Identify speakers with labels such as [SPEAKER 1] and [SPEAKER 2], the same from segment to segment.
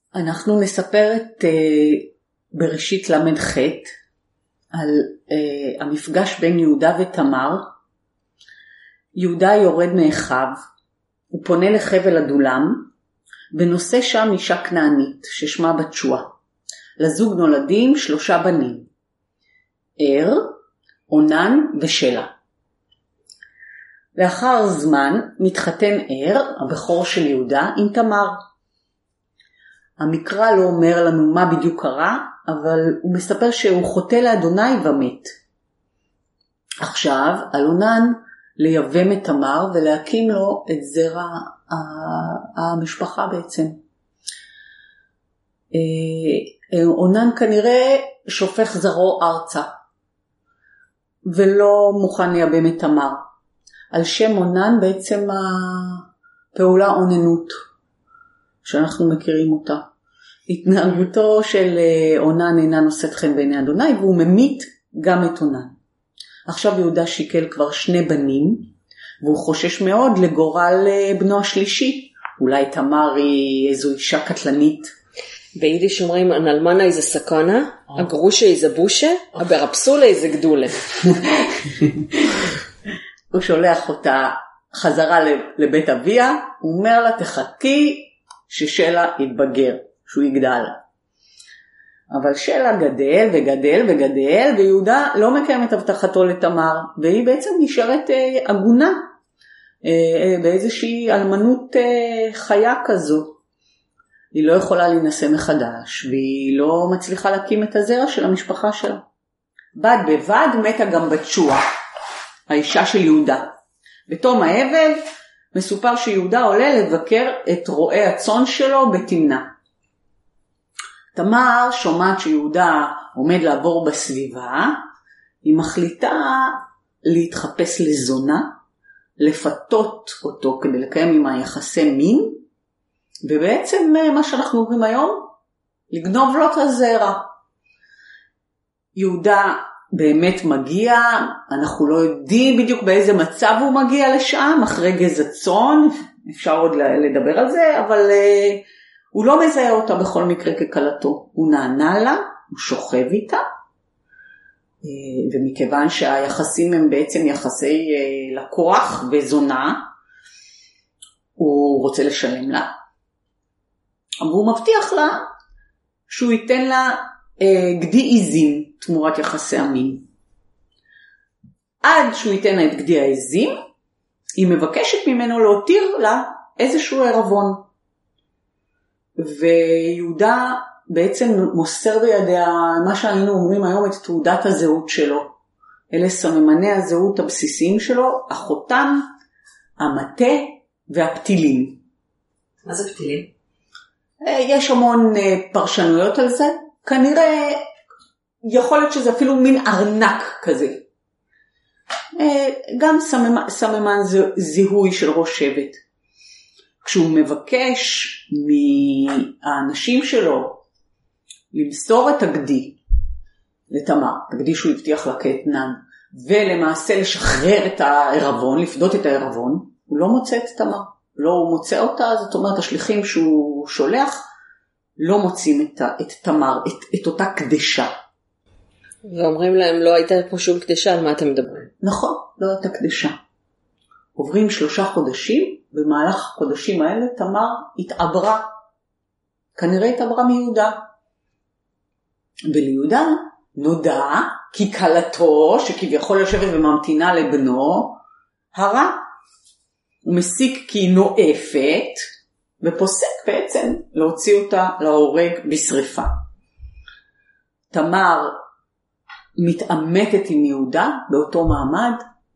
[SPEAKER 1] אנחנו נספר את בראשית למ"ח על המפגש בין יהודה ותמר. יהודה יורד מאחיו, הוא פונה לחבל הדולם, ונושא שם אישה כנענית ששמה בתשועה. לזוג נולדים 3 בנים, ער, עונן ושלה. לאחר זמן מתחתן ער, הבכור של יהודה, עם תמר. המקרא לא אומר לנו מה בדיוק קרה, אבל הוא מספר שהוא חוטא לאדוני ומת. עכשיו על עונן לייבם את תמר ולהקים לו את זרע המשפחה בעצם. עונן כנראה שופך זרעו ארצה, ולא מוכן לייבם את תמר. על שם עונן בעצם הפעולה עוננות, שאנחנו מכירים אותה. התנהגותו של עונן אינה נושאת חן בעיני אדוני, והוא ממית גם את עונן. עכשיו יהודה שיקל כבר 2 בנים, והוא חושש מאוד לגורל בנו השלישי. אולי תמר היא איזו אישה קטלנית.
[SPEAKER 2] ביידיש אומרים, הנלמנה איזה סכנה, הגרושה איזה בושה, הברפסולה איזה גדולה.
[SPEAKER 1] הוא שולח אותה חזרה לבית אביה, הוא אומר לה תחכי ששלה יתבגר, שהוא יגדל. אבל שלה גדל וגדל וגדל, ויהודה לא מקיים את הבטחתו לתמר, והיא בעצם נשארת עגונה, באיזושהי אלמנות חיה כזו. היא לא יכולה להינשא מחדש, והיא לא מצליחה להקים את הזרע של המשפחה שלה. בד בבד מתה גם בתשועה, האישה של יהודה. בתום האבל מסופר שיהודה עולה לבקר את רועי הצאן שלו בתמנה. תמר שומעת שיהודה עומד לעבור בסביבה, היא מחליטה להתחפש לזונה, לפתות אותו כדי לקיים עם היחסי מין, ובעצם מה שאנחנו אומרים היום, לגנוב לו את הזרע. יהודה באמת מגיע, אנחנו לא יודעים בדיוק באיזה מצב הוא מגיע לשם, אחרי גזע צאן, אפשר עוד לדבר על זה, אבל הוא לא מזהה אותה בכל מקרה כקלתו. הוא נענה לה, הוא שוכב איתה, ומכיוון שהיחסים הם בעצם יחסי לקוח וזונה, הוא רוצה לשלם לה, והוא מבטיח לה שהוא ייתן לה גדי עזים תמורת יחסי המין. עד שהוא ייתן לה את גדי העזים, היא מבקשת ממנו להותיר לה איזשהו ערבון. ויהודה בעצם מוסר בידיה מה שהיינו אומרים היום את תעודת הזהות שלו. אלה סממני הזהות הבסיסיים שלו, החותם, המטה והפתילים.
[SPEAKER 2] מה זה פתילים?
[SPEAKER 1] יש המון פרשנויות על זה. כנראה יכול להיות שזה אפילו מין ארנק כזה. גם סממן זיהוי של ראש שבט. כשהוא מבקש מהאנשים שלו למסור את הגדי לתמר, הגדי שהוא הבטיח לה כאתנן, ולמעשה לשחרר את הערבון, לפדות את הערבון, הוא לא מוצא את תמר. לא הוא מוצא אותה, זאת אומרת השליחים שהוא שולח לא מוצאים את תמר, את אותה קדשה.
[SPEAKER 2] ואומרים להם לא הייתה פה שום קדשה, על מה אתם מדברים?
[SPEAKER 1] נכון, לא הייתה קדשה. עוברים 3 חודשים, במהלך החודשים האלה תמר התעברה, כנראה התעברה מיהודה. וליהודה נודע כי כלתו, שכביכול יושבת וממתינה לבנו, הרע. הוא מסיק כי היא נואפת, ופוסק בעצם להוציא אותה להורג בשריפה. תמר מתעמתת עם יהודה באותו מעמד,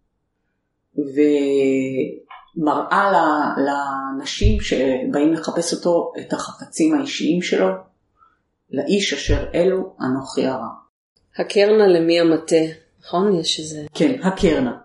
[SPEAKER 1] ומראה לאנשים שבאים לחפש אותו את החפצים האישיים שלו, לאיש אשר אלו אנוכי הרע.
[SPEAKER 2] הקרנה למי המטה, נכון? יש איזה...
[SPEAKER 1] כן, הקרנה.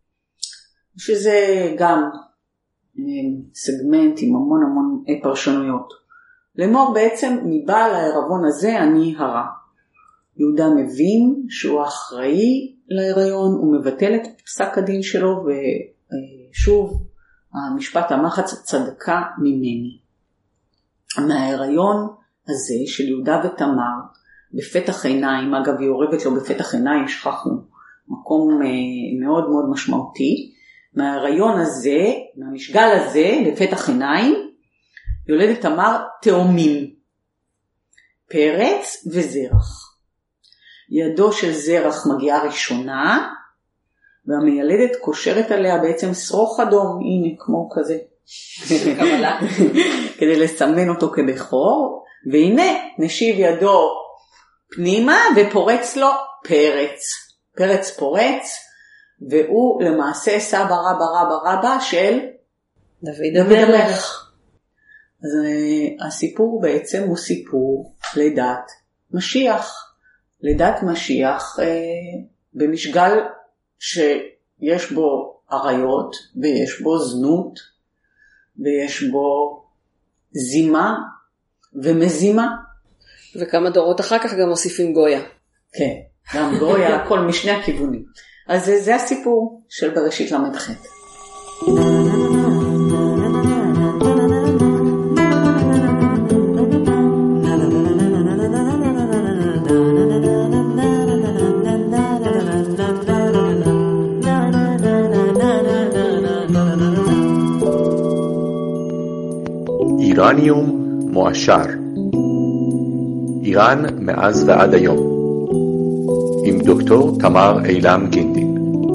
[SPEAKER 1] שזה גם סגמנט עם המון פרשנויות. לאמור בעצם מבעל הערבון הזה אני הרע. יהודה מבין שהוא אחראי להיריון, הוא מבטל את פסק הדין שלו, ושוב המשפט המחץ צדקה ממני. מההיריון הזה של יהודה ותמר בפתח עיניים, אגב היא עורבת לו בפתח עיניים, שכחנו, מקום מאוד מאוד משמעותי, מהרעיון הזה, מהמשגל הזה בפתח עיניים, יולדת תמר תאומים, פרץ וזרח. ידו של זרח מגיעה ראשונה, והמיילדת קושרת עליה בעצם שרוך אדום, הנה כמו כזה, כדי לסמן אותו כבכור, והנה נשיב ידו פנימה ופורץ לו פרץ, פרץ פורץ, והוא למעשה סבא רבא רבא של
[SPEAKER 2] דוד המלך.
[SPEAKER 1] אז הסיפור בעצם הוא סיפור לידת משיח, לידת משיח במשגל שיש בו עריות ויש בו זנות ויש בו זימה ומזימה.
[SPEAKER 2] וכמה דורות אחר כך גם מוסיפים גויה.
[SPEAKER 1] כן, גם גויה, הכל משני הכיוונים. אז זה הסיפור של בראשית למדחת.
[SPEAKER 3] איראניום מועשר, איראן מאז ועד היום, עם דוקטור תמר אילם גינדין.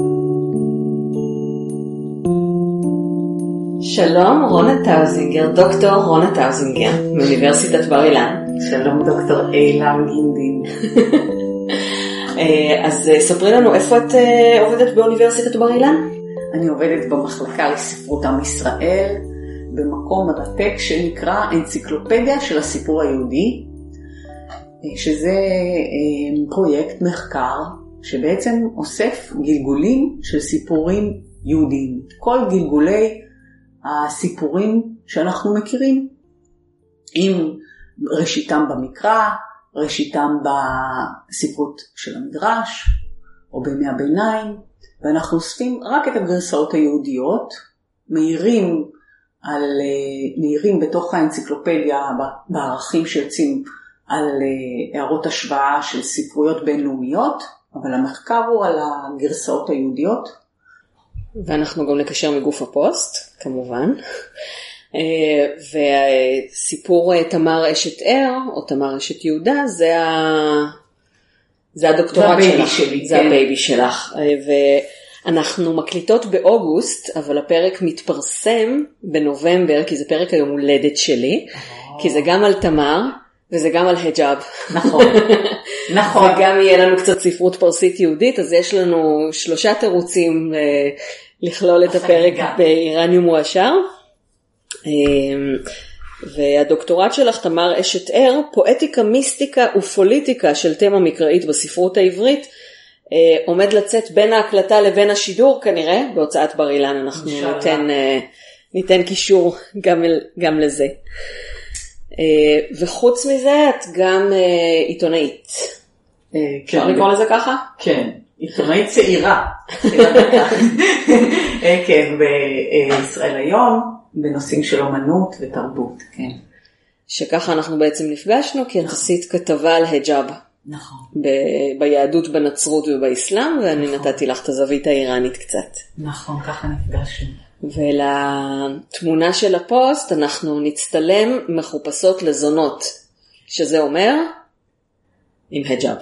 [SPEAKER 2] שלום רונה טאוזינגר, דוקטור רונה טאוזינגר מאוניברסיטת בר אילן.
[SPEAKER 1] שלום דוקטור אילם גינדין.
[SPEAKER 2] אז ספרי לנו איפה את עובדת באוניברסיטת בר אילן?
[SPEAKER 1] אני עובדת במחלקה לספרות עם ישראל, במקום מרתק שנקרא אנציקלופדיה של הסיפור היהודי, שזה פרויקט מחקר שבעצם אוסף גלגולים של סיפורים יהודיים. כל גלגולי הסיפורים שאנחנו מכירים, עם ראשיתם במקרא, ראשיתם בספרות של המדרש או בימי הביניים, ואנחנו אוספים רק את הגרסאות היהודיות, מהירים בתוך האנציקלופדיה בערכים שיוצאים על הערות השוואה של ספרויות בינלאומיות, אבל המחקר הוא על הגרסאות היהודיות.
[SPEAKER 2] ואנחנו גם נקשר מגוף הפוסט, כמובן. והסיפור תמר אשת ער, או תמר אשת יהודה, זה הדוקטורט שלך. זה הבייבי שלך. אנחנו מקליטות באוגוסט, אבל הפרק מתפרסם בנובמבר, כי זה פרק היום הולדת שלי, כי זה גם על תמר, וזה גם על היג'אב.
[SPEAKER 1] נכון, נכון.
[SPEAKER 2] וגם יהיה לנו קצת ספרות פרסית יהודית, אז יש לנו 3 תירוצים לכלול את הפרק באיראניום מועשר. והדוקטורט שלך, תמר אשת ער, פואטיקה, מיסטיקה ופוליטיקה של תמה מקראית בספרות העברית, עומד לצאת בין ההקלטה לבין השידור כנראה, בהוצאת בר אילן. אנחנו ניתן קישור גם לזה. וחוץ מזה את גם עיתונאית. אפשר לקרוא לזה ככה?
[SPEAKER 1] כן, עיתונאית צעירה. כן, בישראל היום, בנושאים של אומנות ותרבות, כן.
[SPEAKER 2] שככה אנחנו בעצם נפגשנו, כי את עשית כתבה על היג'אב.
[SPEAKER 1] נכון.
[SPEAKER 2] ביהדות, בנצרות ובאסלאם, ואני נתתי לך את הזווית האיראנית קצת.
[SPEAKER 1] נכון, ככה נפגשנו.
[SPEAKER 2] ולתמונה של הפוסט אנחנו נצטלם מחופשות לזונות, שזה אומר עם היג'אב.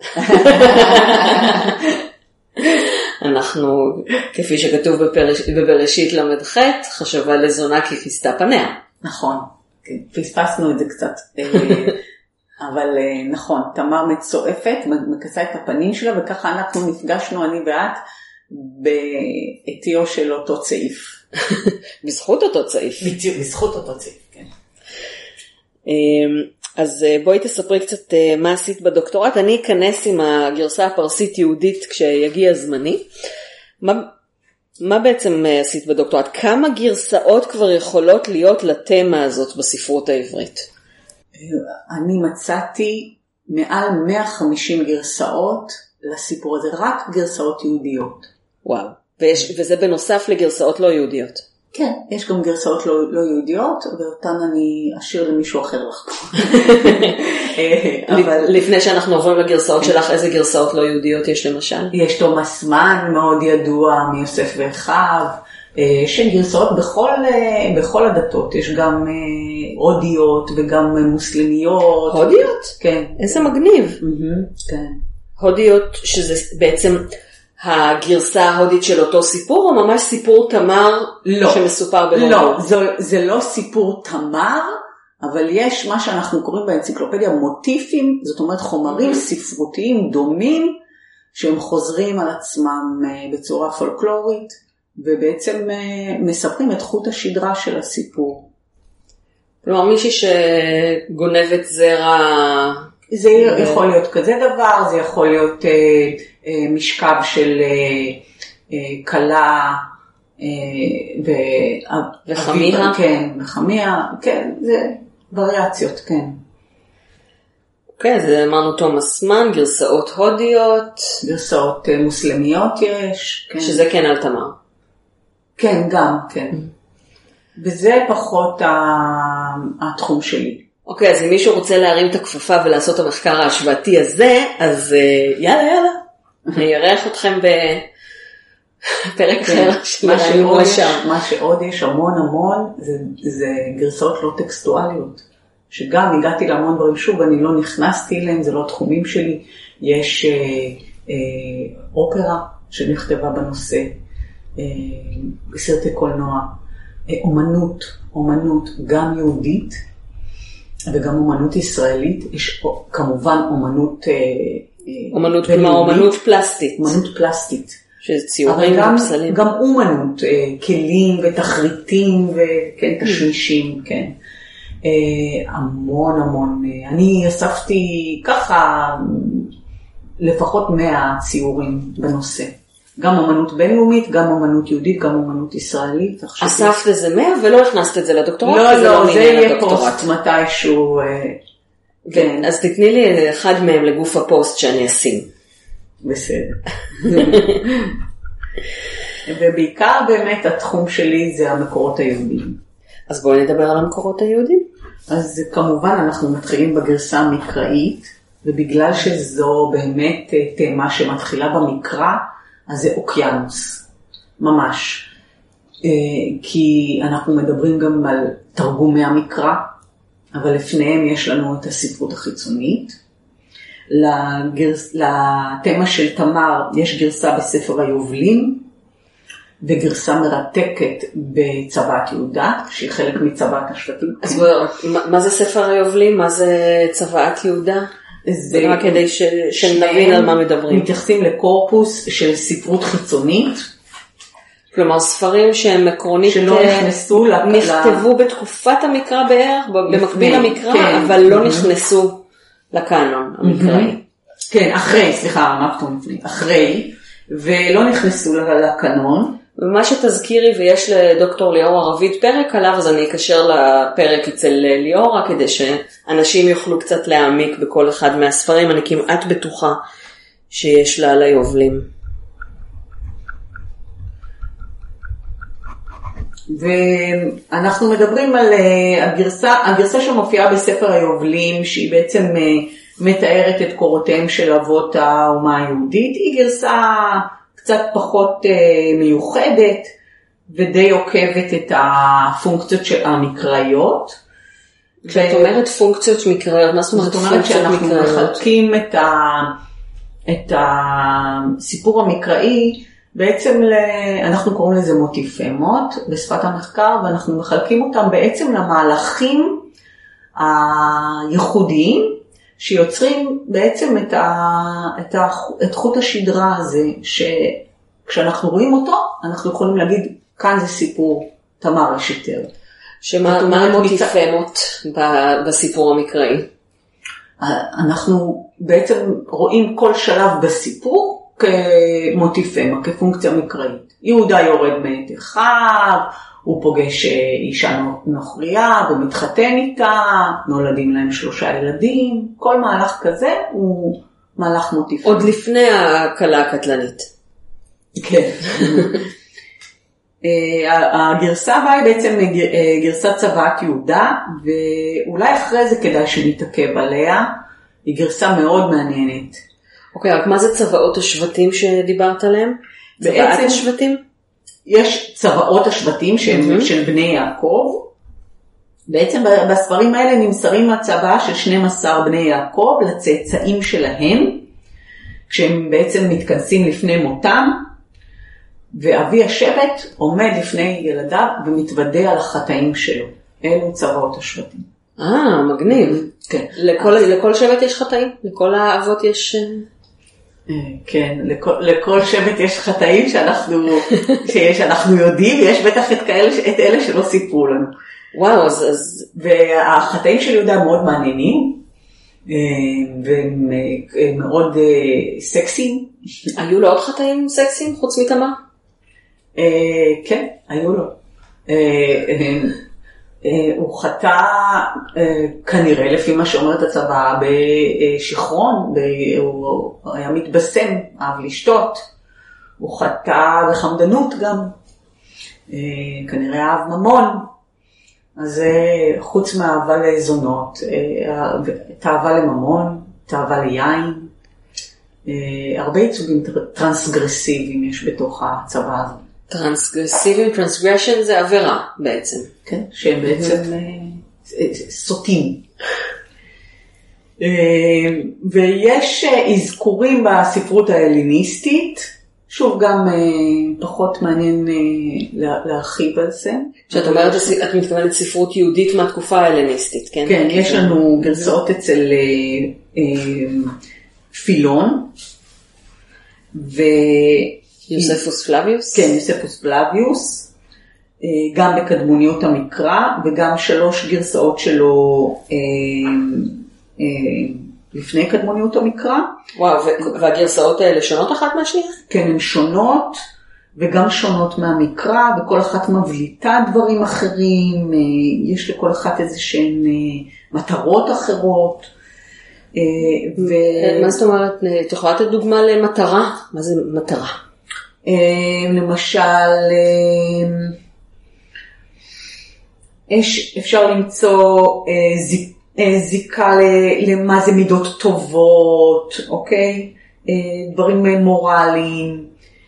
[SPEAKER 2] אנחנו, כפי שכתוב בבראשית למ"ח, חשבה לזונה כי כיסתה פניה.
[SPEAKER 1] נכון, פספסנו את זה קצת. אבל נכון, תמר מצועפת, מכסה את הפנים שלה, וככה אנחנו נפגשנו, אני ואת, בעטיו של אותו צעיף.
[SPEAKER 2] בזכות אותו צעיף.
[SPEAKER 1] בזכות אותו צעיף, כן.
[SPEAKER 2] אז בואי תספרי קצת מה עשית בדוקטורט. אני אכנס עם הגרסה הפרסית יהודית כשיגיע זמני. מה בעצם עשית בדוקטורט? כמה גרסאות כבר יכולות להיות לתמה הזאת בספרות העברית?
[SPEAKER 1] אני מצאתי מעל 150 גרסאות לסיפור הזה, רק גרסאות יהודיות.
[SPEAKER 2] וואו, וזה בנוסף לגרסאות לא יהודיות.
[SPEAKER 1] כן, יש גם גרסאות לא יהודיות, ואותן אני אשאיר למישהו אחר לחקור.
[SPEAKER 2] לפני שאנחנו עוברים לגרסאות שלך, איזה גרסאות לא יהודיות יש למשל?
[SPEAKER 1] יש תומאס מן מאוד ידוע, מיוסף ואחיו, שגרסאות בכל הדתות, יש גם הודיות וגם מוסלמיות.
[SPEAKER 2] הודיות?
[SPEAKER 1] כן.
[SPEAKER 2] איזה מגניב.
[SPEAKER 1] כן.
[SPEAKER 2] הודיות שזה בעצם הגרסה ההודית של אותו סיפור, או ממש סיפור תמר שמסופר בהודיות?
[SPEAKER 1] לא, זה לא סיפור תמר, אבל יש מה שאנחנו קוראים באנציקלופדיה מוטיפים, זאת אומרת חומרים ספרותיים דומים, שהם חוזרים על עצמם בצורה פולקלורית, ובעצם מספרים את חוט השדרה של הסיפור.
[SPEAKER 2] כלומר, מישהי שגונבת זרע...
[SPEAKER 1] זה יכול להיות כזה דבר, זה יכול להיות משכב של קלה
[SPEAKER 2] וחמיה.
[SPEAKER 1] כן, וחמיה, כן, זה וריאציות, כן.
[SPEAKER 2] אוקיי, אז אמרנו תומאס מן, גרסאות הודיות.
[SPEAKER 1] גרסאות מוסלמיות יש. כן.
[SPEAKER 2] שזה כן על תמר.
[SPEAKER 1] כן, גם, כן. וזה פחות התחום שלי.
[SPEAKER 2] אוקיי, אז אם מישהו רוצה להרים את הכפפה ולעשות את המחקר ההשוואתי הזה, אז יאללה. אני ארח אתכם בפרק אחר של הרעיון לשם.
[SPEAKER 1] מה שעוד יש המון זה גרסאות לא טקסטואליות, שגם הגעתי להמון דברים, שוב, אני לא נכנסתי אליהם, זה לא התחומים שלי. יש אופרה שנכתבה בנושא, בסרטי קולנוע, אומנות גם יהודית, וגם אומנות ישראלית, יש כמובן אומנות
[SPEAKER 2] כלומר אומנות פלסטית.
[SPEAKER 1] אומנות פלסטית.
[SPEAKER 2] שזה ציורים ופסלים.
[SPEAKER 1] גם אומנות, כלים ותחריטים וכן, תשמישים, כן. המון. אני אספתי ככה לפחות 100 ציורים בנושא. גם אומנות בינלאומית, גם אומנות יהודית, גם אומנות ישראלית.
[SPEAKER 2] אספת איזה 100 ולא הכנסת את זה לדוקטורט?
[SPEAKER 1] לא, זה יהיה פוסט מתישהו.
[SPEAKER 2] כן. אז תתני לי אחד מהם לגוף הפוסט שאני אשים.
[SPEAKER 1] בסדר. ובעיקר באמת התחום שלי זה המקורות היהודיים.
[SPEAKER 2] אז בואי נדבר על המקורות היהודיים.
[SPEAKER 1] אז כמובן אנחנו מתחילים בגרסה המקראית, ובגלל שזו באמת תמה שמתחילה במקרא, אז זה אוקיינוס, ממש. כי אנחנו מדברים גם על תרגומי המקרא, אבל לפניהם יש לנו את הספרות החיצונית. לתמה של תמר יש גרסה בספר היובלים, וגרסה מרתקת בצוואת יהודה, שהיא חלק מצוואת השבטים.
[SPEAKER 2] אז מה זה ספר היובלים? מה זה צוואת יהודה? זה רק כדי שנבין על מה מדברים.
[SPEAKER 1] מתייחסים לקורפוס של ספרות חיצונית.
[SPEAKER 2] כלומר, ספרים שהם עקרונית
[SPEAKER 1] שלא נכנסו
[SPEAKER 2] נכתבו בתקופת המקרא בערך, במקביל למקרא, אבל לא נכנסו לקאנון המקראי.
[SPEAKER 1] כן, אחרי, ולא נכנסו לקאנון.
[SPEAKER 2] ומה שתזכירי, ויש לדוקטור ליאור ערבית פרק עליו, אז אני אקשר לפרק אצל ליאורה, כדי שאנשים יוכלו קצת להעמיק בכל אחד מהספרים. אני כמעט בטוחה שיש לה על היובלים.
[SPEAKER 1] ואנחנו מדברים על הגרסה שמופיעה בספר היובלים, שהיא בעצם מתארת את קורותיהם של אבות האומה היהודית. היא גרסה קצת פחות מיוחדת, ודי עוקבת את הפונקציות המקראיות.
[SPEAKER 2] כשאת אומרת פונקציות מקראיות, מה זאת אומרת?
[SPEAKER 1] זאת אומרת שאנחנו מחלקים את הסיפור המקראי, בעצם אנחנו קוראים לזה מוטיפמות בשפת המחקר, ואנחנו מחלקים אותם בעצם למהלכים הייחודיים, שיוצרים בעצם את חוט השדרה הזה, שכשאנחנו רואים אותו, אנחנו יכולים להגיד, כאן זה סיפור תמר אשתר.
[SPEAKER 2] מה המוטיפמות בסיפור המקראי?
[SPEAKER 1] אנחנו בעצם רואים כל שלב בסיפור, כמוטיפמה, כפונקציה מקראית. יהודה יורד מאת אחיו, הוא פוגש אישה נוכריה ומתחתן איתה, נולדים להם 3 ילדים, כל מהלך כזה הוא מהלך מוטיפמה.
[SPEAKER 2] עוד לפני הקלה הקטלנית.
[SPEAKER 1] כן. הגרסה הבאה היא בעצם גרסת צוואת יהודה, ואולי אחרי זה כדאי שנתעכב עליה, היא גרסה מאוד מעניינת.
[SPEAKER 2] אוקיי, רק מה זה צבאות השבטים שדיברת עליהם? צבאות השבטים?
[SPEAKER 1] יש צבאות השבטים שהם של בני יעקב, בעצם בספרים האלה נמסרים הצוואה של 12 בני יעקב לצאצאים שלהם, כשהם בעצם מתכנסים לפני מותם, ואבי השבט עומד לפני ילדיו ומתוודע על החטאים שלו. אלו צבאות השבטים.
[SPEAKER 2] מגניב.
[SPEAKER 1] כן.
[SPEAKER 2] לכל שבט יש חטאים? לכל האבות יש...
[SPEAKER 1] כן, לכל שבט יש חטאים שאנחנו יודעים, ויש בטח את אלה שלא סיפרו לנו.
[SPEAKER 2] וואו, אז...
[SPEAKER 1] והחטאים של יהודה מאוד מעניינים, והם מאוד סקסיים.
[SPEAKER 2] היו לו עוד חטאים סקסיים חוץ מתמר?
[SPEAKER 1] כן, היו לו. הוא חטא כנראה לפי מה שאומרת הצבא בשכרון, הוא היה מתבשם, אהב לשתות, הוא חטא בחמדנות גם, כנראה אהב ממון, אז חוץ מאהבה לזונות, תאווה לממון, תאווה ליין, הרבה ייצוגים טרנסגרסיביים יש בתוך הצבא הזה.
[SPEAKER 2] טרנסגרסיביים, טרנסגרשן זה עבירה בעצם.
[SPEAKER 1] כן, שהם בעצם סוטים. ויש אזכורים בספרות ההלניסטית, שוב גם פחות מעניין להרחיב על זה.
[SPEAKER 2] כשאת אומרת, את מתכוונת ספרות יהודית מהתקופה ההלניסטית, כן?
[SPEAKER 1] כן, יש לנו גרסאות אצל פילון,
[SPEAKER 2] יוספוס פלביוס?
[SPEAKER 1] כן, יוספוס פלביוס, גם בקדמוניות המקרא, וגם 3 גרסאות שלו לפני קדמוניות המקרא.
[SPEAKER 2] וואו, והגרסאות האלה שונות אחת מהשנייה?
[SPEAKER 1] כן, הן שונות, וגם שונות מהמקרא, וכל אחת מבליטה דברים אחרים, יש לכל אחת איזה שהן מטרות אחרות.
[SPEAKER 2] מה זאת אומרת, את יכולה לתת דוגמה למטרה? מה זה מטרה?
[SPEAKER 1] למשל, אפשר למצוא זיקה למה זה מידות טובות, אוקיי? דברים מורליים.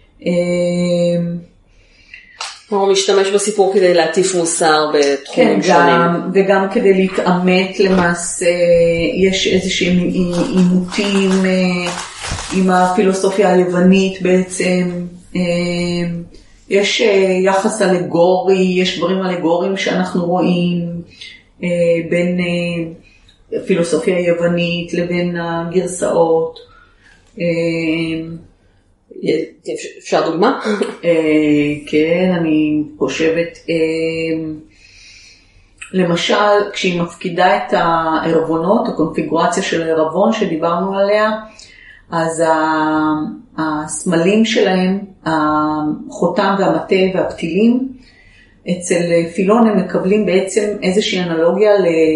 [SPEAKER 2] הוא משתמש בסיפור כדי להטיף מוסר בתחומים שונים.
[SPEAKER 1] וגם כדי להתאמת למעשה, יש איזשהם עימותים עם הפילוסופיה הלבנית בעצם, יש יחס אלגורי, יש דברים אלגוריים שאנחנו רואים בין הפילוסופיה היוונית לבין הגרסאות.
[SPEAKER 2] אפשר דוגמה?
[SPEAKER 1] כן, אני חושבת, למשל, כשהיא מפקידה את הערבונות, הקונפיגורציה של הערבון שדיברנו עליה, אז הסמלים שלהם, החותם והמטה והפתילים, אצל פילון הם מקבלים בעצם איזושהי אנלוגיה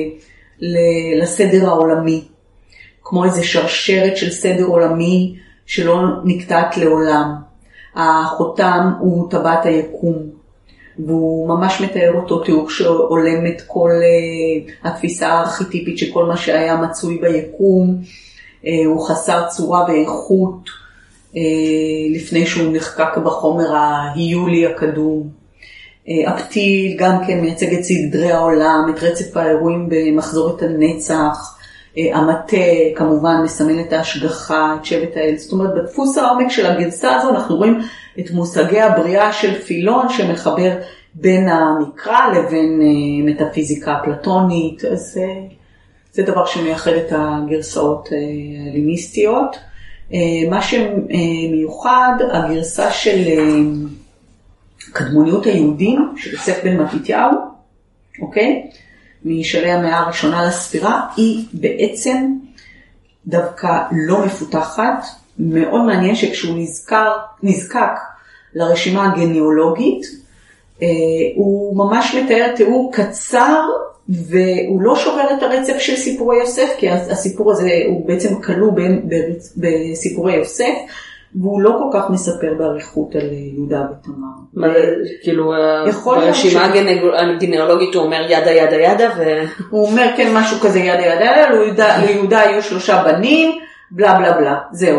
[SPEAKER 1] לסדר העולמי, כמו איזו שרשרת של סדר עולמי שלא נקטעת לעולם. החותם הוא טבעת היקום, והוא ממש מתאר אותו תיאור שעולם את כל התפיסה הארכיטיפית שכל מה שהיה מצוי ביקום, הוא חסר צורה ואיכות לפני שהוא נחקק בחומר ההיולי הקדום. הפתיל גם כן מייצג את סדרי העולם, את רצף האירועים במחזורת הנצח. המטה כמובן מסמל את ההשגחה, את שבט האל. זאת אומרת, בדפוס העומק של הגרסה הזו אנחנו רואים את מושגי הבריאה של פילון שמחבר בין המקרא לבין מטאפיזיקה אפלטונית. אז זה דבר שמייחד את הגרסאות ההלניסטיות. מה שמיוחד, הגרסה של קדמוניות היהודים, של יוסף בן מתתיהו, אוקיי? משלהי המאה הראשונה לספירה, היא בעצם דווקא לא מפותחת. מאוד מעניין שכשהוא נזקק לרשימה הגניאולוגית, הוא ממש מתאר תיאור קצר, והוא לא שובר את הרצף של סיפורי יוסף, כי הסיפור הזה הוא בעצם כלוא בסיפורי יוסף, והוא לא כל כך מספר בעריכות על יהודה ותמר.
[SPEAKER 2] כאילו ברשימה הגנאולוגית הוא אומר ידה ידה ידה
[SPEAKER 1] הוא אומר כן משהו כזה ידה ידה ידה, ליהודה היו 3 בנים, בלה בלה בלה, זהו.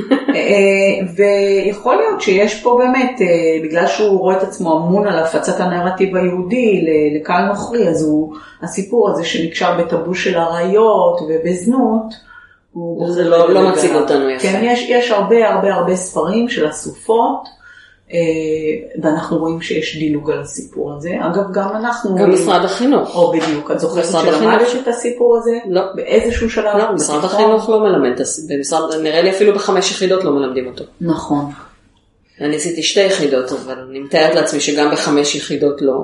[SPEAKER 1] ויכול להיות שיש פה באמת, בגלל שהוא רואה את עצמו אמון על הפצת הנרטיב היהודי לקהל נוכרי, אז הסיפור הזה שנקשר בטאבו של עריות ובזנות,
[SPEAKER 2] זה לא מציג אותנו יפה.
[SPEAKER 1] כן, יש הרבה ספרים של הסופות, ואנחנו רואים שיש דילוג על הסיפור הזה. אגב, גם אנחנו...
[SPEAKER 2] גם משרד החינוך.
[SPEAKER 1] או בדיוק, את זוכרת שלמדת את הסיפור הזה?
[SPEAKER 2] לא.
[SPEAKER 1] באיזשהו שלב?
[SPEAKER 2] לא, משרד החינוך לא מלמד. נראה לי אפילו ב5 יחידות לא מלמדים אותו.
[SPEAKER 1] נכון.
[SPEAKER 2] אני עשיתי 2 יחידות, אבל אני מתארת לעצמי שגם ב5 יחידות לא...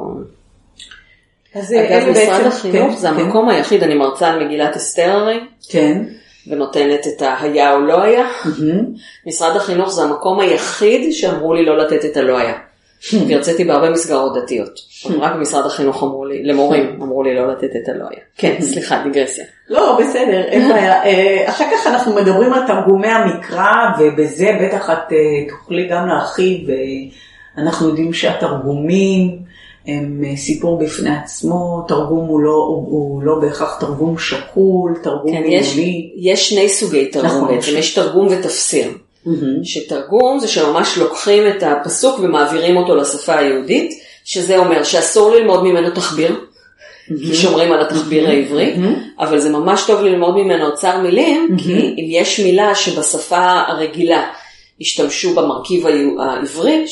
[SPEAKER 2] אגב, משרד החינוך זה המקום היחיד, אני מרצה על מגילת אסתר הרי.
[SPEAKER 1] כן.
[SPEAKER 2] ונותנת את היה או לא היה. משרד החינוך זה המקום היחיד שאמרו לי לא לתת את הלא היה. והרציתי בהרבה מסגרות דתיות. רק במשרד החינוך אמרו לי, למורים אמרו לי לא לתת את הלא היה. כן, סליחה, דיגרסיה.
[SPEAKER 1] לא, בסדר, אין בעיה. אחר כך אנחנו מדברים על תרגומי המקרא, ובזה בטח את תוכלי גם להרחיב, ואנחנו יודעים שהתרגומים הם סיפור בפני עצמו, תרגום הוא לא בהכרח תרגום שקול, תרגום מילולי.
[SPEAKER 2] יש 2 סוגי תרגום בעצם, יש תרגום ותפסיר. שתרגום זה שממש לוקחים את הפסוק ומעבירים אותו לשפה היהודית, שזה אומר שאסור ללמוד ממנו תחביר, כי שומרים על התחביר העברי, אבל זה ממש טוב ללמוד ממנו אוצר מילים, כי אם יש מילה שבשפה הרגילה השתמשו במרכיב העברי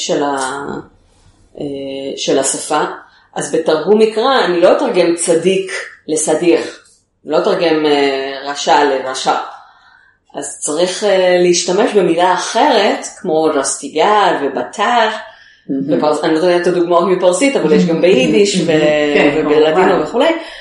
[SPEAKER 2] של השפה, אז בתרגום מקרא אני לא אתרגם צדיק לסדיר, לא אתרגם רשע לרשע, אז צריך להשתמש במילה אחרת, כמו רסטיגל ובטר, אני לא יודעת את הדוגמאות מפרסית, אבל יש גם ביידיש ובלדינו וכו'.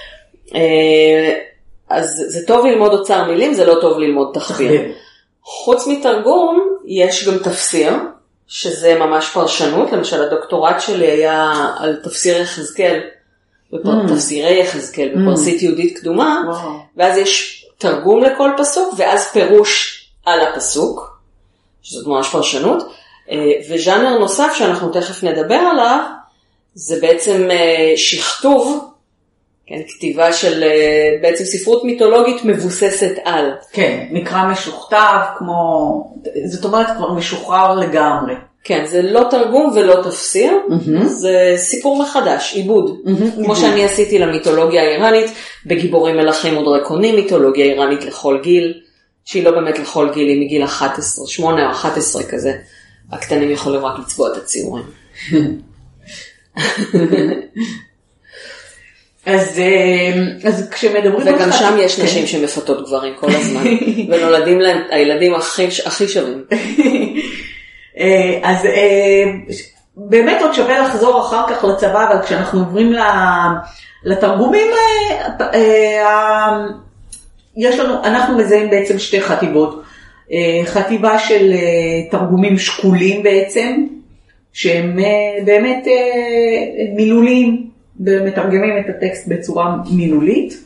[SPEAKER 2] אז זה טוב ללמוד אוצר מילים, זה לא טוב ללמוד תחביר. חוץ מתרגום, יש גם תפסיר, שזה ממש פרשנות, למשל הדוקטורט שלי היה על תפסיר יחזקאל, תפסירי יחזקאל בפרסית יהודית קדומה, ואז יש תרגום לכל פסוק, ואז פירוש על הפסוק, שזאת ממש פרשנות, וז'אנר נוסף שאנחנו תכף נדבר עליו, זה בעצם שכתוב, כן, כתיבה של בעצם ספרות מיתולוגית מבוססת על.
[SPEAKER 1] כן, מקרא משוכתב, כמו, זאת אומרת כבר משוחרר לגמרי.
[SPEAKER 2] כן, זה לא תרגום ולא תפסיר, זה סיפור מחדש, עיבוד. כמו שאני עשיתי למיתולוגיה האיראנית, בגיבורים מלכים ודרקונים, מיתולוגיה איראנית לכל גיל, שהיא לא באמת לכל גיל, היא מגיל 11, 8 או 11 כזה. הקטנים יכולים רק לצבוע את הציורים.
[SPEAKER 1] אז כשמדברים...
[SPEAKER 2] וגם שם יש נשים שמפתות גברים כל הזמן, ונולדים להם הילדים הכי שווים. אז באמת עוד שווה לחזור אחר כך לצבא, אבל כשאנחנו עוברים לתרגומים, אנחנו מזהים בעצם 2 חטיבות. חטיבה של תרגומים שקולים בעצם, שהם באמת מילוליים, ומתרגמים את הטקסט בצורה מילולית.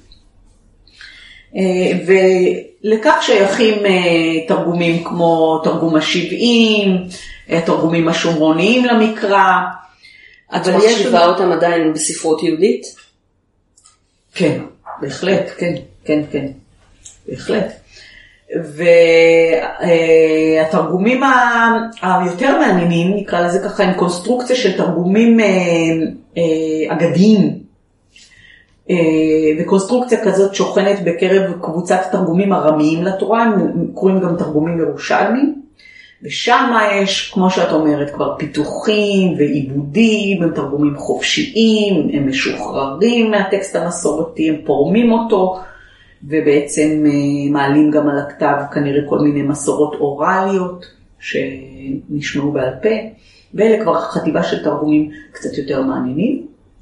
[SPEAKER 2] ולכך שייכים תרגומים כמו תרגום ה-70, תרגומים השומרוניים למקרא. את מחשיבה אותם עדיין בספרות יהודית?
[SPEAKER 1] כן, בהחלט, כן, בהחלט. והתרגומים היותר מעניינים, נקרא לזה ככה, הם קונסטרוקציה של תרגומים אגדיים, וקונסטרוקציה כזאת שוכנת בקרב קבוצת תרגומים ארמיים לתורה, הם קוראים גם תרגומים ירושלמיים, ושם יש, כמו שאת אומרת, כבר פיתוחים ועיבודים, הם תרגומים חופשיים, הם משוחררים מהטקסט המסורתי, הם פורמים אותו, ובעצם מעלים גם על הכתב כנראה כל מיני מסורות אורליות שנשמעו בעל פה, ואלה כבר חטיבה של תרגומים קצת יותר מעניינים.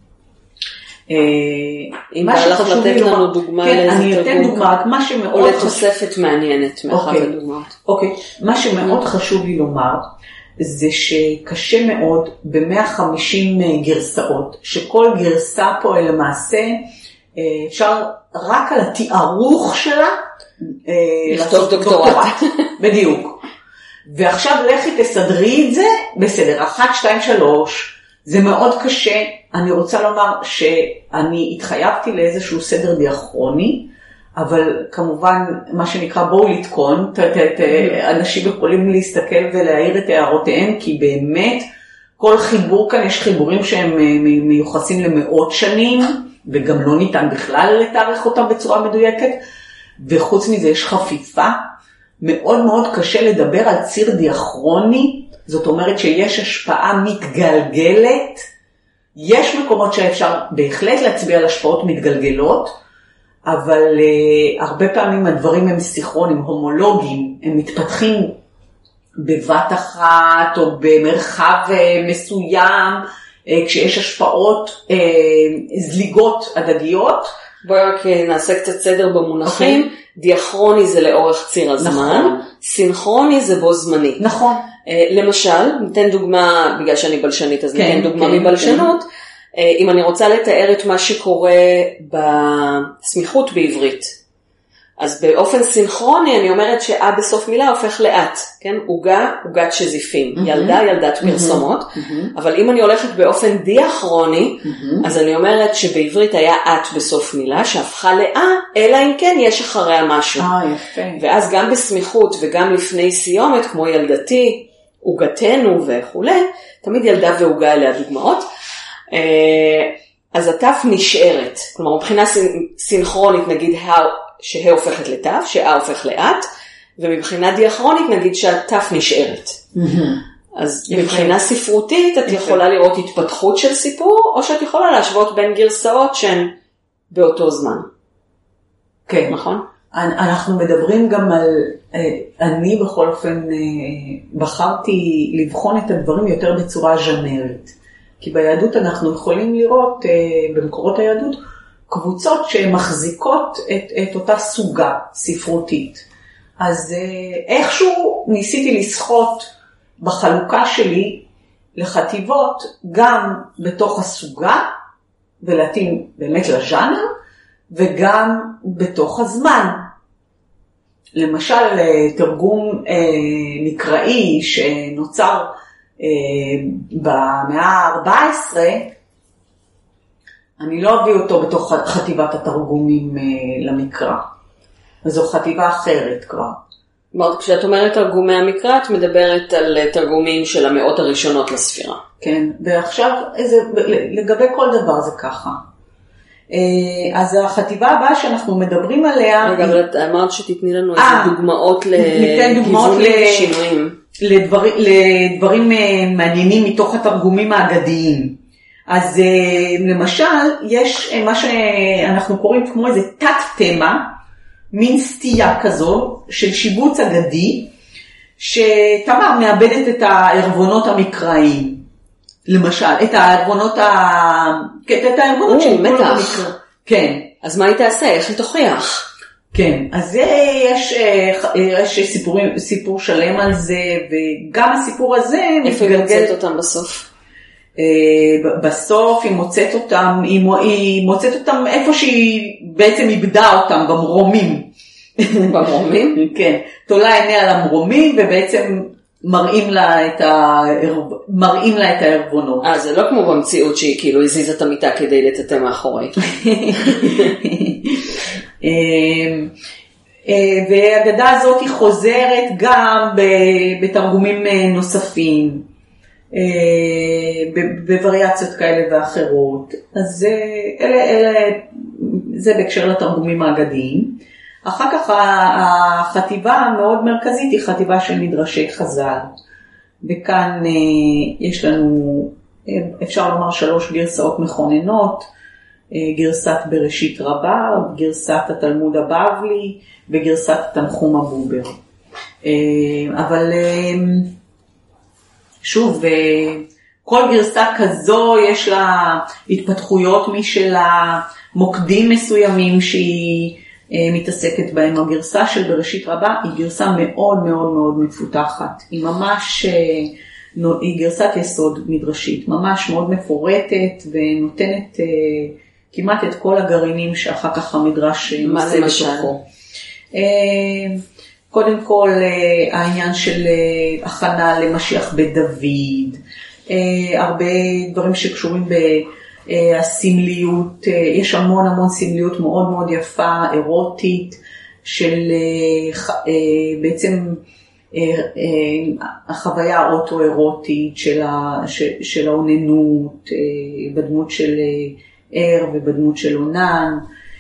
[SPEAKER 2] אם בא לך לתת לנו דוגמה לאיזה תרגום, או לתוספת מעניינת מאחת הדוגמאות.
[SPEAKER 1] אוקיי, מה שמאוד חשוב לי לומר, זה שקשה מאוד ב-150 גרסאות, שכל גרסה פה למעשה, אפשר רק על התיארוך שלה
[SPEAKER 2] לכתוב דוקטורט.
[SPEAKER 1] בדיוק. ועכשיו לכי תסדרי את זה, בסדר, 1, 2, 3, זה מאוד קשה. אני רוצה לומר שאני התחייבתי לאיזשהו סדר דיאכרוני, אבל כמובן מה שנקרא בואו לתקון, אנשים יכולים להסתכל ולהעיר את הערותיהם, כי באמת כל חיבור כאן, יש חיבורים שהם מיוחסים למאות שנים, וגם לא ניתן בכלל לתארך אותם בצורה מדויקת, וחוץ מזה יש חפיפה, מאוד מאוד קשה לדבר על ציר דיאכרוני, זאת אומרת שיש השפעה מתגלגלת, יש מקומות שאפשר בהחלט להצביע על השפעות מתגלגלות, אבל הרבה פעמים הדברים הם סיכרונים, הומולוגיים, הם מתפתחים בבת אחת או במרחב מסוים, כשיש השפעות זליגות הדדיות.
[SPEAKER 2] בואי רק נעשה קצת סדר במונחים. דיאכרוני זה לאורך ציר הזמן, נכון. סינכרוני זה בו זמני.
[SPEAKER 1] נכון.
[SPEAKER 2] למשל, ניתן דוגמה, בגלל שאני בלשנית, אז ניתן דוגמה מבלשנות. אם אני רוצה לתאר את מה שקורה בסמיכות בעברית, אז באופן סינכרוני אני אומרת שאה בסוף מילה הופך לאט, כן? עוגה, עוגת שזיפים, ילדה, ילדת פרסומות, אבל אם אני הולכת באופן דיאכרוני, אז אני אומרת שבעברית היה את בסוף מילה שהפכה לאה, אלא אם כן יש אחריה משהו.
[SPEAKER 1] יפה.
[SPEAKER 2] ואז גם בסמיכות וגם לפני סיומת, כמו ילדתי, עוגתנו וכו', תמיד ילדה ועוגה אלה הדוגמאות, אז התף נשארת, כלומר מבחינה סינכרונית נגיד שהה הופכת לתף, שאה הופך לאט, ומבחינה דיאכרונית נגיד שהתף נשארת. אז מבחינה ספרותית את יכולה לראות התפתחות של סיפור, או שאת יכולה להשוות בין גרסאות שהן באותו זמן.
[SPEAKER 1] כן.
[SPEAKER 2] נכון?
[SPEAKER 1] אנחנו מדברים גם על, אני בכל אופן בחרתי לבחון את הדברים יותר בצורה ז'אנרית. כי ביהדות אנחנו יכולים לראות במקורות היהדות קבוצות שמחזיקות את אותה סוגה ספרותית. אז איכשהו ניסיתי לשחות בחלוקה שלי לחטיבות גם בתוך הסוגה ולהתאים באמת לז'אנר וגם בתוך הזמן. למשל תרגום מקראי שנוצר במאה ה-14, אני לא אביא אותו בתוך חטיבת התרגומים למקרא. אז זו חטיבה אחרת כבר.
[SPEAKER 2] כשאת אומרת תרגומי המקרא, את מדברת על תרגומים של המאות הראשונות לספירה.
[SPEAKER 1] כן, ועכשיו לגבי כל דבר זה ככה. אז החטיבה הבאה שאנחנו מדברים עליה...
[SPEAKER 2] רגע, אבל את אמרת שתתני לנו איזה דוגמאות לגיוונים ושינויים.
[SPEAKER 1] לדברים מעניינים מתוך התרגומים האגדיים. אז למשל, יש מה שאנחנו קוראים כמו איזה תת-תמה, מין סטייה כזו של שיבוץ אגדי, שתמר מאבדת את הערבונות המקראיים. למשל, את הערבונות של כל המקרא. כן.
[SPEAKER 2] אז מה היא תעשה? איך היא תוכיח?
[SPEAKER 1] כן, אז יש סיפור שלם על זה, וגם הסיפור הזה
[SPEAKER 2] איפה היא מוצאת אותם בסוף?
[SPEAKER 1] בסוף היא מוצאת אותם איפה שהיא בעצם איבדה אותם, במרומים.
[SPEAKER 2] במרומים?
[SPEAKER 1] כן, תולה עיניה על המרומים ובעצם מראים לה את הערבונות.
[SPEAKER 2] זה לא כמו במציאות שהיא כאילו הזיזה את המיטה כדי לטאטא מאחורי.
[SPEAKER 1] והאגדה הזאת היא חוזרת גם בתרגומים נוספים, בווריאציות כאלה ואחרות. אז זה בהקשר לתרגומים האגדיים. אחר כך החטיבה המאוד מרכזית היא חטיבה של מדרשי חז"ל. וכאן יש לנו, אפשר לומר, 3 גרסאות מכוננות, גרסת בראשית רבה, גרסת התלמוד הבבלי וגרסת תנחום הבובר. אבל שוב, כל גרסה כזו יש לה התפתחויות משלה, מוקדים מסוימים שהיא מתעסקת בהם. הגרסה של בראשית רבה היא גרסה מאוד מאוד מאוד מפותחת. היא ממש, היא גרסת יסוד מדרשית, ממש מאוד מפורטת ונותנת כמעט את כל הגרעינים שאחר כך המדרש
[SPEAKER 2] מה למשל?
[SPEAKER 1] קודם כל העניין של הכנה למשיח בדוד, הרבה דברים שקשורים בסמליות, יש המון סמליות מאוד מאוד יפה, אירוטית, של בעצם החוויה האוטו-אירוטית של האוננות, בדמות של ער ובדמות של עונן.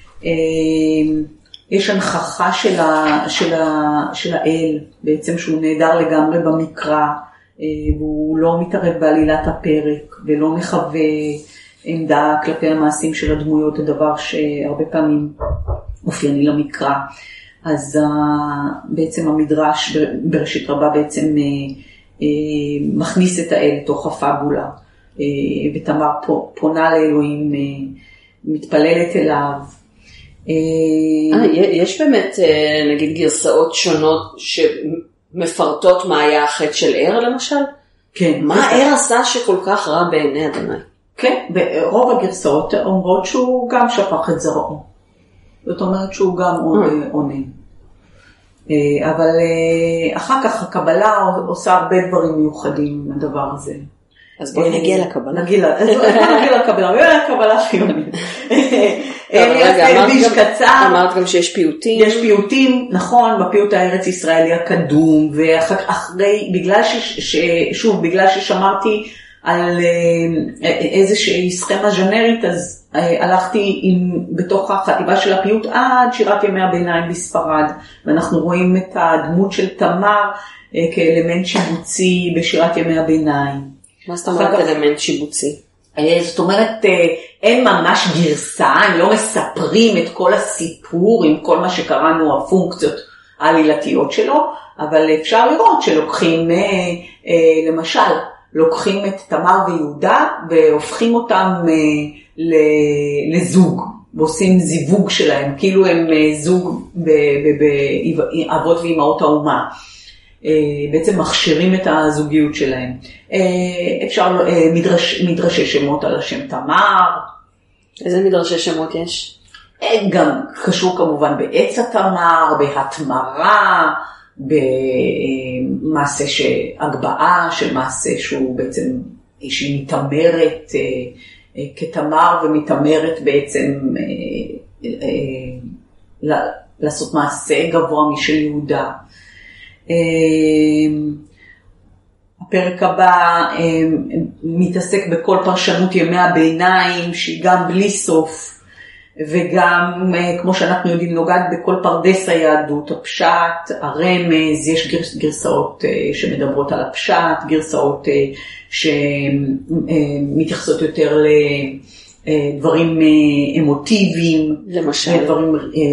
[SPEAKER 1] יש הנכחה של האל, בעצם שהוא נהדר לגמרי במקרא, והוא לא מתערב בעלילת הפרק, ולא מחווה עמדה כלפי המעשים של הדמויות, הדבר שהרבה פעמים אופייני למקרא. אז בעצם המדרש בראשית רבה בעצם מכניס את האל תוך הפבולה, ותמר פונה לאלוהים, מתפללת אליו.
[SPEAKER 2] יש באמת נגיד גרסאות שונות שמפרטות מה היה החטא של ער למשל?
[SPEAKER 1] כן.
[SPEAKER 2] מה ער עשה שכל כך רע בעיני אדוני?
[SPEAKER 1] כן, ברוב הגרסאות אומרות שהוא גם שפך את זרעו. זאת אומרת שהוא גם עונה. אבל אחר כך הקבלה עושה הרבה דברים מיוחדים עם הדבר הזה.
[SPEAKER 2] אז בואי נגיע לקבלה.
[SPEAKER 1] נגיע לקבלה, הקבלה חיונית.
[SPEAKER 2] אמרת גם שיש פיוטים.
[SPEAKER 1] יש פיוטים, נכון, בפיוט הארץ ישראלי הקדום, ואחרי, בגלל ששמרתי על איזושהי סכמה ז'נרית, אז הלכתי בתוך החטיבה של הפיוט עד שירת ימי הביניים בספרד, ואנחנו רואים את הדמות של תמר כאלמנט שיבוצי בשירת ימי הביניים.
[SPEAKER 2] מה זאת אומרת אלמנט שיבוצי?
[SPEAKER 1] זאת אומרת, אין ממש גרסה, הם לא מספרים את כל הסיפור עם כל מה שקראנו הפונקציות העלילתיות שלו, אבל אפשר לראות שלוקחים, למשל, לוקחים את תמר ויהודה והופכים אותם לזוג, ועושים זיווג שלהם, כאילו הם זוג באבות ואימהות האומה. בעצם מכשירים את הזוגיות שלהם. אפשר מדרשי שמות על השם תמר.
[SPEAKER 2] איזה מדרשי שמות יש?
[SPEAKER 1] גם קשור כמובן בעץ התמר, בהתמרה, במעשה הגבעה של מעשה שהוא בעצם, שהיא מתאמרת כתמר ומתאמרת בעצם לעשות מעשה גבוה משל יהודה. הפרק הבא מתעסק בכל פרשנות ימי הביניים, שהיא גם בלי סוף, וגם, כמו שאנחנו יודעים, נוגעת בכל פרדס היהדות, הפשט, הרמז, יש גרסאות שמדברות על הפשט, גרסאות שמתייחסות יותר לדברים אמוטיביים,
[SPEAKER 2] למשל.
[SPEAKER 1] דברים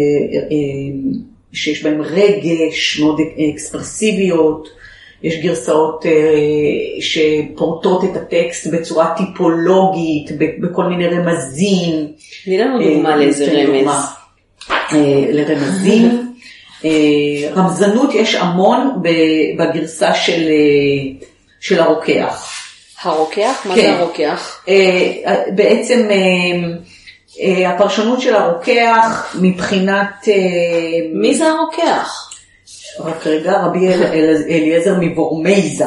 [SPEAKER 1] שיש בהם רגש, מאוד אקספרסיביות, יש גרסאות שפורטות את הטקסט בצורה טיפולוגית, בכל מיני רמזים.
[SPEAKER 2] תני לנו דוגמה לאיזה רמז.
[SPEAKER 1] לרמזים. רמזנות יש המון בגרסה של הרוקח.
[SPEAKER 2] הרוקח? מה זה הרוקח?
[SPEAKER 1] בעצם הפרשנות של הרוקח מבחינת...
[SPEAKER 2] מי זה הרוקח?
[SPEAKER 1] רק רגע, רבי אליעזר מבורמייזה.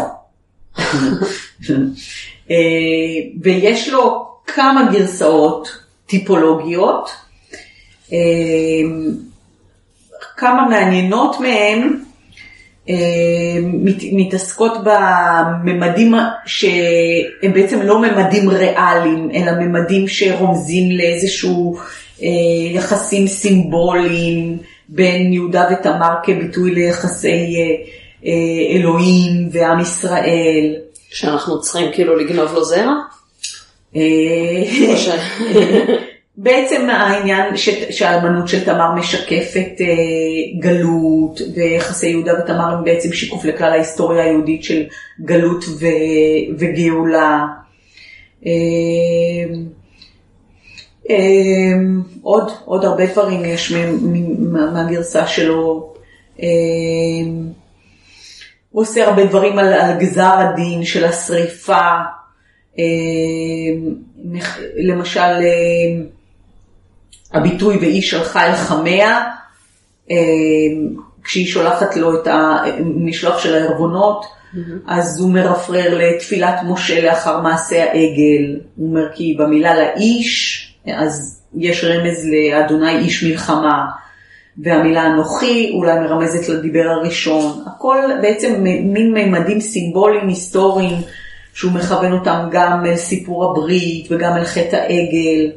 [SPEAKER 1] ויש לו כמה גרסאות טיפולוגיות, כמה מעניינות מהם מתעסקות בממדים שהם בעצם לא ממדים ריאליים, אלא ממדים שרומזים לאיזשהו יחסים סימבוליים בין יהודה ותמר כביטוי ליחסי אלוהים ועם ישראל.
[SPEAKER 2] שאנחנו צריכים כאילו לגנוב לו זרע?
[SPEAKER 1] בעצם העניין שהאלמנות של תמר משקפת גלות, ויחסי יהודה ותמר הם בעצם שיקוף לכלל ההיסטוריה היהודית של גלות וגאולה. עוד הרבה דברים יש מהגרסה שלו. הוא עושה הרבה דברים על גזר הדין של השריפה, למשל הביטוי ואיש שלחה אל חמיה, כשהיא שולחת לו את המשלוח של הערבונות, אז הוא מרפרר לתפילת משה לאחר מעשה העגל, הוא אומר כי במילה לאיש, אז יש רמז לאדוני איש מלחמה, והמילה אנוכי אולי מרמזת לדיבר הראשון, הכל בעצם מין מימדים סימבוליים היסטוריים, שהוא מכוון אותם גם אל סיפור הברית וגם אל חטא העגל,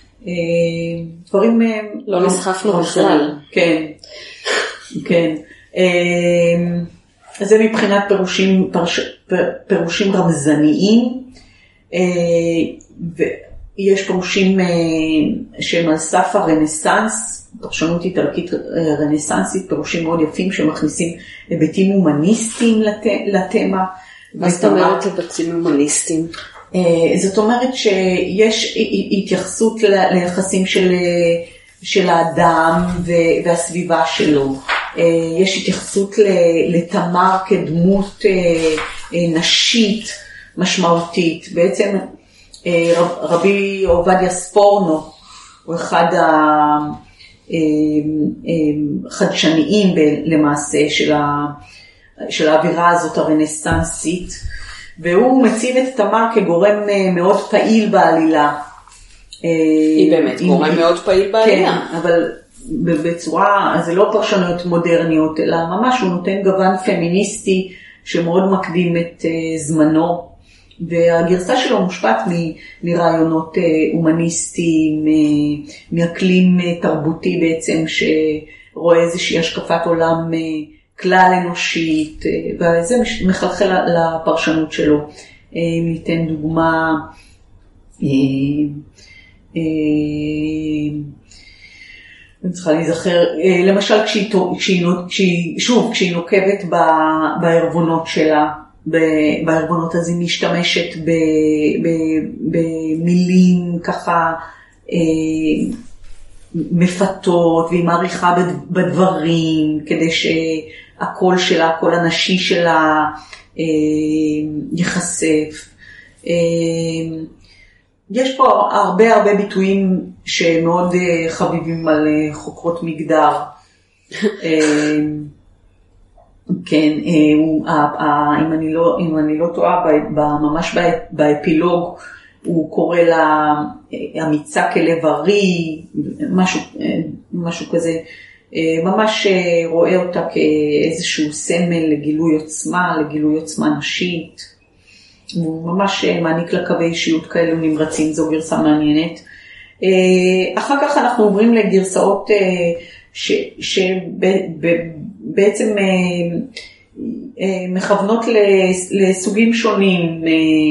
[SPEAKER 1] דברים
[SPEAKER 2] לא נסחפנו בכלל.
[SPEAKER 1] כן, כן. אז זה מבחינת פירושים רמזניים, ויש פירושים שהם על סף הרנסנס, פרשנות איטלקית רנסנסית, פירושים מאוד יפים שמכניסים היבטים הומניסטיים לתמה.
[SPEAKER 2] מה זאת אומרת היבטים הומניסטיים?
[SPEAKER 1] זאת אומרת שיש התייחסות ליחסים של האדם והסביבה שלו. יש התייחסות לתמר כדמות נשית משמעותית. בעצם רבי עובדיה ספורנו הוא אחד החדשניים למעשה של האווירה הזאת הרנסנסית, והוא מציב את תמר כגורם מאוד פעיל בעלילה.
[SPEAKER 2] היא באמת גורם מאוד פעיל בעלילה.
[SPEAKER 1] כן, אבל בצורה, זה לא פרשנויות מודרניות, אלא ממש הוא נותן גוון פמיניסטי שמאוד מקדים את זמנו, והגרסה שלו מושפעת מרעיונות הומניסטיים, מאקלים תרבותי בעצם שרואה איזושהי השקפת עולם כלל אנושית, וזה מחלחל לפרשנות שלו. ניתן דוגמה, אני צריכה להיזכר, למשל כשהיא נוקבת בערבונות שלה, בערבונות אז היא משתמשת במילים ככה מפתות, והיא מעריכה בדברים כדי שהקול שלה, הקול הנשי שלה ייחשף. יש פה הרבה ביטויים שמאוד חביבים על חוקרות מגדר. כן, אם אני לא טועה, ממש באפילוג הוא קורא לה אמיצה כלב ארי, משהו כזה, ממש רואה אותה כאיזשהו סמל לגילוי עוצמה נשית. הוא ממש מעניק לה קווי אישיות כאלו נמרצים, זו גרסה מעניינת. אחר כך אנחנו עוברים לגרסאות שבעצם מכוונות לסוגים שונים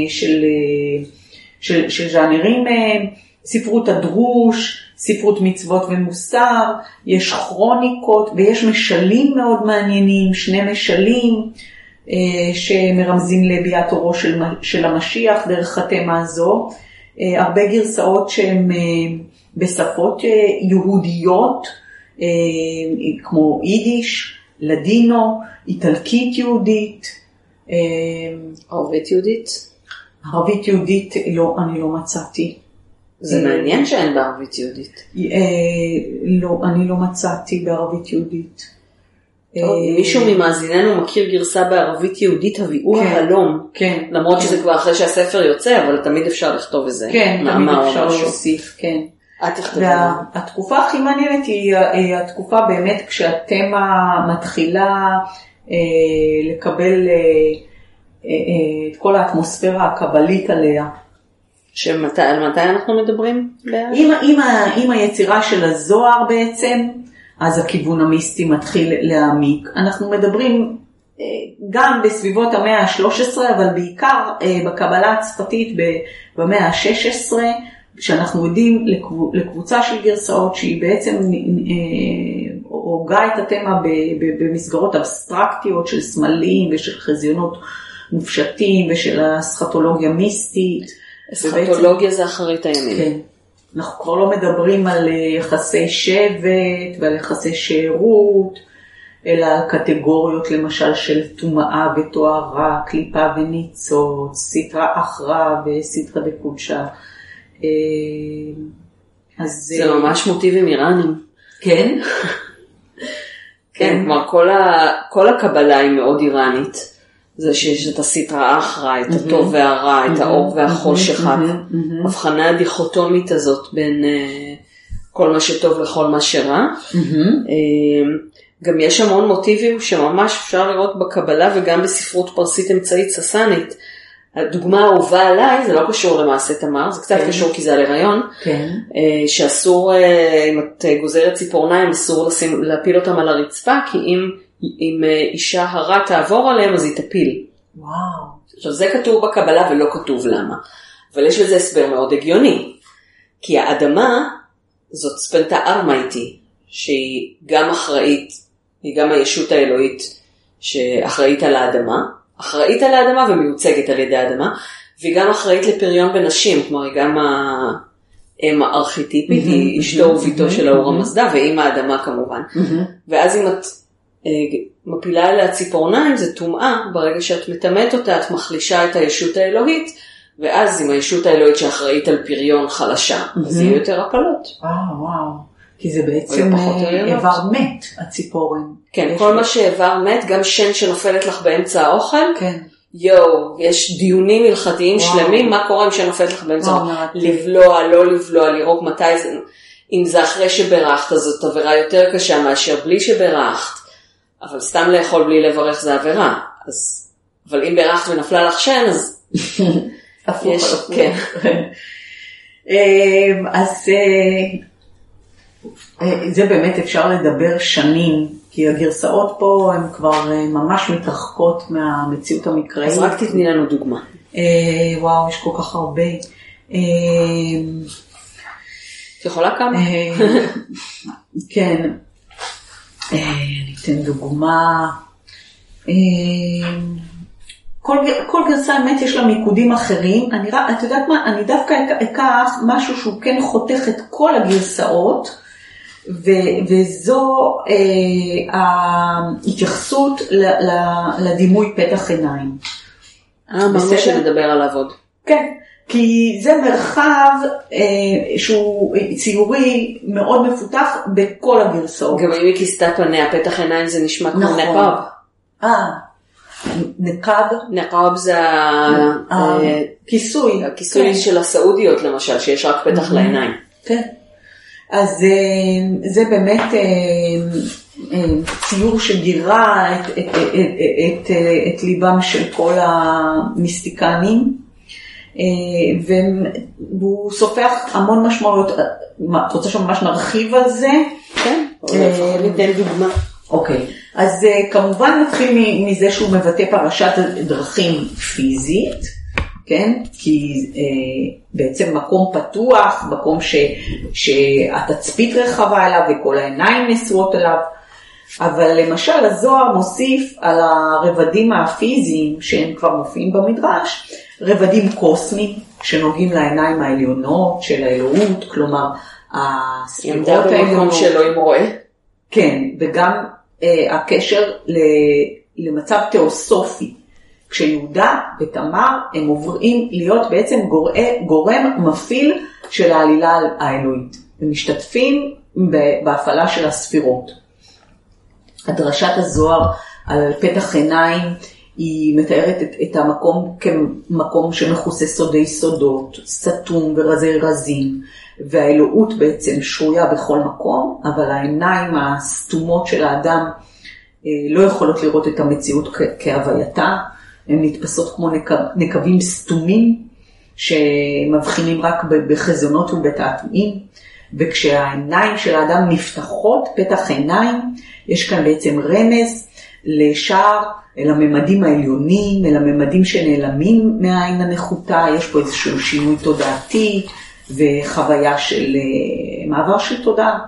[SPEAKER 1] של ז'אנרים, ספרות הדרוש, ספרות מצוות ומוסר, יש כרוניקות ויש משלים מאוד מעניינים, שני משלים שמרמזים לביאת אורו של המשיח דרך התמה הזו, הרבה גרסאות שהן בשפות יהודיות, כמו יידיש, לדינו, איטלקית יהודית.
[SPEAKER 2] ערבית יהודית?
[SPEAKER 1] ערבית יהודית, לא, אני לא מצאתי.
[SPEAKER 2] זה מעניין שאין בערבית יהודית.
[SPEAKER 1] לא, אני לא מצאתי בערבית יהודית.
[SPEAKER 2] מישהו ממאזיננו מכיר גרסה בערבית יהודית, הביאור ההלום.
[SPEAKER 1] כן.
[SPEAKER 2] למרות שזה כבר אחרי שהספר יוצא, אבל תמיד אפשר לכתוב איזה.
[SPEAKER 1] כן, תמיד אפשר להוסיף, כן. והתקופה הכי מעניינת היא התקופה באמת כשהתמה מתחילה לקבל את כל האטמוספירה הקבלית עליה.
[SPEAKER 2] על מתי אנחנו מדברים?
[SPEAKER 1] עם היצירה של הזוהר בעצם, אז הכיוון המיסטי מתחיל להעמיק. אנחנו מדברים גם בסביבות המאה ה-13, אבל בעיקר בקבלה הצפתית במאה ה-16, שאנחנו יודעים לקבוצה של גרסאות שהיא בעצם הוגה את התמה במסגרות אבסטרקטיות של סמלים ושל חזיונות מופשטים ושל הסכטולוגיה מיסטית.
[SPEAKER 2] הסכטולוגיה זה אחרית הימים. כן.
[SPEAKER 1] אנחנו כבר לא מדברים על יחסי שבט ועל יחסי שארות, אלא על קטגוריות למשל של טומאה וטוהרה, קליפה וניצוץ, סטרא אחרא וסטרא דקודשא.
[SPEAKER 2] זה ממש מוטיבים איראנים.
[SPEAKER 1] כן.
[SPEAKER 2] כן, כלומר כל הקבלה היא מאוד איראנית. זה שיש את הסטרא אחרא, את הטוב והרע, את האור והחושך, ההבחנה הדיכוטומית הזאת בין כל מה שטוב לכל מה שרע. גם יש המון מוטיבים שממש אפשר לראות בקבלה וגם בספרות פרסית אמצעית ססנית. הדוגמה האהובה עליי, זה לא קשור למעשה תמר, זה קצת קשור כי זה על הריון, שאסור, אם את גוזרת ציפורניים, אסור להפיל אותם על הרצפה, כי אם אישה הרה תעבור עליהם, אז היא תפיל.
[SPEAKER 1] וואו.
[SPEAKER 2] עכשיו זה כתוב בקבלה ולא כתוב למה. אבל יש לזה הסבר מאוד הגיוני. כי האדמה זאת ספנטה ארמייטי, שהיא גם אחראית, היא גם הישות האלוהית שאחראית על האדמה, אחראית על האדמה ומיוצגת על ידי האדמה, והיא גם אחראית לפריון בנשים, כלומר היא גם האם הארכיטיפית, היא אשתו וביתו של האור המזדה, ואם האדמה כמובן. ואז אם את מפילה עליה ציפורניים, זה טומאה, ברגע שאת מטמאת אותה, את מחלישה את הישות האלוהית, ואז אם הישות האלוהית שאחראית על פריון חלשה, אז יהיו יותר הפלות.
[SPEAKER 1] וואו. כי זה בעצם איבר מת, הציפורן.
[SPEAKER 2] כן, כל מה שאיבר מת, גם שן שנופלת לך באמצע האוכל, יש דיונים הלכתיים שלמים, מה קורה אם שנופלת לך באמצע האוכל? לבלוע, לא לבלוע, לראות מתי זה, אם זה אחרי שברכת, אז זאת עבירה יותר קשה מאשר בלי שברכת, אבל סתם לאכול בלי לברך זה עבירה, אבל אם ברכת ונפלה לך שן, אז
[SPEAKER 1] יש, כן. אז זה באמת אפשר לדבר שנים, כי הגרסאות פה הן כבר ממש מתרחקות מהמציאות המקראית.
[SPEAKER 2] אז רק תתני לנו דוגמה.
[SPEAKER 1] וואו, יש כל כך הרבה.
[SPEAKER 2] את יכולה כמה?
[SPEAKER 1] כן. אני אתן דוגמה. כל גרסה האמת יש לה מיקודים אחרים. את יודעת מה? אני דווקא אקח משהו שהוא כן חותך את כל הגרסאות, וזו ההתייחסות לדימוי פתח עיניים.
[SPEAKER 2] אמרנו שנדבר עליו עוד.
[SPEAKER 1] כן, כי זה מרחב שהוא ציורי מאוד מפותח בכל הגרסאות.
[SPEAKER 2] גם אם היא כיסתה פניה, פתח עיניים זה נשמע כמו נקב.
[SPEAKER 1] נקב?
[SPEAKER 2] נקב זה
[SPEAKER 1] הכיסוי.
[SPEAKER 2] הכיסוי של הסעודיות למשל, שיש רק פתח לעיניים.
[SPEAKER 1] כן. אז זה באמת ציור שגירה את ליבם של כל המיסטיקנים, והוא סופח המון משמעויות. את רוצה שממש נרחיב על זה?
[SPEAKER 2] כן, ניתן דוגמה.
[SPEAKER 1] אוקיי, אז כמובן נתחיל מזה שהוא מבטא פרשת דרכים פיזית, כן? כי בעצם מקום פתוח, מקום שהתצפית רחבה אליו וכל העיניים נשואות אליו, אבל למשל הזוהר מוסיף על הרבדים הפיזיים שהם כבר מופיעים במדרש, רבדים קוסמיים שנוגעים לעיניים העליונות של האלוהות, כלומר הספירות העליונות
[SPEAKER 2] שאלוהים רואה.
[SPEAKER 1] כן, וגם הקשר למצב תיאוסופי. כשיהודה ותמר הם עוברים להיות בעצם גורם מפעיל של העלילה האלוהית. הם משתתפים בהפעלה של הספירות. הדרשת הזוהר על פתח עיניים היא מתארת את המקום כמקום שמכוסה סודי סודות, סתום ורזי רזים, והאלוהות בעצם שרויה בכל מקום, אבל העיניים הסתומות של האדם לא יכולות לראות את המציאות כהווייתה, הן נתפסות כמו נקבים סתומים שמבחינים רק בחזונות ובתעתועים, וכשהעיניים של האדם נפתחות, פתח עיניים, יש כאן בעצם רמז לשער אל הממדים העליונים, אל הממדים שנעלמים מהעין הנחותה, יש פה איזשהו שינוי תודעתי וחוויה של מעבר של תודעה.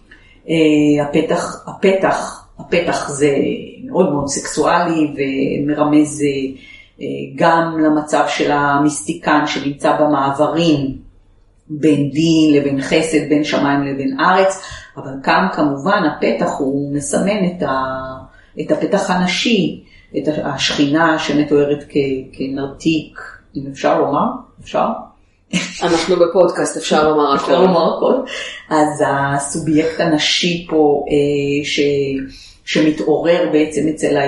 [SPEAKER 1] הפתח זה מאוד מאוד סקסואלי ומרמז גם למצב של המיסטיקן שנמצא במעברים בין דין לבין חסד, בין שמיים לבין ארץ, אבל כאן כמובן הפתח הוא מסמן את הפתח הנשי, את השכינה שמתוארת כנרתיק, אם אפשר לומר, אפשר?
[SPEAKER 2] אנחנו בפודקאסט, אפשר לומר הכל.
[SPEAKER 1] אז הסובייקט הנשי פה שמתעורר בעצם אצל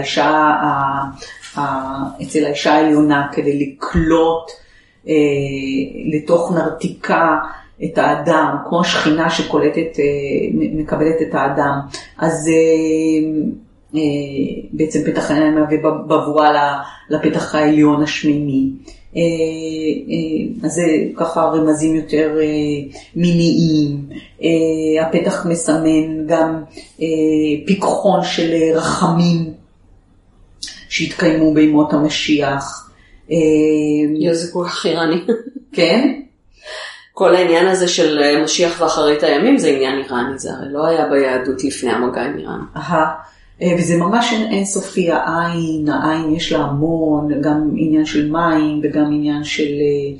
[SPEAKER 1] האישה העליונה כדי לקלוט לתוך נרתיקה את האדם, כמו שכינה שקולטת, מקבלת את האדם. אז בעצם פתח העיניים מהווה בבואה לפתח העליון השמימי. אז זה ככה רמזים יותר מיניים. הפתח מסמן גם פיקחון של רחמים שהתקיימו בימות המשיח.
[SPEAKER 2] זה כל כך איראני.
[SPEAKER 1] כן?
[SPEAKER 2] כל העניין הזה של משיח ואחרית הימים זה עניין איראני, זה הרי לא היה ביהדות לפני המגע עם איראן.
[SPEAKER 1] וזה ממש אינסופי, העין יש לה המון, גם עניין של מים וגם עניין של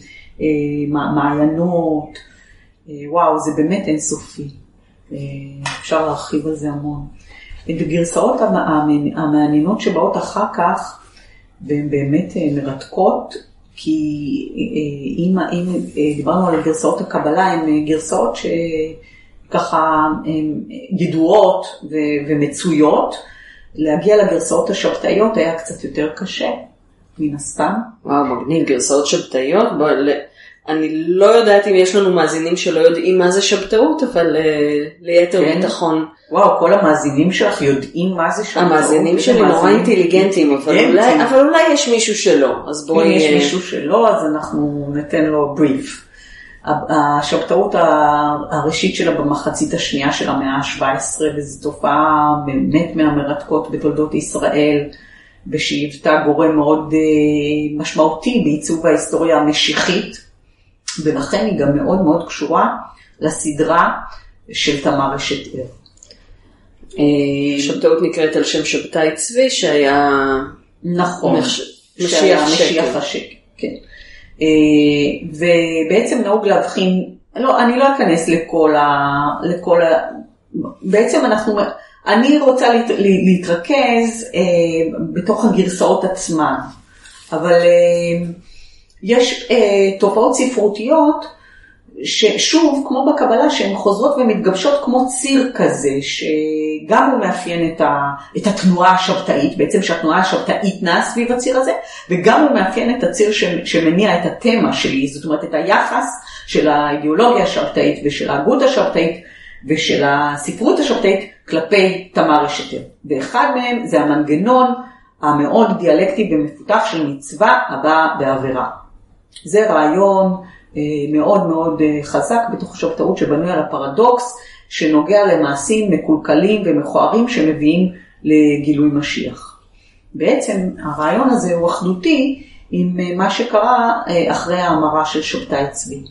[SPEAKER 1] מעיינות. וואו, זה באמת אינסופי. אפשר להרחיב על זה המון. בגרסאות המעניינות שבאות אחר כך, והן באמת מרתקות, כי אם דיברנו על גרסאות הקבלה, הן גרסאות שככה ידועות ומצויות, להגיע לגרסאות השבתאיות היה קצת יותר קשה, מן הסתם.
[SPEAKER 2] וואו, מגניב, גרסאות שבתאיות, אני לא יודעת אם יש לנו מאזינים שלא יודעים מה זה שבתאות, אבל ליתר ביטחון.
[SPEAKER 1] וואו, כל המאזינים שלך יודעים מה זה שבתאות.
[SPEAKER 2] המאזינים שלי נורא אינטליגנטים, אבל אולי יש מישהו שלא.
[SPEAKER 1] אם יש מישהו שלא, אז אנחנו ניתן לו בריף. השבתאות הראשית שלה במחצית השנייה של המאה ה-17, וזו תופעה באמת מהמרתקות בתולדות ישראל, ושהיוותה גורם מאוד משמעותי בעיצוב ההיסטוריה המשיחית, ולכן היא גם מאוד מאוד קשורה לסדרה של תמר אשת ער.
[SPEAKER 2] שבתאות נקראת על שם שבתאי צבי שהיה...
[SPEAKER 1] נכון, משיח השקר. כן. ובעצם נהוג להבחין, אני לא אכנס לכל בעצם אני רוצה להתרכז בתוך הגרסאות עצמן, אבל יש תופעות ספרותיות ששוב, כמו בקבלה, שהן חוזרות ומתגבשות כמו ציר כזה, שגם הוא מאפיין את התנועה השבתאית, בעצם שהתנועה השבתאית נעה סביב הציר הזה, וגם הוא מאפיין את הציר שמניע את התמה שלי, זאת אומרת את היחס של האידיאולוגיה השבתאית ושל ההגות השבתאית ושל הספרות השבתאית כלפי תמר אשת ער. ואחד מהם זה המנגנון המאוד דיאלקטי ומפותח של מצווה הבאה בעבירה. זה רעיון מאוד מאוד חזק בתוך שבתאות שבנוי על הפרדוקס שנוגע למעשים מקולקלים ומכוערים שמביאים לגילוי משיח. בעצם הרעיון הזה הוא אחדותי עם מה שקרה אחרי ההמרה של שבתאי צבי.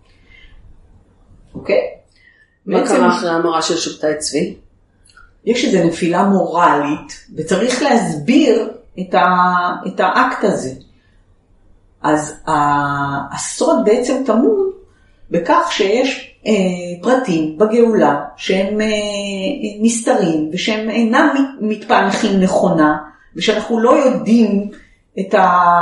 [SPEAKER 1] אוקיי?
[SPEAKER 2] מה קרה אחרי ההמרה של שבתאי צבי?
[SPEAKER 1] יש איזו נפילה מורלית וצריך להסביר את האקט הזה. אז הסוד בעצם טמון בכך שיש פרטים בגאולה שהם נסתרים ושהם אינם מתפענחים נכונה ושאנחנו לא יודעים את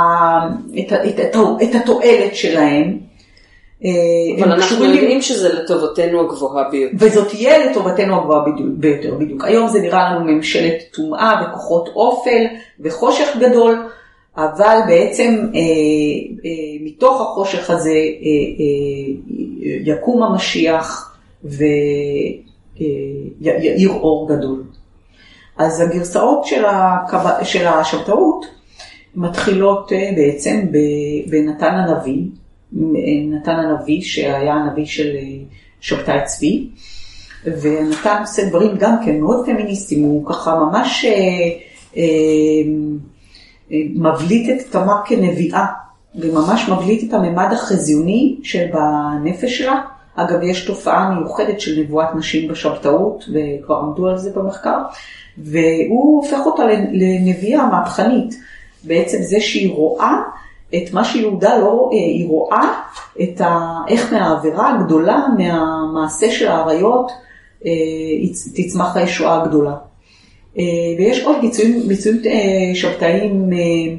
[SPEAKER 1] התועלת שלהם.
[SPEAKER 2] אבל אנחנו יודעים שזה לטובתנו הגבוהה ביותר.
[SPEAKER 1] וזאת תהיה לטובתנו הגבוהה ביותר בדיוק. היום זה נראה לנו ממשלת טומאה וכוחות אופל וחושך גדול, אבל בעצם מתוך החושך הזה יקום המשיח ויאיר אור גדול. אז הגרסאות של השבתאות מתחילות בעצם בנתן הנביא, נתן הנביא שהיה הנביא של שבתאי צבי, ונתן עושה דברים גם כן מאוד פמיניסטיים, הוא ככה ממש מבליט את תמר כנביאה, וממש מבליט את הממד החזיוני שבנפש שלה. אגב, יש תופעה מיוחדת של נבואת נשים בשבתאות, וכבר עמדו על זה במחקר, והוא הופך אותה לנביאה מהפכנית. בעצם זה שהיא רואה את מה שיהודה לא רואה, היא רואה איך מהעבירה הגדולה, מהמעשה של העריות, תצמח הישועה הגדולה. ויש עוד ביצועים שבתאיים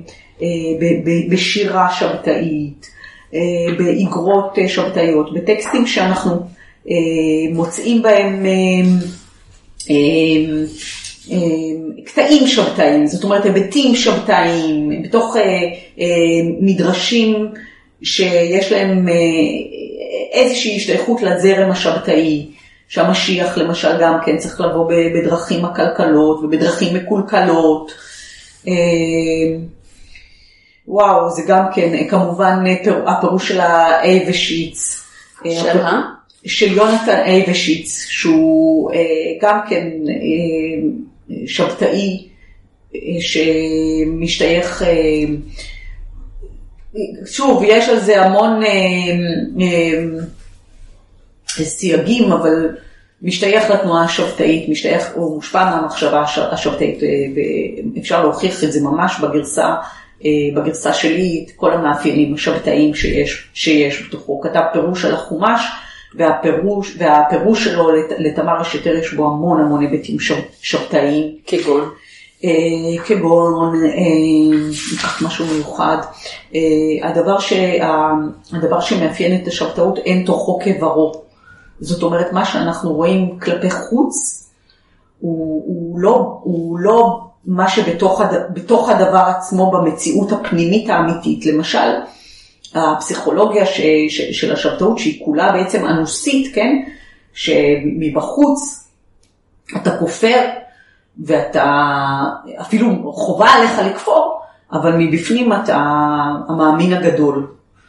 [SPEAKER 1] בשירה שבתאית, באגרות שבתאיות, בטקסטים שאנחנו מוצאים בהם קטעים שבתאיים, זאת אומרת היבטים שבתאיים, בתוך מדרשים שיש להם איזושהי השתייכות לזרם השבתאי, שהמשיח למשל גם כן צריך לבוא בדרכים עקלקלות ובדרכים מקולקלות. וואו, זה גם כן כמובן הפירוש של האייבשיץ. של יונתן אייבשיץ, שהוא גם כן שבתאי, שמשתייך, שוב, יש על זה המון סייגים, אבל משתייך לתנועה השבתאית, הוא מושפע מהמחשבה השבתאית, ואפשר להוכיח את זה ממש בגרסה שלי, את כל המאפיינים השבתאיים שיש בתוכו. כתב פירוש על החומש, והפירוש שלו לתמר אשת-ער יש בו המון היבטים שבתאיים. כגון, ניקח משהו מיוחד. הדבר שמאפיין את השבתאות אין תוכו כברו. זאת אומרת, מה שאנחנו רואים כלפי חוץ, הוא לא מה שבתוך הדבר עצמו במציאות הפנימית האמיתית. למשל, הפסיכולוגיה של השבתאות, שהיא כולה בעצם אנוסית, כן? שמבחוץ אתה כופר, ואתה אפילו חובה עליך לכפור, אבל מבפנים אתה המאמין הגדול.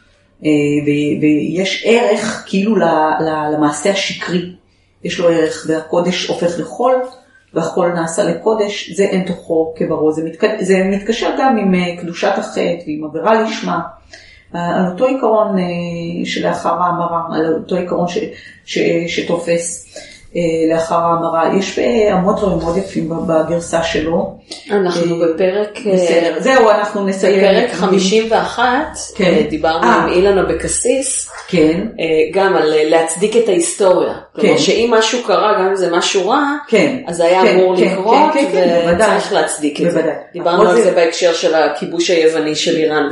[SPEAKER 1] ויש ערך כאילו למעשה השקרי. יש לו ערך, והקודש הופך לחול, והחול נעשה לקודש, זה אין תוכו כברו. זה מתקשר גם עם קדושת החטא ועם עבירה לשמה. על אותו עיקרון שלאחר ההמרה, על אותו עיקרון שתופס לאחר ההמרה. יש המון דברים מאוד יפים בגרסה שלו.
[SPEAKER 2] אנחנו בפרק,
[SPEAKER 1] זהו, אנחנו נסיים.
[SPEAKER 2] בפרק 51, דיברנו עם אילן אבקסיס, גם על להצדיק את ההיסטוריה. כלומר שאם משהו קרה, גם אם זה משהו רע, אז היה אמור לקרות, וצריך להצדיק את זה. דיברנו על זה בהקשר של הכיבוש היווני של איראן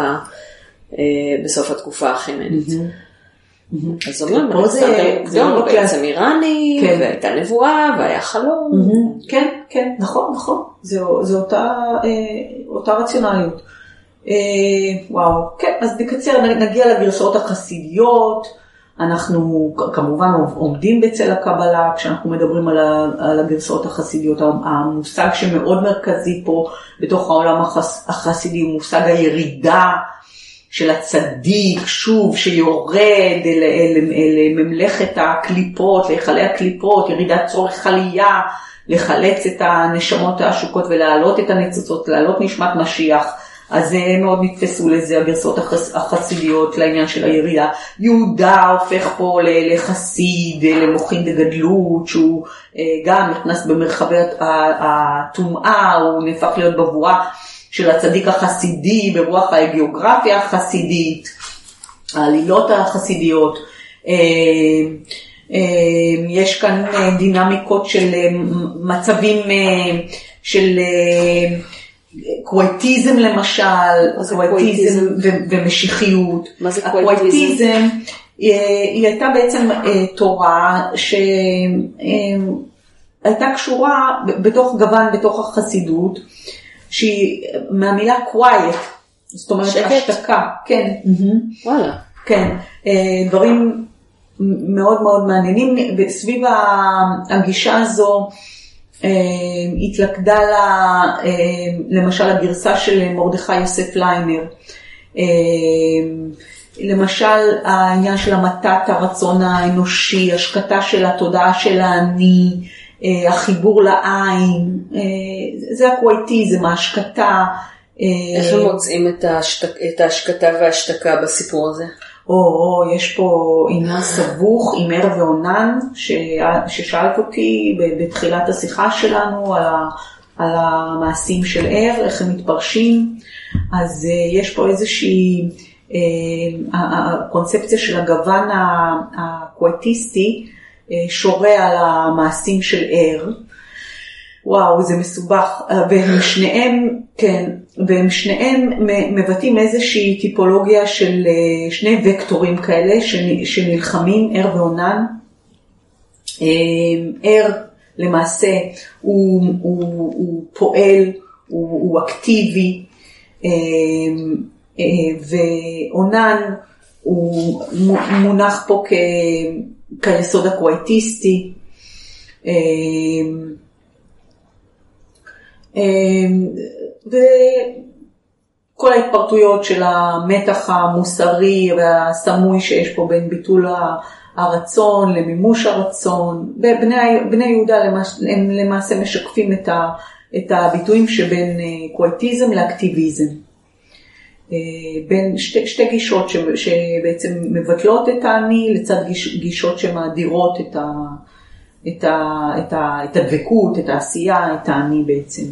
[SPEAKER 2] בסוף התקופה החמנית. אז אומרים, זה לא בעצם איראני, והייתה נבואה, והיה חלום.
[SPEAKER 1] כן, נכון. זה אותה רציונליות. וואו, כן, אז בקצר נגיע לגרסאות החסידיות. אנחנו כמובן עומדים בצל הקבלה, כשאנחנו מדברים על הגרסאות החסידיות. המושג שמאוד מרכזי פה בתוך העולם החסידי הוא מושג הירידה של הצדיק, שוב, שיורד אל ממלכת הקליפות, להיכלי הקליפות, ירידת צורך עלייה, לחלץ את הנשמות העשוקות ולהעלות את הניצוצות, להעלות נשמת משיח. אז מאוד נתפסו לזה הגרסאות החסידיות לעניין של הירידה. יהודה הופך פה לחסיד, למוחין דגדלות, שהוא גם נכנס במרחבי הטומאה, הוא נהפך להיות בבואה של הצדיק החסידי, ברוח הגיאוגרפיה החסידית, העלילות החסידיות. יש כאן דינמיקות של מצבים של קווייטיזם למשל, קווייטיזם ומשיחיות.
[SPEAKER 2] מה זה קווייטיזם?
[SPEAKER 1] היא הייתה בעצם תורה שהייתה קשורה בתוך גוון, בתוך החסידות, שהיא מהמילה quiet, זאת אומרת השתקה, כן.
[SPEAKER 2] וואלה.
[SPEAKER 1] כן, דברים מאוד מאוד מעניינים. סביב הגישה הזו התלכדה לה, למשל הגרסה של מרדכי יוסף ליינר, למשל העניין של המתת הרצון האנושי, השקטה של התודעה של האני, החיבור לעין, זה הקווייטיזם, ההשקטה.
[SPEAKER 2] איך הם מוצאים את ההשקטה וההשתקה בסיפור הזה?
[SPEAKER 1] יש פה עניין סבוך עם ער ועונן, ששאלת אותי בתחילת השיחה שלנו על המעשים של ער, איך הם מתפרשים. אז יש פה איזושהי הקונספציה של הגוון הקווייטיסטי, שורה על המעשים של ער. וואו, זה מסובך. והם שניהם מבטאים איזושהי טיפולוגיה של שני וקטורים כאלה שנלחמים, ער ועונן. ער למעשה הוא פועל, הוא אקטיבי, ועונן הוא מונח פה כיסוד הקווייטיסטי, וכל ההתפרטויות של המתח המוסרי והסמוי שיש פה בין ביטול הרצון למימוש הרצון. בני יהודה הם למעשה משקפים את הביטויים שבין קווייטיזם לאקטיביזם. בין שתי גישות שבעצם מבטלות את האני לצד גישות שמאדירות את הדבקות, את העשייה, את האני בעצם.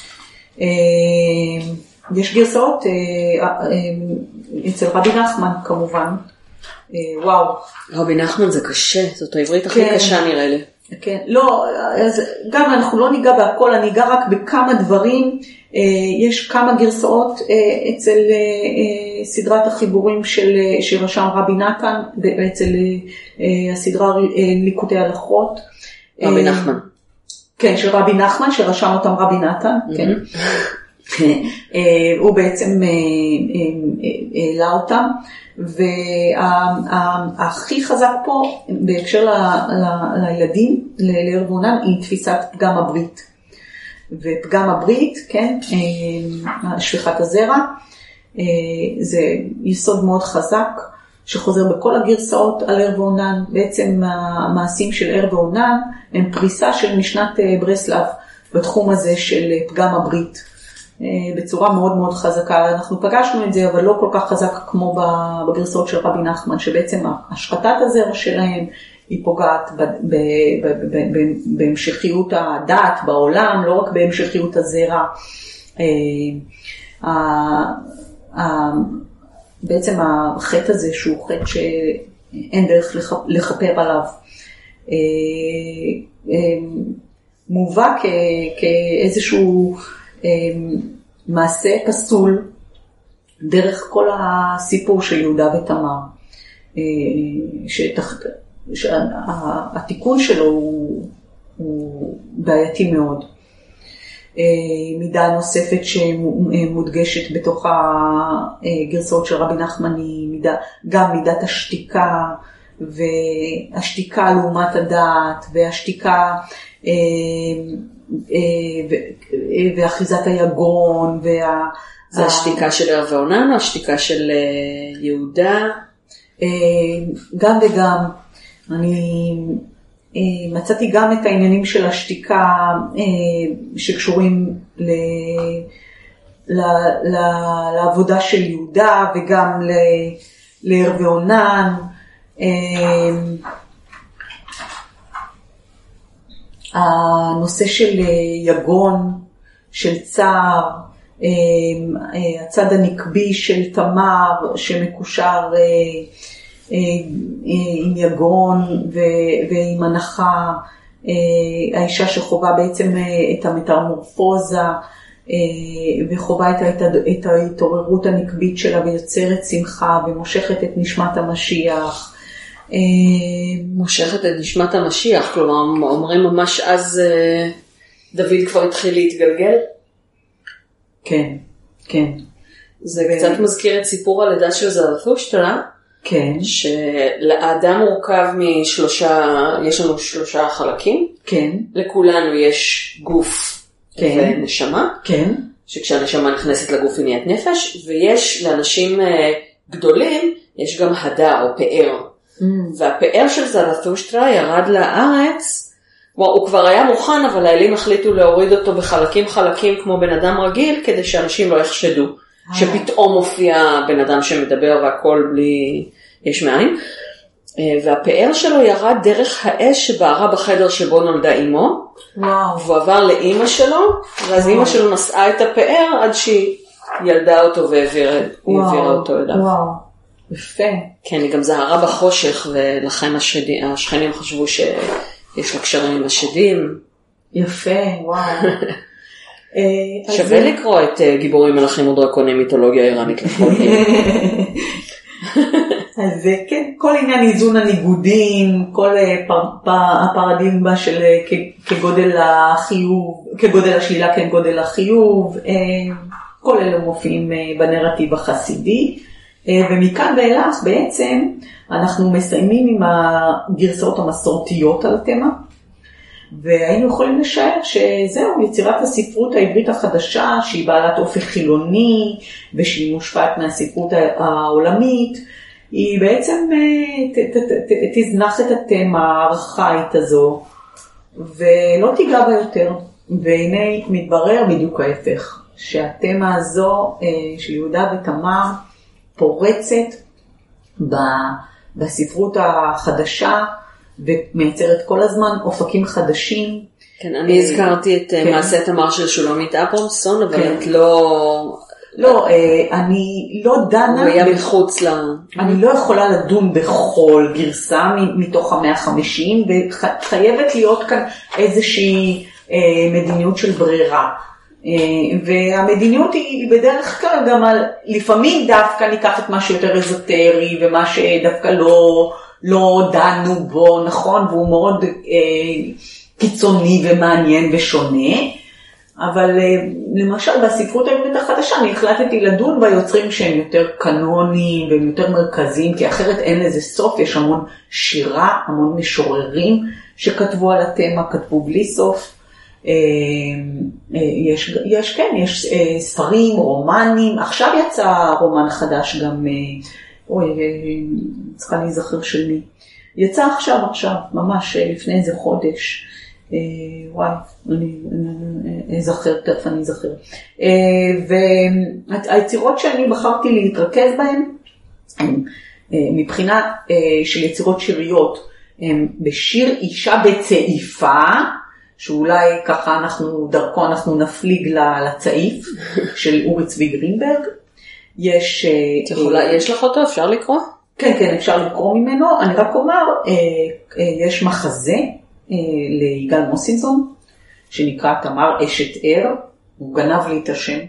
[SPEAKER 1] יש גרסאות אצל רבי נחמן כמובן. וואו.
[SPEAKER 2] רבי נחמן זה קשה, זאת העברית הכי קשה נראה לי.
[SPEAKER 1] כן, לא, אז גם אנחנו לא ניגע בהכל, אני אגע רק בכמה דברים. יש כמה גרסאות אצל סדרת החיבורים שרשם רבי נתן, אצל הסדרה ליקוטי הלכות.
[SPEAKER 2] רבי נחמן.
[SPEAKER 1] כן, של רבי נחמן, שרשם אותם רבי נתן, כן. הוא בעצם העלה אותם, והכי חזק פה בהקשר לילדים, לערב עונן, היא תפיסת פגם הברית. ופגם הברית, כן, שפיכת הזרע, זה יסוד מאוד חזק, שחוזר בכל הגרסאות על ערב עונן. בעצם המעשים של ערב עונן הם פריסה של משנת ברסלב בתחום הזה של פגם הברית, בצורה מאוד מאוד חזקה. אנחנו פגשנו את זה, אבל לא כל כך חזק כמו בגרסאות של רבי נחמן, שבעצם השחתת הזרע שלהם היא פוגעת בהמשכיות הדת בעולם, לא רק בהמשכיות הזרע. בעצם החטא הזה שהוא חטא שאין דרך לכפר עליו, מובא כאיזשהו מעשה פסול דרך כל הסיפור של יהודה ותמר, שהתיקון שלו הוא בעייתי מאוד. מידה נוספת שמודגשת בתוך הגרסאות של רבי נחמן היא גם מידת השתיקה, והשתיקה לעומת הדעת, והשתיקה ואחיזת היגון.
[SPEAKER 2] זה השתיקה של ערב עונן או השתיקה של יהודה?
[SPEAKER 1] גם וגם. אני מצאתי גם את העניינים של השתיקה שקשורים לעבודה של יהודה וגם לערב עונן. הנושא של יגון, של צער, הצד הנקבי של תמר שמקושר עם יגון ועם הנחה, האישה שחובה בעצם את המטמורפוזה וחובה את ההתעוררות הנקבית שלה ויוצרת שמחה ומושכת את נשמת המשיח.
[SPEAKER 2] מושכת את נשמת המשיח, כלומר אומרים ממש אז דוד כבר התחיל להתגלגל? כן,
[SPEAKER 1] כן.
[SPEAKER 2] זה קצת מזכיר את סיפור הלידה של זרתושטרה,
[SPEAKER 1] כן.
[SPEAKER 2] שלאדם מורכב יש לנו 3 חלקים,
[SPEAKER 1] כן.
[SPEAKER 2] לכולנו יש גוף
[SPEAKER 1] כן.
[SPEAKER 2] ונשמה,
[SPEAKER 1] כן.
[SPEAKER 2] שכשהנשמה נכנסת לגוף היא נהיית נפש, ויש לאנשים גדולים, יש גם הדר או פאר. והפאר של זרתושטרה ירד לארץ, הוא כבר היה מוכן, אבל האלים החליטו להוריד אותו בחלקים כמו בן אדם רגיל, כדי שאנשים לא יחשדו, שפתאום מופיע בן אדם שמדבר והכל בלי יש מאין. והפאר שלו ירד דרך האש שבערה בחדר שבו נולדה אמו, והוא עבר לאמא שלו, ואז אמא שלו נשאה את הפאר עד שהיא ילדה אותו והעבירה אותו אליו.
[SPEAKER 1] יפה.
[SPEAKER 2] כן, היא גם זהרה בחושך, ולכן השכנים חשבו שיש לה קשרים עם השדים.
[SPEAKER 1] יפה, וואו.
[SPEAKER 2] שווה לקרוא את גיבורים מלאכים ודרקונים מיתולוגיה איראנית לכל.
[SPEAKER 1] אז זה כן, כל עניין איזון הניגודים, כל הפרדיגמה של כגודל החיוב, כגודל השלילה כגודל החיוב, כל אלה מופיעים בנרטיב החסידי, ומכאן ואילך בעצם אנחנו מסיימים עם הגרסאות המסורתיות על התמה, והיינו יכולים לשער שזהו, יצירת הספרות העברית החדשה, שהיא בעלת אופי חילוני, ושהיא מושפעת מהספרות העולמית, היא בעצם תזנח את התמה הארכאית הזו, ולא תיגע בה יותר. והנה מתברר בדיוק ההפך, שהתמה הזו של יהודה ותמר פורצת בספרות החדשה, ומייצרת כל הזמן אופקים חדשים.
[SPEAKER 2] כן, אני הזכרתי את מעשה תמר של שולמית אברמסון, אבל את לא...
[SPEAKER 1] לא, אני לא דנה...
[SPEAKER 2] הוא היה מחוץ
[SPEAKER 1] אני לא יכולה לדון בכל גרסה מתוך 150, וחייבת להיות כאן איזושהי מדיניות של ברירה. והמדיניות היא בדרך כלל גם על... לפעמים דווקא ניקח את מה שיותר אזוטרי, ומה שדווקא לא דנו בו, נכון, והוא מאוד קיצוני ומעניין ושונה, אבל למשל בספרות העברית החדשה אני החלטתי לדון ביוצרים שהם יותר קנוניים והם יותר מרכזיים, כי אחרת אין לזה סוף, יש המון שירה, המון משוררים שכתבו על התמה, כתבו בלי סוף, יש ספרים, רומנים, עכשיו יצא רומן חדש גם, צריכה להיזכר של מי. יצא עכשיו, ממש לפני איזה חודש. וואי, אני אזכר, תכף אני אזכר. והיצירות שאני בחרתי להתרכז בהן, מבחינה של יצירות שיריות, בשיר אישה בצעיפה, שאולי ככה דרכו אנחנו נפליג לצעיף, של אורי צבי גרינברג. יש
[SPEAKER 2] לך אותו, אפשר לקרוא?
[SPEAKER 1] כן, אפשר לקרוא ממנו. אני רק אומר, יש מחזה ליגאל מוסינזון, שנקרא תמר אשת ער, הוא גנב לי את השם.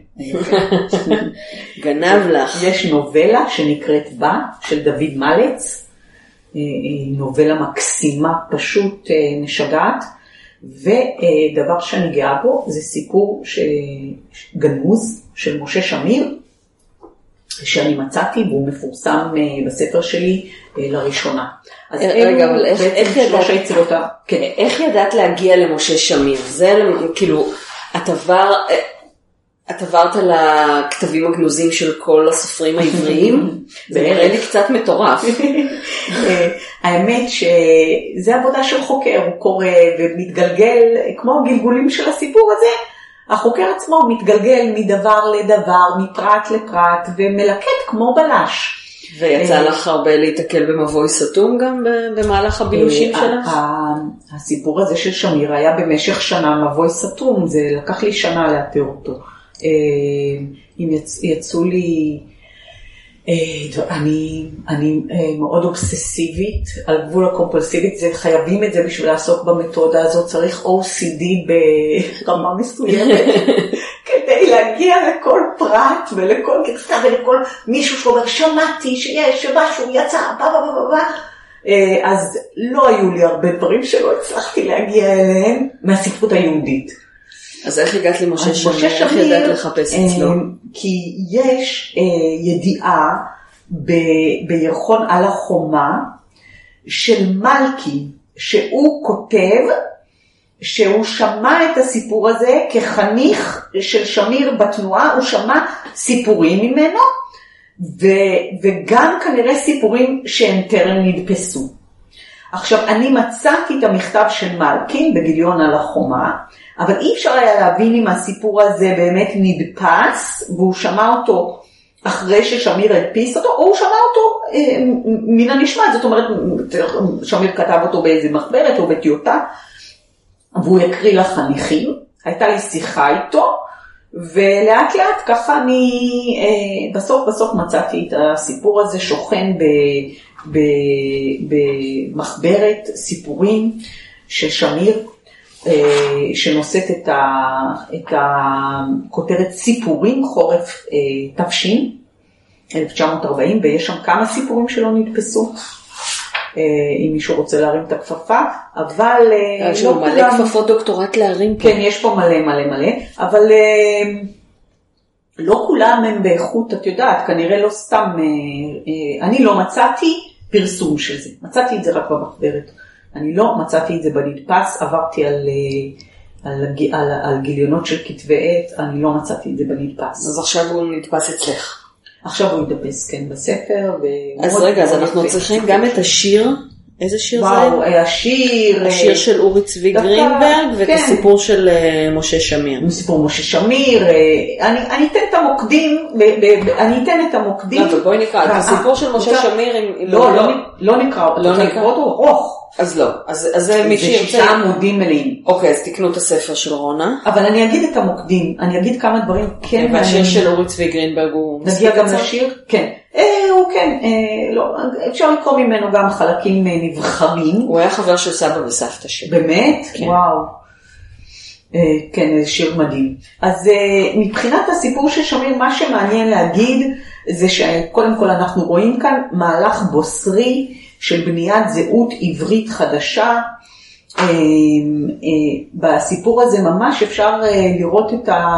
[SPEAKER 2] גנב לך.
[SPEAKER 1] יש נובלה שנקראת בה, של דוד מלץ, נובלה מקסימה, פשוט משגעת, ודבר שאני גאה בו, זה סיפור גנוז של משה שמיר, שאני מצאתי, והוא מפורסם בספר שלי לראשונה. אז
[SPEAKER 2] רגע, אבל
[SPEAKER 1] איך
[SPEAKER 2] ידעת להגיע למשה שמיר? זה כאילו, את עברת לכתבים הגנוזים של כל הסופרים העבריים? זה נראה לי קצת מטורף.
[SPEAKER 1] האמת שזה עבודה של חוקר, הוא קורא ומתגלגל, כמו גלגולים של הסיפור הזה, החוקר עצמו מתגלגל מדבר לדבר, מפרט לפרט, ומלקט כמו בלש.
[SPEAKER 2] ויצא לך הרבה להתקל במבוי סתום גם במהלך הבילושים שלך?
[SPEAKER 1] הסיפור הזה של שמיר היה במשך שנה מבוי סתום, זה לקח לי שנה לאתר אותו. אם יצאו לי, אני מאוד אובססיבית, על גבול הקומפולסיבית, חייבים את זה בשביל לעסוק במתודה הזאת, צריך OCD ברמה מסוימת, כדי להגיע לכל פרט ולכל גרסה ולכל מישהו שאומר, שמעתי שיש, שמשהו יצא, אז לא היו לי הרבה דברים שלא הצלחתי להגיע אליהם מהספרות היהודית.
[SPEAKER 2] אז איך הגעת למשה שמיר? איך ידעת לחפש אצלו?
[SPEAKER 1] כי יש ידיעה בירחון על החומה של מלכי, שהוא כותב שהוא שמע את הסיפור הזה כחניך של שמיר בתנועה, הוא שמע סיפורים ממנו, וגם כנראה סיפורים שהם טרם נדפסו. עכשיו, אני מצאתי את המכתב של מלכי בגיליון על החומה, אבל אי אפשר היה להבין אם הסיפור הזה באמת נדפס, והוא שמע אותו אחרי ששמיר הדפיס אותו, או הוא שמע אותו מן הנשמע, זאת אומרת, שמיר כתב אותו באיזה מחברת או בטיוטה, והוא יקריא לחניכים, הייתה לי שיחה איתו, ולאט לאט ככה אני בסוף מצאתי את הסיפור הזה שוכן במחברת סיפורים של שמיר, שנושאת את הכותרת סיפורים חורף תפשין 1940, ויש שם כמה סיפורים שלא נדפסו, אם מישהו רוצה להרים את הכפפה, אבל
[SPEAKER 2] לא כולם... מלא כפפות דוקטורט להרים.
[SPEAKER 1] כן, יש פה מלא, אבל לא כולם הם באיכות, את יודעת, כנראה לא סתם, אני לא מצאתי פרסום של זה, מצאתי את זה רק במחברת, אני לא מצאתי את זה בנדפס, עברתי על גיליונות של כתבי עת, אני לא מצאתי את זה בנדפס.
[SPEAKER 2] אז עכשיו הוא נדפס אצלך.
[SPEAKER 1] עכשיו הוא ידפס, כן, בספר.
[SPEAKER 2] אז רגע, אז אנחנו צריכים גם את השיר. איזה שיר זה?
[SPEAKER 1] וואו, השיר
[SPEAKER 2] של אורי צבי גרינברג, ואת הסיפור של משה שמיר.
[SPEAKER 1] סיפור משה שמיר, אני אתן את המוקדים.
[SPEAKER 2] אבל בואי נקרא, את הסיפור של משה שמיר,
[SPEAKER 1] לא נקרא אותו ארוך.
[SPEAKER 2] אז לא, אז זה מי שירצה.
[SPEAKER 1] זה 6 עמודים מלאים.
[SPEAKER 2] אוקיי, אז תקנו את הספר של רונה.
[SPEAKER 1] אבל אני אגיד את המוקדים, אני אגיד כמה דברים כן.
[SPEAKER 2] והשיר של אורי צבי גרינברג הוא
[SPEAKER 1] נגיע גם לשיר? כן. הוא כן, לא, אפשר לקרוא ממנו גם חלקים נבחרים.
[SPEAKER 2] הוא היה חבר של סבא וסבתא שלי.
[SPEAKER 1] באמת? וואו. כן, זה שיר מדהים. אז מבחינת הסיפור של שמיר, מה שמעניין להגיד, זה שקודם כל אנחנו רואים כאן מהלך בוסרי, של בניית זהות עברית חדשה. בסיפור הזה ממש אפשר לראות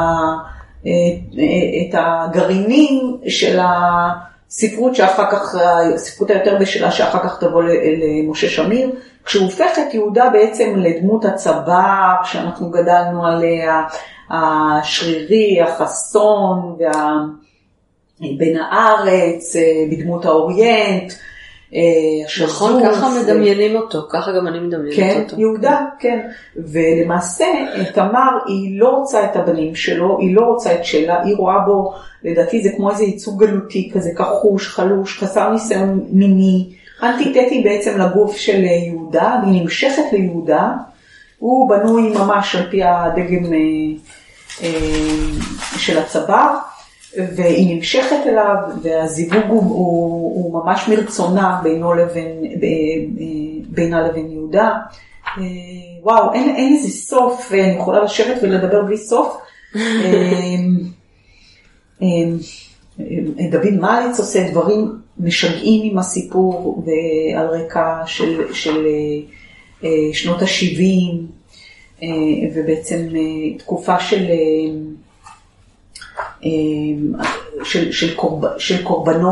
[SPEAKER 1] את הגרעינים של הספרות שאחר כך, הספרות היותר בשלה שאחר כך תבוא למשה שמיר, כשהוא הופך את יהודה בעצם לדמות הצבר שאנחנו גדלנו עליה, השרירי, החסון, בין הארץ, בדמות האוריינט,
[SPEAKER 2] נכון, ככה מדמיינים אותו, ככה גם אני מדמיינת אותו.
[SPEAKER 1] כן, יהודה, כן. ולמעשה, תמר, היא לא רוצה את הבנים שלו, היא לא רוצה את שלה, היא רואה בו, לדעתי זה כמו איזה ייצוג גלותי, כזה כחוש, חלוש, חסר ניסיון מיני, אנטיתטי בעצם לגוף של יהודה, והיא נמשכת ליהודה, הוא בנוי ממש על פי הדגם של הצבר, והיא נמשכת אליו, והזיווג הוא ממש מרצונה בינה לבין יהודה. וואו, אין איזה סוף, אני יכולה לשבת ולדבר בלי סוף. דוד מליץ עושה דברים משגעים עם הסיפור, ועל רקע של שנות ה-70, ובעצם תקופה של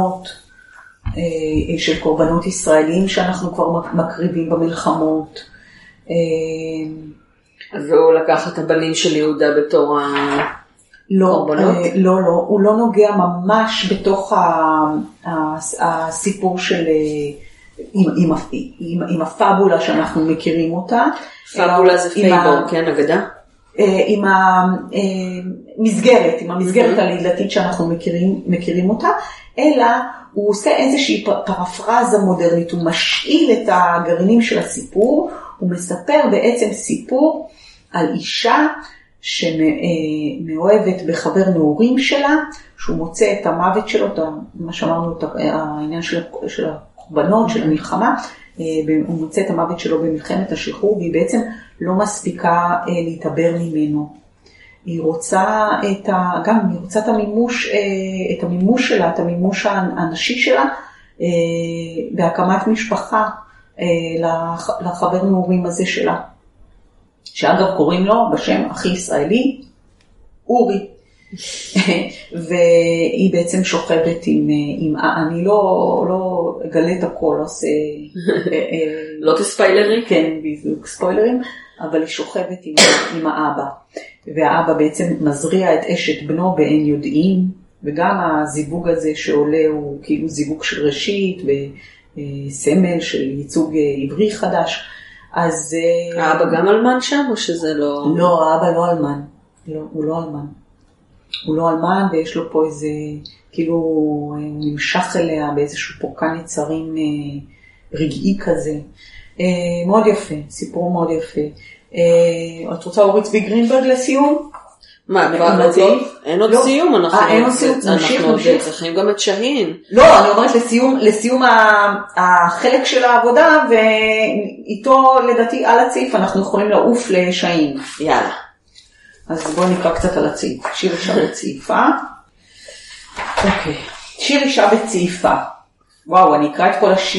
[SPEAKER 1] קורבנות ישראלים שאנחנו כבר מקריבים במלחמות.
[SPEAKER 2] אז הוא לקח את הבנים של יהודה בתור הקורבנות?
[SPEAKER 1] לא, הוא לא נוגע ממש בתוך הסיפור של עם הפאבולה שאנחנו מכירים אותה.
[SPEAKER 2] פאבולה זה פייבור, כן, אגדה?
[SPEAKER 1] עם המסגרת הלילתית שאנחנו מכירים אותה, אלא הוא עושה איזושהי פרפרזה מודרנית, הוא משאיל את הגרעינים של הסיפור, הוא מספר בעצם סיפור על אישה שמאוהבת בחבר נעורים שלה, שהוא מוצא את המוות שלו, מה שאמרנו, העניין של הקורבנות, של המלחמה, הוא מוצא את המוות שלו במלחמת השחרור, והיא בעצם לא מספיקה להתאבר ממנו. היא רוצה את המימוש שלה, את המימוש הנשי שלה, בהקמת משפחה לחבר נעורים הזה שלה. שאגב קוראים לו בשם הכי ישראלי, אורי. והיא בעצם שוכבת עם אני לא אגלה את הכל,
[SPEAKER 2] לא תספיילרים?
[SPEAKER 1] כן, בדיוק ספוילרים, אבל היא שוכבת עם האבא. והאבא בעצם מזריע את אשת בנו באין יודעים, וגם הזיווג הזה שעולה הוא כאילו זיווג של ראשית, וסמל של ייצוג עברי חדש. אז
[SPEAKER 2] האבא גם אלמן שם או שזה לא?
[SPEAKER 1] לא, האבא לא אלמן. לא, הוא לא אלמן. הוא לא אלמן ויש לו פה איזה, כאילו הוא נמשך אליה באיזשהו פורקן יצרים רגעי כזה. מאוד יפה, סיפור מאוד יפה. את רוצה אורי צבי גרינברג לסיום?
[SPEAKER 2] מה, אין עוד סיום, אנחנו צריכים גם את שהין.
[SPEAKER 1] לא, אני אומרת לסיום החלק של העבודה, ואיתו לדעתי על הצעיף אנחנו יכולים לעוף לשהין.
[SPEAKER 2] יאללה.
[SPEAKER 1] אז בואו נקרא קצת על הצעיף. שיר אישה בצעיפה. אוקיי. שיר אישה בצעיפה. וואו, אני אקרא את כל השיר.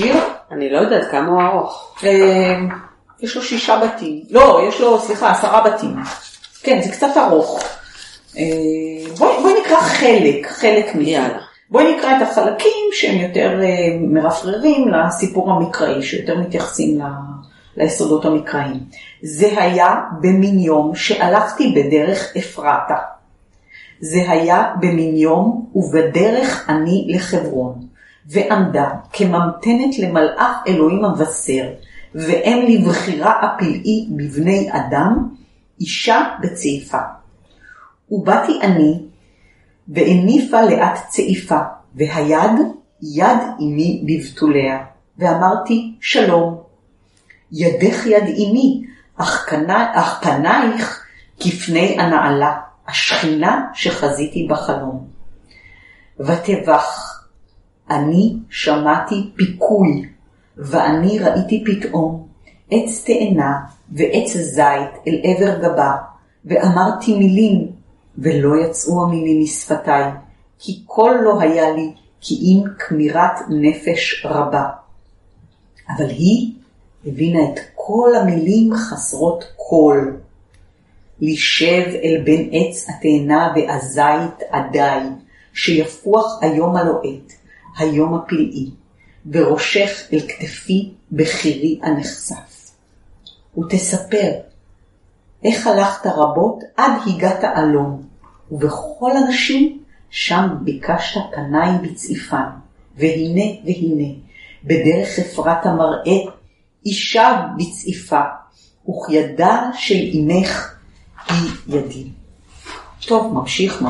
[SPEAKER 2] אני לא יודעת כמה הוא ארוך.
[SPEAKER 1] יש לו 6 בתים. לא, יש לו, 10 בתים. כן, זה קצת ארוך. בואי נקרא חלק מזה.
[SPEAKER 2] יאללה.
[SPEAKER 1] בואי נקרא את החלקים שהם יותר מרפררים לסיפור המקראי, שיותר מתייחסים ליסודות המקראיים. זה היה במין יום שהלכתי בדרך אפרתה. זה היה במין יום ובדרך אני לחברון, ועמדה כממתנת למלאך אלוהים המבשר, ואם לבחירה הפלאי בבני אדם, אישה בצעיפה. ובאתי אני, והניפה לאט צעיפה, והיד, יד אמי בבתוליה, ואמרתי שלום. ידך יד אמי, אך פנייך כפני הנעלה, השכינה שחזיתי בחלום. ותבח, אני שמעתי פיקוי, ואני ראיתי פתאום עץ תאנה ועץ זית אל עבר גבה, ואמרתי מילים, ולא יצאו המילים משפתיי, כי קול לא היה לי, כי אם כמירת נפש רבה. אבל היא הבינה את כל המילים חסרות קול. לישב אל בין עץ התאנה והזית עדיי, שיפוח היום הלועת, היום הפלאי, וראשך אל כתפי בחירי הנחשף. ותספר, איך הלכת רבות עד הגעת אלון, ובכל אנשים שם ביקשת פניי בצעיפן, והנה, בדרך אפרת המראה, אישה בצעיפה, וכידה של אמך היא ידי. טוב, ממשיך.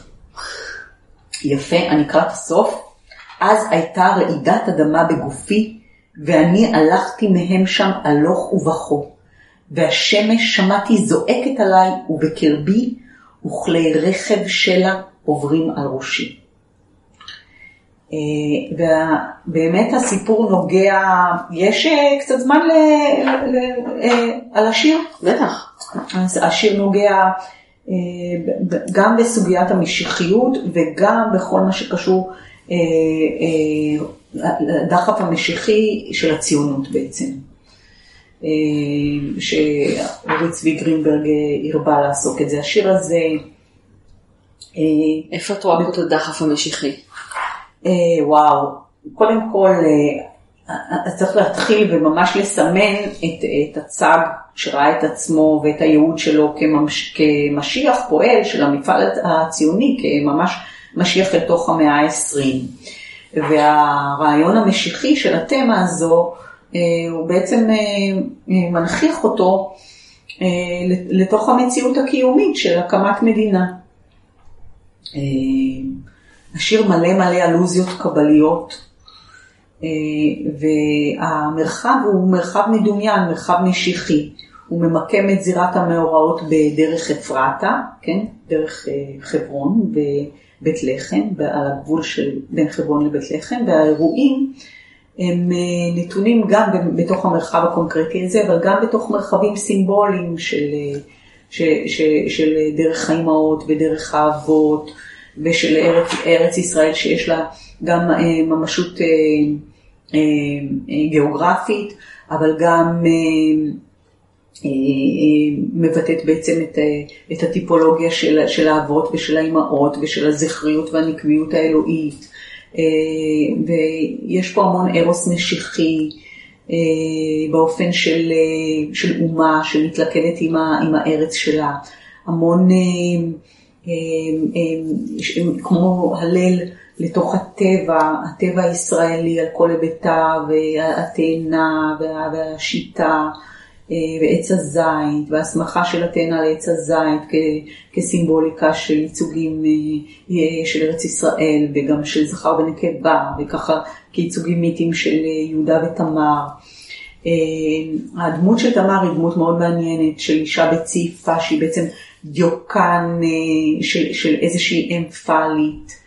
[SPEAKER 1] יפה, אני אקרא את הסוף. אז הייתה רעידת אדמה בגופי, ואני הלכתי מהם שם הלוך ובכו, והשמש שמעתי זועקת עליי, ובקרבי וכלי רכב שלה עוברים על ראשי. ובאמת הסיפור נוגע, יש קצת זמן על השיר?
[SPEAKER 2] בטח.
[SPEAKER 1] השיר נוגע גם בסוגיית המשיחיות, וגם בכל מה שקשור לדחף המשיחי של הציונות בעצם. שאורי צבי גרינברג הרבה לעסוק את זה. השיר הזה...
[SPEAKER 2] איפה את רואה את הדחף המשיחי?
[SPEAKER 1] וואו, קודם כל צריך להתחיל וממש לסמן את הצג שראה את עצמו ואת הייעוד שלו כמשיח פועל של המפעל הציוני, כממש משיח לתוך המאה ה-20. והרעיון המשיחי של התמה הזו, הוא בעצם מנחיך אותו לתוך המציאות הקיומית של הקמת מדינה. השיר מלא אלוזיות קבליות, והמרחב הוא מרחב מדומיין, מרחב משיחי. הוא ממקם את זירת המאורעות בדרך אפרתה, כן? דרך חברון ובית לחם, על הגבול של בין חברון לבית לחם, והאירועים הם נתונים גם בתוך המרחב הקונקרטי הזה, אבל גם בתוך מרחבים סימבוליים של דרך האימהות ודרך האבות, ושל ארץ ישראל שיש לה גם ממשות גיאוגרפית, אבל גם מבטאת בעצם את הטיפולוגיה של האבות ושל האימהות ושל הזכריות והנקביות האלוהית. ויש פה המון ארוס משיחי באופן של אומה שמתלכדת עם הארץ שלה. המון כמו הלל לתוך הטבע הישראלי על כל היבטיו, והתאנה והשיטה ועץ הזית, וההסמכה של התאנה לעץ הזית כסימבוליקה של ייצוגים של ארץ ישראל, וגם של זכר ונקבה, וככה כייצוגים מיתיים של יהודה ותמר. הדמות של תמר היא דמות מאוד מעניינת, של אישה בצעיפה, שהיא בעצם דיוקן של איזושהי אם פאלית.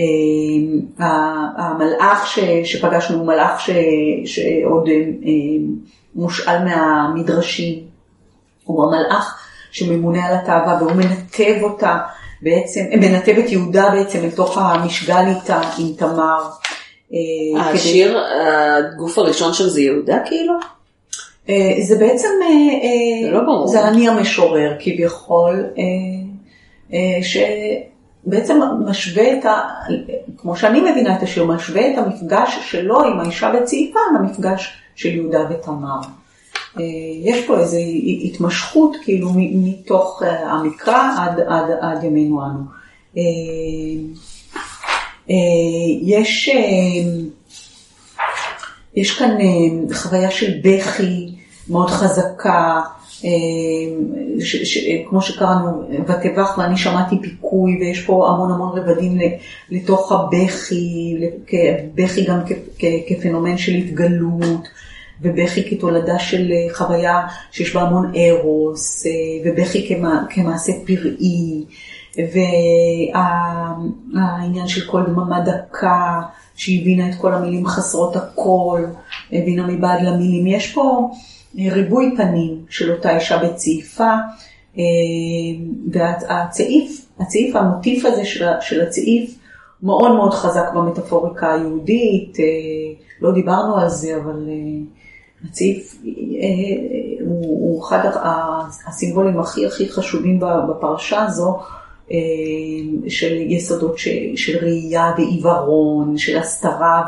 [SPEAKER 1] המלאך שפגשנו הוא מלאך שעוד מושאל מהמדרשים, הוא המלאך שממונה על התאווה, והוא מנתב אותה בעצם, מנתב את יהודה בעצם לתוך המשגל איתה עם תמר,
[SPEAKER 2] השיר, הגוף הראשון של זה יהודה כאילו?
[SPEAKER 1] זה בעצם,
[SPEAKER 2] זה לא ברור.
[SPEAKER 1] זה אני המשורר כביכול, שבעצם משווה כמו שאני מבינה את השיר, משווה את המפגש שלו עם האישה בצעיפה, למפגש של יהודה ותמר. יש פה איזו התמשכות כאילו מתוך המקרא עד ימינו אנו. יש כאן חוויה של בכי מאוד חזקה, כמו שקראנו ותבח, ואני שמעתי פיקוי, ויש פה המון המון רבדים לתוך הבכי, בכי גם כפנומן של התגלות, ובכי כתולדה של חוויה שיש בה המון ארוס, ובכי כמעשה פראי, והעניין של כל דממה דקה, שהבינה את כל המילים חסרות הכל, הבינה מבעד למילים. יש פה ריבוי פנים של אותה אישה בצעיפה, והצעיף, המוטיף הזה של הצעיף, מאוד מאוד חזק במטאפוריקה היהודית, לא דיברנו על זה, אבל הצעיף הוא אחד הסימבולים הכי חשובים בפרשה הזו, של יסודות של ראייה ועיוורון, של הסתרה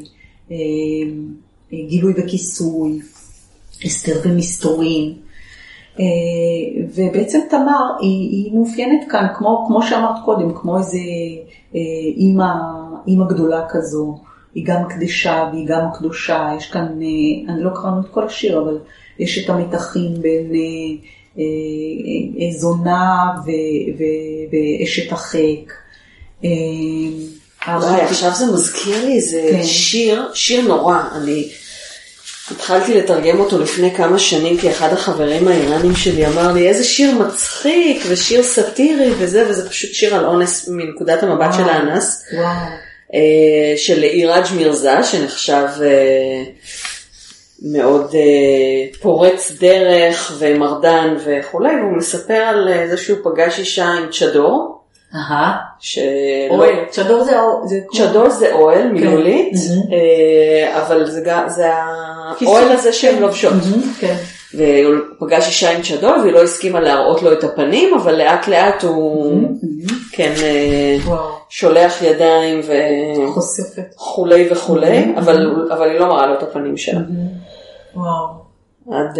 [SPEAKER 1] וגילוי וכיסוי, הסתר ומסתורים. ובעצם תמר היא מאופיינת כאן, כמו שאמרת קודם, כמו איזה אימא גדולה כזו, היא גם קדשה והיא גם קדושה. יש כאן, אני לא קראנו את כל השיר, אבל יש את המתחים בין זונה ואשת החק.
[SPEAKER 2] עכשיו זה מזכיר לי איזה שיר נורא. אני התחלתי לתרגם אותו לפני כמה שנים, כי אחד החברים האיראנים שלי אמר לי איזה שיר מצחיק ושיר סאטירי וזה פשוט שיר על אונס מנקודת המבט של האנס, של איראג' מירזה, שנחשב מאוד פורץ דרך ומרדן וכולי, והוא מספר על זה שהוא פגש אישה עם צ'דור. צ'דור זה אוהל מילולית, אבל זה האוהל הזה שהן לובשות. והוא פגש אישה עם צ'דור והיא לא הסכימה להראות לו את הפנים, אבל לאט לאט הוא שולח ידיים וכולי וכולי, אבל היא לא מראה לו את הפנים שלה. עד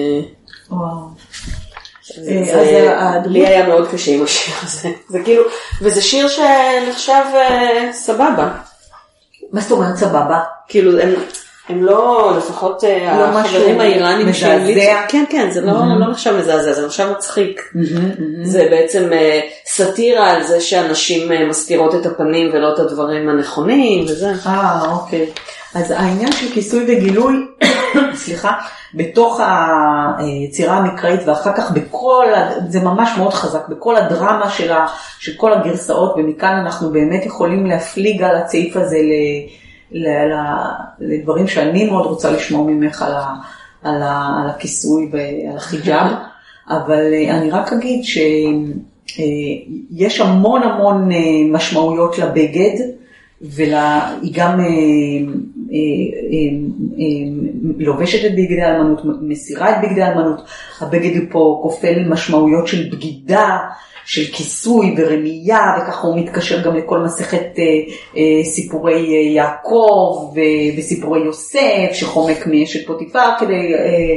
[SPEAKER 2] לי היה מאוד קשה עם השיר הזה. זה כאילו, וזה שיר שנחשב סבבה.
[SPEAKER 1] מה זאת אומרת סבבה?
[SPEAKER 2] כאילו הם לא, לפחות החברים האיראנים
[SPEAKER 1] מזעזע.
[SPEAKER 2] כן, זה לא נחשב מזעזע, זה נחשב מצחיק. זה בעצם סאטירה על זה שאנשים מסתירות את הפנים ולא את הדברים הנכונים וזה.
[SPEAKER 1] אוקיי. אז העניין של כיסוי וגילוי, סליחה, בתוך היצירה המקראית ואחר כך זה ממש מאוד חזק, בכל הדרמה של כל הגרסאות, ומכאן אנחנו באמת יכולים להפליג על הצעיף הזה לדברים שאני מאוד רוצה לשמוע ממך על הכיסוי ועל החיג'אב, אבל אני רק אגיד שיש המון המון משמעויות לבגד, והיא גם לובשת את בגדי האלמנות, מסירה את בגדי האלמנות. הבגד פה כופל משמעויות של בגידה, של כיסוי ורמייה, וככה הוא מתקשר גם לכל מסכת סיפורי יעקב וסיפורי יוסף, שחומק מאשת פוטיפר כדי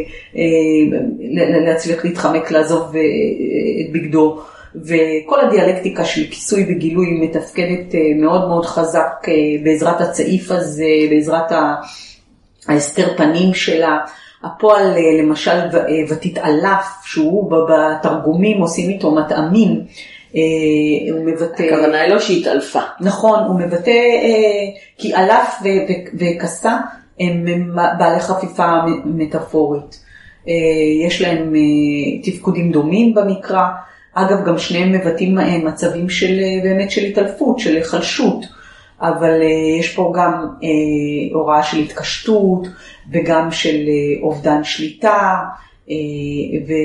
[SPEAKER 1] להצליח להתחמק, לעזוב את בגדו. וכל הדיאלקטיקה של כיסוי וגילוי מתפקדת מאוד מאוד חזק בעזרת הצעיף הזה, בעזרת ההסתר פנים שלה. הפועל למשל ותתעלף, שהוא בתרגומים עושים איתו מטעמים, הוא מבטא...
[SPEAKER 2] הכוונה היא לא שהתעלפה.
[SPEAKER 1] נכון, הוא מבטא, כי עלף וכסה הם בעלי חפיפה מטאפורית. יש להם תפקודים דומים במקרא, אגב, גם שניהם מבטאים מצבים של באמת של התעלפות, של חלשות, אבל יש פה גם הוראה של התקשטות, וגם של אובדן שליטה,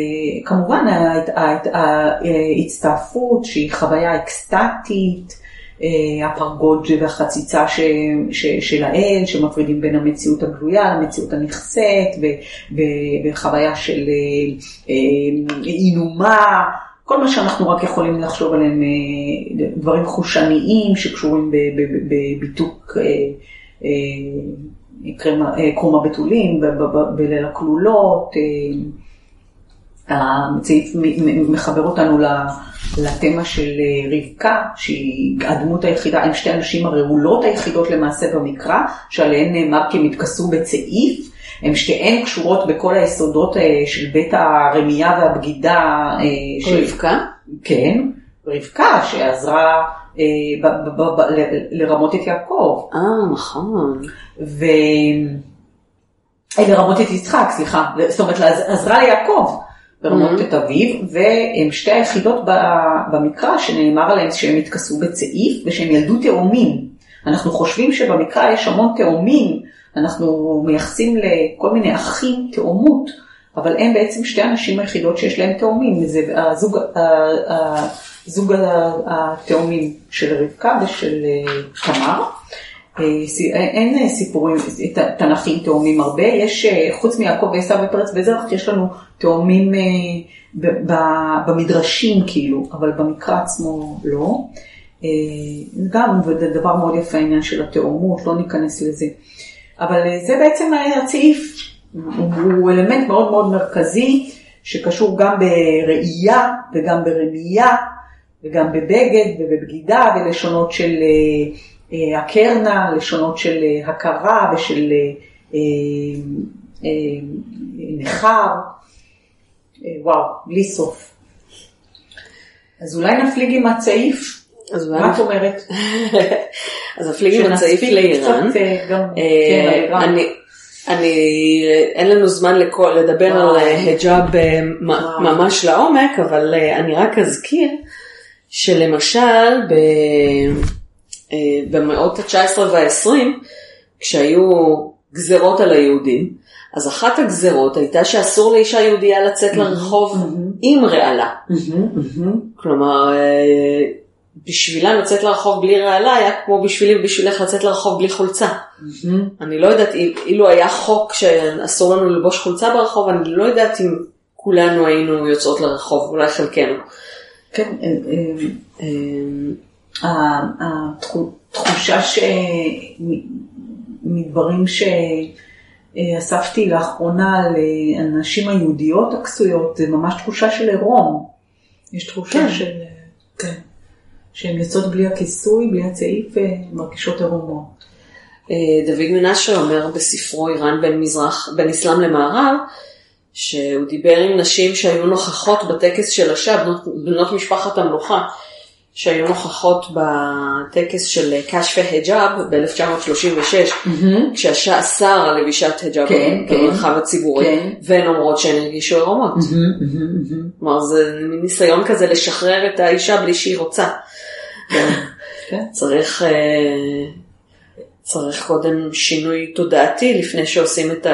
[SPEAKER 1] וכמובן ההצטעפות שהיא חוויה אקסטטית, הפרגוד והחציצה של האל, שמפרידים בין המציאות הגלויה למציאות הנכסית, וחוויה של אינומה, כל מה שאנחנו רק יכולים לחשוב עליהם, דברים חושניים שקשורים בביתוק קרום הבתולים, בליל הכלולות. הסעיף מחבר אותנו לתמה של רבקה, שהיא הדמות היחידה, הם שתי הנשים הרעולות היחידות למעשה במקרא, שעליהן נאמר כי הם התכסו בצעיף, הם שתיהן קשורות בכל היסודות של בית הרמייה והבגידה.
[SPEAKER 2] רבקה?
[SPEAKER 1] כן, רבקה שעזרה לרמות את יעקב.
[SPEAKER 2] נכון.
[SPEAKER 1] לרמות את יצחק, סליחה, זאת אומרת, עזרה ליעקב. ברמות את אביו, והם שתי היחידות במקרא שנאמר עליהם שהם התכסו בצעיף, ושהם ילדו תאומים. אנחנו חושבים שבמקרא יש המון תאומים, אנחנו מייחסים לכל מיני אחים תאומות, אבל הם בעצם שתי הנשים היחידות שיש להם תאומים, זה הזוג התאומים של רבקה ושל תמר. אין סיפורים תנ"כיים תאומים הרבה, יש חוץ מיעקב ועשיו ופרץ וזרח, יש לנו תאומים במדרשים כאילו, אבל במקרא עצמו לא. גם דבר מאוד יפה העניין של התאומות, לא ניכנס לזה. אבל זה בעצם הצעיף, הוא אלמנט מאוד מאוד מרכזי, שקשור גם בראייה וגם ברמייה, וגם בבגד ובבגידה, ולשונות של הקרנה, לשונות של הכרה ושל נחר. וואו, בלי סוף. אז אולי נפליג עם הצעיף? מה את אומרת?
[SPEAKER 2] אז נפליג עם הצעיף לאיראן. אין לנו זמן לדבר על היג'אב ממש לעומק, אבל אני רק אזכיר שלמשל במאות ה-19 וה-20, כשהיו גזרות על היהודים, אז אחת הגזרות הייתה שאסור לאישה יהודייה לצאת לרחוב עם רעלה. כלומר, בשבילה לצאת לרחוב בלי רעלה היה כמו בשבילי ובשבילך לצאת לרחוב בלי חולצה. אני לא יודעת, אילו היה חוק שאסור לנו ללבוש חולצה ברחוב, אני לא יודעת אם כולנו היינו יוצאות לרחוב, אולי חלקנו.
[SPEAKER 1] כן, התחושה מדברים שאספתי לאחרונה על הנשים היהודיות הכסויות, זה ממש תחושה של עירום. יש תחושה של, כן, שהן יוצאות בלי הכיסוי, בלי הצעיף, מרגישות עירומות.
[SPEAKER 2] דוד מנשה אומר בספרו איראן בין אסלאם למערב, שהוא דיבר עם נשים שהיו נוכחות בטקס של השעה, בנות משפחת המלוכה, שהיו נוכחות בטקס של קשף היג'אב ב-1936, כשהשעה אסר על לבישת היג'אב במרחב הציבורי, והן אומרות שהן הרגישו עירומות. כלומר, זה ניסיון כזה לשחרר את האישה בלי שהיא רוצה. צריך קודם שינוי תודעתי לפני שעושים את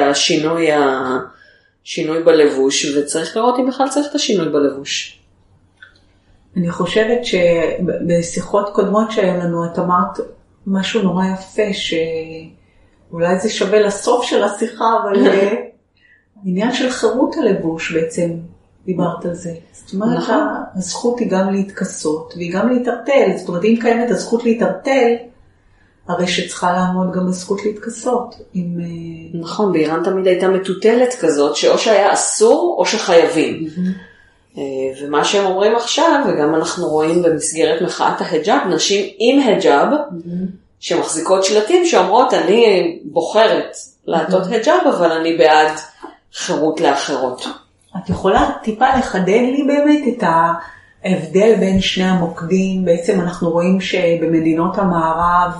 [SPEAKER 2] השינוי בלבוש, וצריך לראות אם בכלל צריך את השינוי בלבוש.
[SPEAKER 1] אני חושבת שבשיחות קודמות שהיו לנו, את אמרת משהו נורא יפה, שאולי זה שווה לסוף של השיחה, אבל העניין של חירות הלבוש בעצם דיברת על זה. זאת אומרת, הזכות היא גם להתכסות, והיא גם להתערטל. זאת אומרת, אם קיימת הזכות להתערטל, הרי שצריכה לעמוד גם הזכות להתכסות.
[SPEAKER 2] נכון, באיראן תמיד הייתה מטוטלת כזאת, שאו שהיה אסור או שחייבים. ומה שהם אומרים עכשיו, וגם אנחנו רואים במסגרת מחאת ההיג'אב, נשים עם היג'אב, שמחזיקות שלטים שאומרות, אני בוחרת לעטות היג'אב, אבל אני בעד חירות לאחרות.
[SPEAKER 1] את יכולה טיפה לחדד לי באמת את ההבדל בין שני המוקדים? בעצם אנחנו רואים שבמדינות המערב,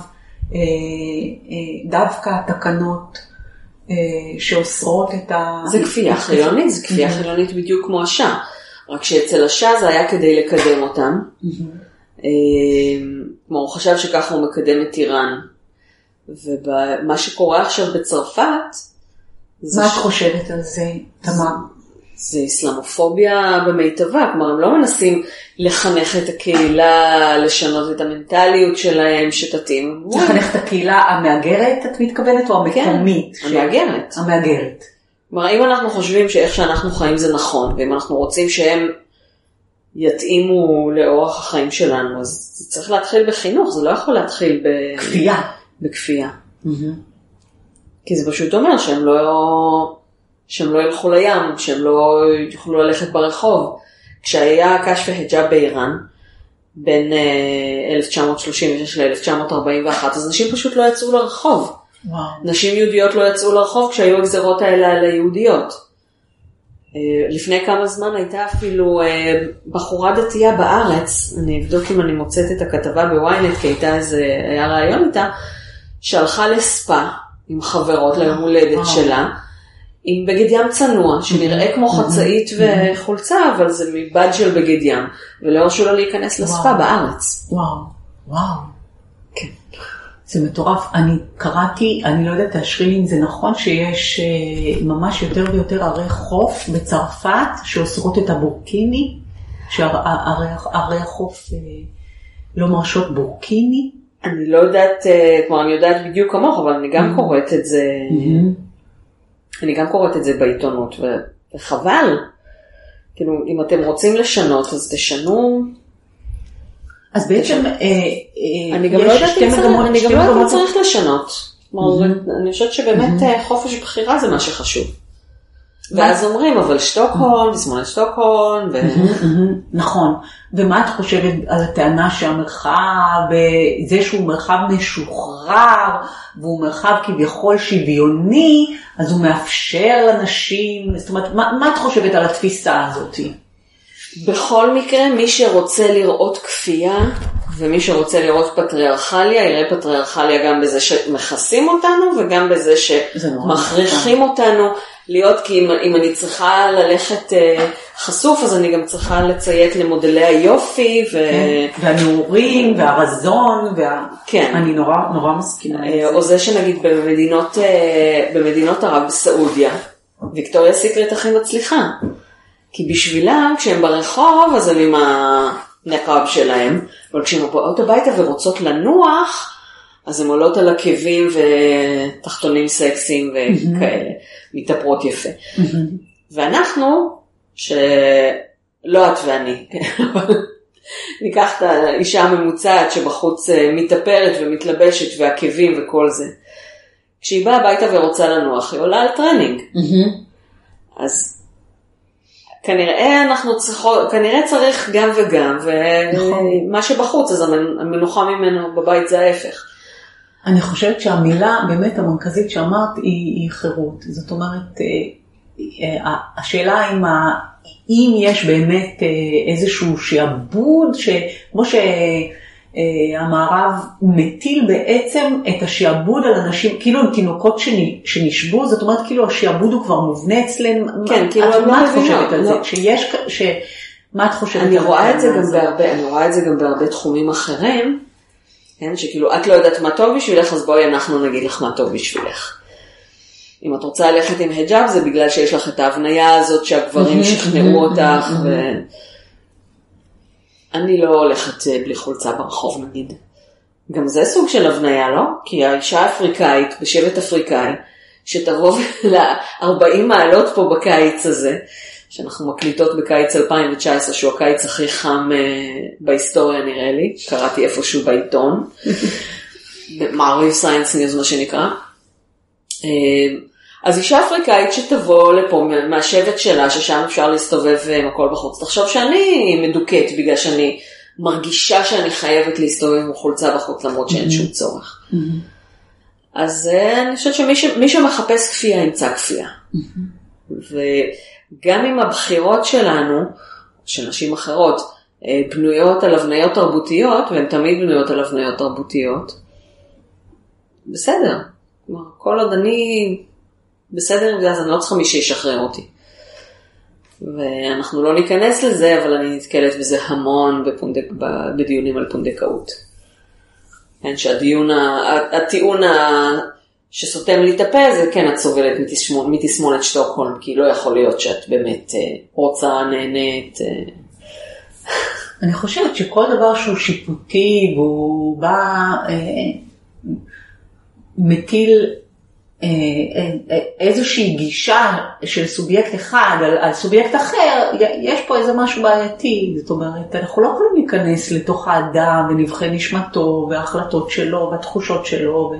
[SPEAKER 1] דווקא התקנות שאוסרות את
[SPEAKER 2] זה כפייה חילונית, זה כפייה חילונית בדיוק כמו השעה. רק שאצל השעה זה היה כדי לקדם אותם. כמו הוא חשב שככה הוא מקדם את איראן. ומה שקורה עכשיו בצרפת...
[SPEAKER 1] מה את חושבת על זה, תמר?
[SPEAKER 2] זה איסלאמופוביה במיטבה, כלומר הם לא מנסים לחנך את הקהילה, לשנות את המנטליות שלהם, שתתאים.
[SPEAKER 1] לחנך את הקהילה המאגרת, את מתכוונת, או המקומית?
[SPEAKER 2] כן, המאגרת.
[SPEAKER 1] המאגרת.
[SPEAKER 2] כלומר, אם אנחנו חושבים שאיך שאנחנו חיים זה נכון, ואם אנחנו רוצים שהם יתאימו לאורח החיים שלנו, אז זה צריך להתחיל בחינוך, זה לא יכול להתחיל בכפייה. כי זה פשוט אומר שהם לא ילכו לים, שהם לא יוכלו ללכת ברחוב. כשהיה קש והיג'אב באיראן, בין 1936 ל-1941, אז נשים פשוט לא יצאו לרחוב.
[SPEAKER 1] וואו.
[SPEAKER 2] נשים יהודיות לא יצאו לרחוב כשהיו הגזרות האלה על היהודיות. לפני כמה זמן הייתה אפילו בחורה דתייה בארץ, אני אבדוק אם אני מוצאת את הכתבה בוויינט, כי היה רעיון איתה, שהלכה לספה עם חברות ליום הולדת שלה, עם בגד ים צנוע, שנראה כמו חצאית וחולצה, אבל זה מבד של בגד ים, ולא הרשו לה להיכנס לספה בארץ.
[SPEAKER 1] וואו. כן. זה מטורף. אני קראתי, אני לא יודעת להשחיל אם זה נכון, שיש ממש יותר ויותר ערי חוף בצרפת, שאוסרות את הבורקיני, שערי החוף לא מרשות בורקיני.
[SPEAKER 2] אני לא יודעת, כמו אני יודעת בדיוק כמוך, אבל אני גם קוראת את זה, אני גם קוראת את זה בעיתונות, וחבל. כאילו, אם אתם רוצים לשנות, אז תשנו.
[SPEAKER 1] אז בעצם,
[SPEAKER 2] אני גם לא יודעת אם צריך לשנות. אני חושבת שבאמת חופש בחירה זה מה שחשוב. ואז אומרים, אבל שטוקהולם, תסמונת שטוקהולם.
[SPEAKER 1] נכון. ומה את חושבת על הטענה שהמרחב, זה שהוא מרחב משוחרר, והוא מרחב כביכול שוויוני, אז הוא מאפשר לנשים, זאת אומרת, מה את חושבת על התפיסה הזאת?
[SPEAKER 2] בכל מקרה, מי שרוצה לראות כפייה, ומי שרוצה לראות פטריארכליה, יראה פטריארכליה גם בזה שמכסים אותנו, וגם בזה שמכריחים אותנו להיות, כי אם אני צריכה ללכת חשוף, אז אני גם צריכה לציית למודלי היופי,
[SPEAKER 1] והנעורים, והרזון,
[SPEAKER 2] כן.
[SPEAKER 1] אני נורא מסכימה.
[SPEAKER 2] או זה שנגיד במדינות ערב, בסעודיה, ויקטוריה סיקרט הכי מצליחה. כי בשבילם, כשהם ברחוב, אז הם עם הנקב שלהם, אבל כשהם באות הביתה ורוצות לנוח, אז הם עולות על עקבים ותחתונים סקסיים וכאלה, מתאפרות יפה. ואנחנו, שלא את ואני, ניקח את האישה הממוצעת שבחוץ מתאפרת ומתלבשת ועקבים וכל זה. כשהיא באה הביתה ורוצה לנוח, היא עולה על טרנינג. אז כנראה צריך גם וגם, ומה שבחוץ, אז המנוחה ממנו בבית זה ההפך.
[SPEAKER 1] אני חושבת שהמילה באמת המרכזית שאמרת היא חירות. זאת אומרת, השאלה אם יש באמת איזשהו שעבוד, כמו שהמערב מטיל בעצם את השעבוד על אנשים, כאילו הם תינוקות שנשבו, זאת אומרת כאילו השעבוד הוא כבר מובנה אצלם.
[SPEAKER 2] כן, כאילו
[SPEAKER 1] מה את חושבת על זה? מה את חושבת על זה?
[SPEAKER 2] אני רואה את זה גם בהרבה תחומים אחרים, כן, שכאילו את לא יודעת מה טוב בשבילך, אז בואי אנחנו נגיד לך מה טוב בשבילך. אם את רוצה ללכת עם היג'אב, זה בגלל שיש לך את ההבניה הזאת שהגברים שכנעו אותך, אני לא הולכת בלי חולצה ברחוב נגיד. גם זה סוג של הבניה, לא? כי האישה האפריקאית, בשבט אפריקאי, שתבוא ל-40 מעלות פה בקיץ הזה, שאנחנו מקליטות בקיץ 2019, שהוא הקיץ הכי חם בהיסטוריה נראה לי, קראתי איפשהו בעיתון, מעריב סיינס ניוז מה שנקרא. אז אישה אפריקאית שתבוא לפה מהשבט שלה, ששם אפשר להסתובב עם הכל בחוץ. תחשוב שאני מדוקת בגלל שאני מרגישה שאני חייבת להסתובב עם חולצה בחוץ, למרות שאין שום צורך. אז אני חושבת שמי שמחפש כפייה ימצא כפייה. וגם אם הבחירות שלנו, של נשים אחרות, בנויות על הבניות תרבותיות, והן תמיד בנויות על הבניות תרבותיות, בסדר. כלומר, כל עוד אני בסדר, אז אני לא צריכה מי שישחרר אותי. ואנחנו לא ניכנס לזה, אבל אני נתקלת בזה המון בדיונים על פונדקאות. כן, שהטיעון שסותם לי את הפה, זה כן, את סובלת מתסמונת שטוקהולם, כי לא יכול להיות שאת באמת רוצה, נהנית.
[SPEAKER 1] אני חושבת שכל דבר שהוא שיפוטי, והוא בא, מטיל איזושהי גישה של סובייקט אחד על סובייקט אחר, יש פה איזה משהו בעייתי. זאת אומרת, אנחנו לא יכולים להיכנס לתוך האדם ונבחן נשמתו וההחלטות שלו והתחושות שלו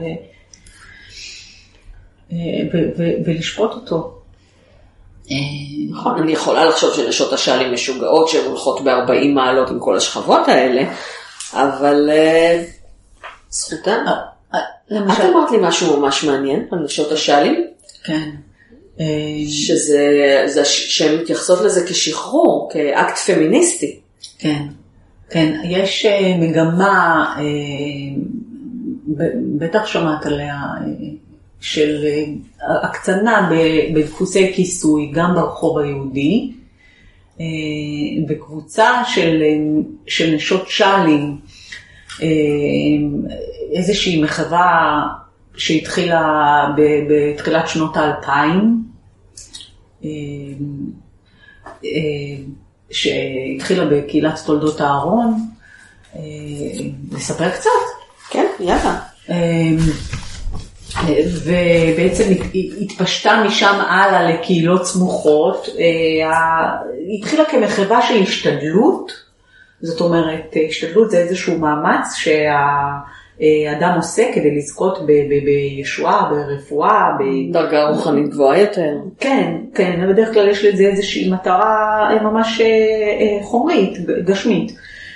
[SPEAKER 1] ולשפוט אותו.
[SPEAKER 2] נכון, אני יכולה לחשוב שנשות השאלים משוגעות שהן הולכות ב-40 מעלות עם כל השכבות האלה, אבל זכותן. את אמרת לי משהו ממש מעניין על נשות השאלים?
[SPEAKER 1] כן.
[SPEAKER 2] שהן מתייחסות לזה כשחרור, כאקט פמיניסטי.
[SPEAKER 1] כן, כן. יש מגמה, בטח שמעת עליה, של הקצנה בדפוסי כיסוי, גם ברחוב היהודי, בקבוצה של נשות שאלים, איזושהי מחווה שהתחילה בתחילת שנות ה-2000, שהתחילה בקהילת תולדות הארון. נספר קצת?
[SPEAKER 2] כן, יאללה.
[SPEAKER 1] ובעצם התפשטה משם הלאה לקהילות סמוכות. התחילה כמחווה של השתדלות, זאת אומרת, השתדלות זה איזשהו מאמץ שהאדם עושה כדי לזכות בישועה, ברפואה,
[SPEAKER 2] דרגה רוחנית גבוהה יותר.
[SPEAKER 1] כן, כן, בדרך כלל יש לזה איזושהי מטרה ממש חומרית, גשמית.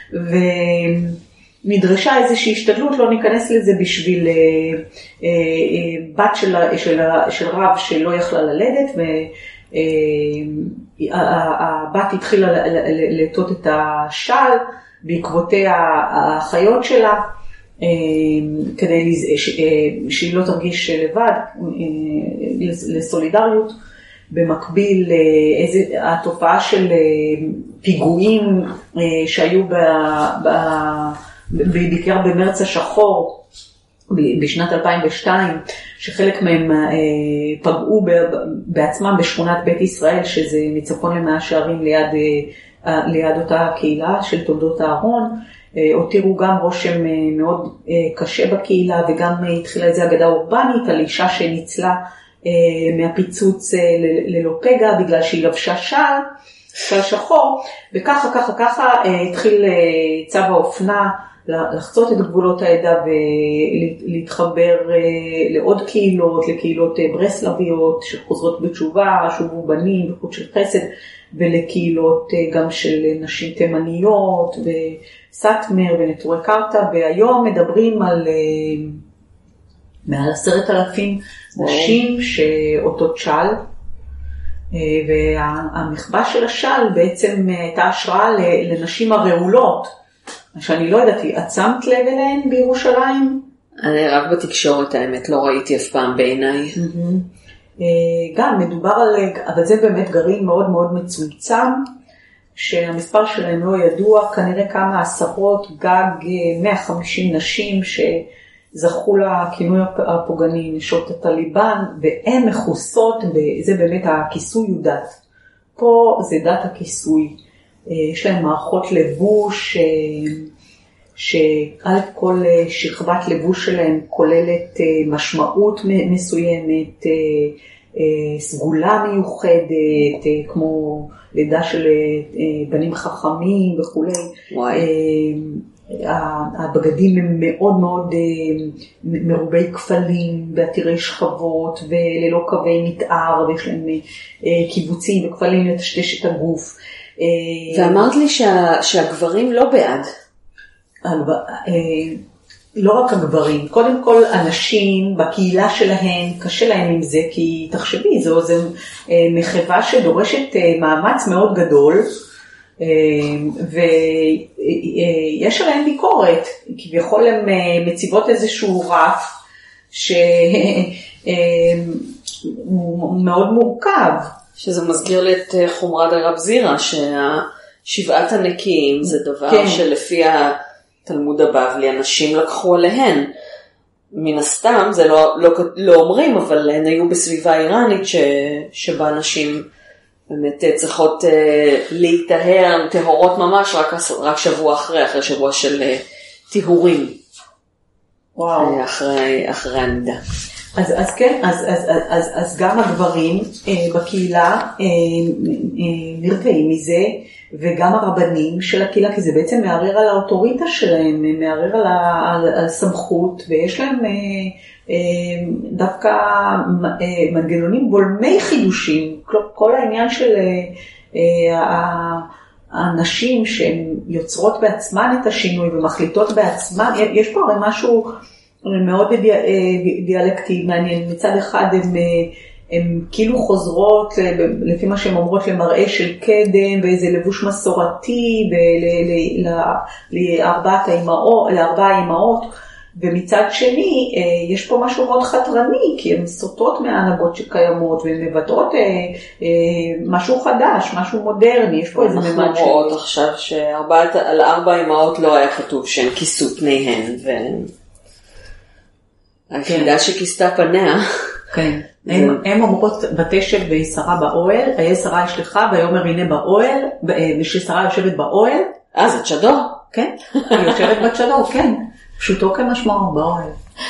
[SPEAKER 1] נדרשה איזושהי השתדלות, לא ניכנס לזה בשביל בת של רב שלא יכלה ללדת, והבת התחילה לטות את השל בעקבותיה האחיות שלה, כדי שהיא לא תרגיש לבד, לסולידריות. במקביל התופעה של פיגועים שהיו בעיקר במרץ השחור בשנת 2002, שחלק מהם פגעו בעצמם בשכונת בית ישראל, שזה מצפון למאה שערים ליד אותה קהילה של תולדות הארון. הותירו גם רושם מאוד קשה בקהילה, וגם התחילה איזו אגדה אורבנית על אישה שניצלה מהפיצוץ ללא פגע בגלל שהיא לבשה של שחור, וככה התחיל צו האופנה לחצות את גבולות העדה ולהתחבר לעוד קהילות, לקהילות ברסלביות שחוזרות בתשובה, שובו בנים בחוט של חסד, ולקהילות גם של נשים תימניות וסטמר ונטורי קרתא, והיום מדברים על מעל 10,000 נשים שעוטות של, והמחווה של השל בעצם הייתה השראה לנשים הרעולות, שאני לא ידעתי, את שמת לב אליהן בירושלים?
[SPEAKER 2] אני רק בתקשורת האמת, לא ראיתי אף פעם בעיניי.
[SPEAKER 1] גם מדובר על, אבל זה באמת גרעין מאוד מאוד מצומצם, שהמספר שלהם לא ידוע, כנראה כמה עשרות, גג 150 נשים שזכו לכינוי הפוגעני נשות הטליבן, והן מכוסות, זה באמת הכיסוי הוא דת. פה זה דת הכיסוי. יש להם מערכות לבוש, שעל כל שכבת לבוש שלהם כוללת משמעות מסוימת, סגולה מיוחדת, כמו לידה של בנים חכמים וכו'. הבגדים הם מאוד מאוד מרובי כפלים ועתירי שכבות וללא קווי מתאר, ויש להם קיבוצים וכפלים לטשטש את הגוף.
[SPEAKER 2] ואמרת לי שהגברים לא בעד.
[SPEAKER 1] לא רק הגברים, קודם כל אנשים בקהילה שלהם קשה להם עם זה, כי תחשבי, זו מחווה שדורשת מאמץ מאוד גדול, ויש עליהם ביקורת, כביכול הן מציבות איזשהו רף שהוא מאוד מורכב.
[SPEAKER 2] שזה מזכיר לי את חומרת הרב זירא, שהשבעת הנקיים זה דבר שלפי התלמוד הבבלי אנשים לקחו עליהן. מן הסתם, זה לא אומרים, אבל הן היו בסביבה איראנית שבה נשים באמת צריכות להתאהר, טהורות ממש, רק שבוע אחרי שבוע של טיהורים.
[SPEAKER 1] וואו.
[SPEAKER 2] אחרי הנידה.
[SPEAKER 1] אז כן, אז גם הגברים בקהילה נרתעים מזה, וגם הרבנים של הקהילה, כי זה בעצם מערער על האוטוריטה שלהם, מערער על סמכות, ויש להם דווקא מנגנונים בולמי חידושים, כל העניין של הנשים שהן יוצרות בעצמן את השינוי ומחליטות בעצמן, יש פה הרי משהו מאוד דיאלקטי מעניין. מצד אחד הן כאילו חוזרות לפי מה שהן אומרות למראה של קדם ואיזה לבוש מסורתי לארבע האימהות, ומצד שני יש פה משהו מאוד חתרני, כי הן סוטות מההנהגות שקיימות והן מבטאות משהו חדש, משהו מודרני. יש פה איזה ממד
[SPEAKER 2] אנחנו רואות עכשיו שעל ארבע האימהות לא היה כתוב שהן כיסו פניהן, היחידה שכיסתה פניה.
[SPEAKER 1] כן, הן אומרות בתשב ושרה באוהל, היה שרה אשלחה ויאמר הנה באוהל, וששרה יושבת באוהל.
[SPEAKER 2] זה צ'דור.
[SPEAKER 1] כן, היא יושבת בצ'דור, כן, פשוטו כמשמעו באוהל.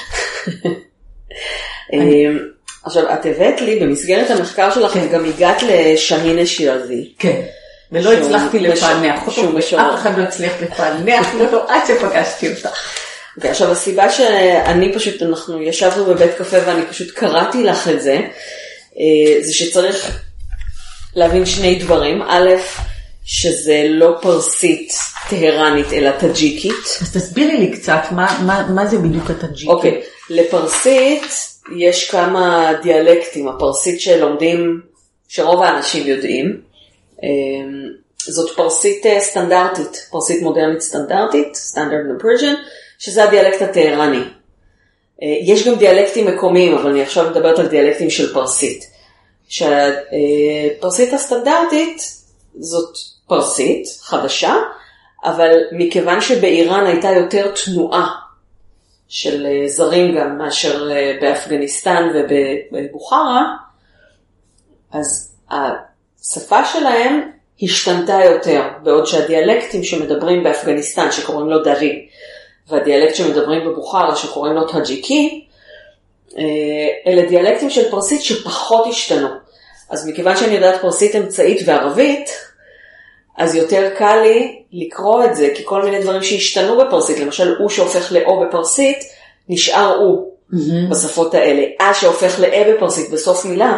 [SPEAKER 2] עכשיו, את הבאת לי במסגרת המחקר שלך, גם הגעת לשהין שירזי.
[SPEAKER 1] כן. ולא הצלחתי לפענח אותו, אף אחד לא הצליח לפענח אותו עד שפגשתי אותך.
[SPEAKER 2] עכשיו הסיבה שאני פשוט, אנחנו ישבנו בבית קפה ואני פשוט קראתי לך את זה, זה שצריך להבין שני דברים. א', שזה לא פרסית טהרנית אלא טאג'יקית.
[SPEAKER 1] אז תסבירי לי קצת מה זה בדיוק הטאג'יקית.
[SPEAKER 2] אוקיי, לפרסית יש כמה דיאלקטים. הפרסית שלומדים, שרוב האנשים יודעים, זאת פרסית סטנדרטית, פרסית מודרנית סטנדרטית, Standard Persian, שזה הדיאלקט הטהרני. יש גם דיאלקטים מקומיים, אבל אני עכשיו מדברת על דיאלקטים של פרסית. שהפרסית הסטנדרטית זאת פרסית חדשה, אבל מכיוון שבאיראן הייתה יותר תנועה של זרים גם מאשר באפגניסטן ובבוכרה, אז השפה שלהם השתנתה יותר, בעוד שהדיאלקטים שמדברים באפגניסטן שקוראים לו דרי, והדיאלקט שמדברים בבוכרה שקוראים לו טאג'יקי, אלה דיאלקטים של פרסית שפחות השתנו. אז מכיוון שאני יודעת פרסית אמצעית וערבית, אז יותר קל לי לקרוא את זה, כי כל מיני דברים שהשתנו בפרסית, למשל הוא שהופך לאו בפרסית, נשאר הוא בשפות האלה. שהופך לאה בפרסית בסוף מילה,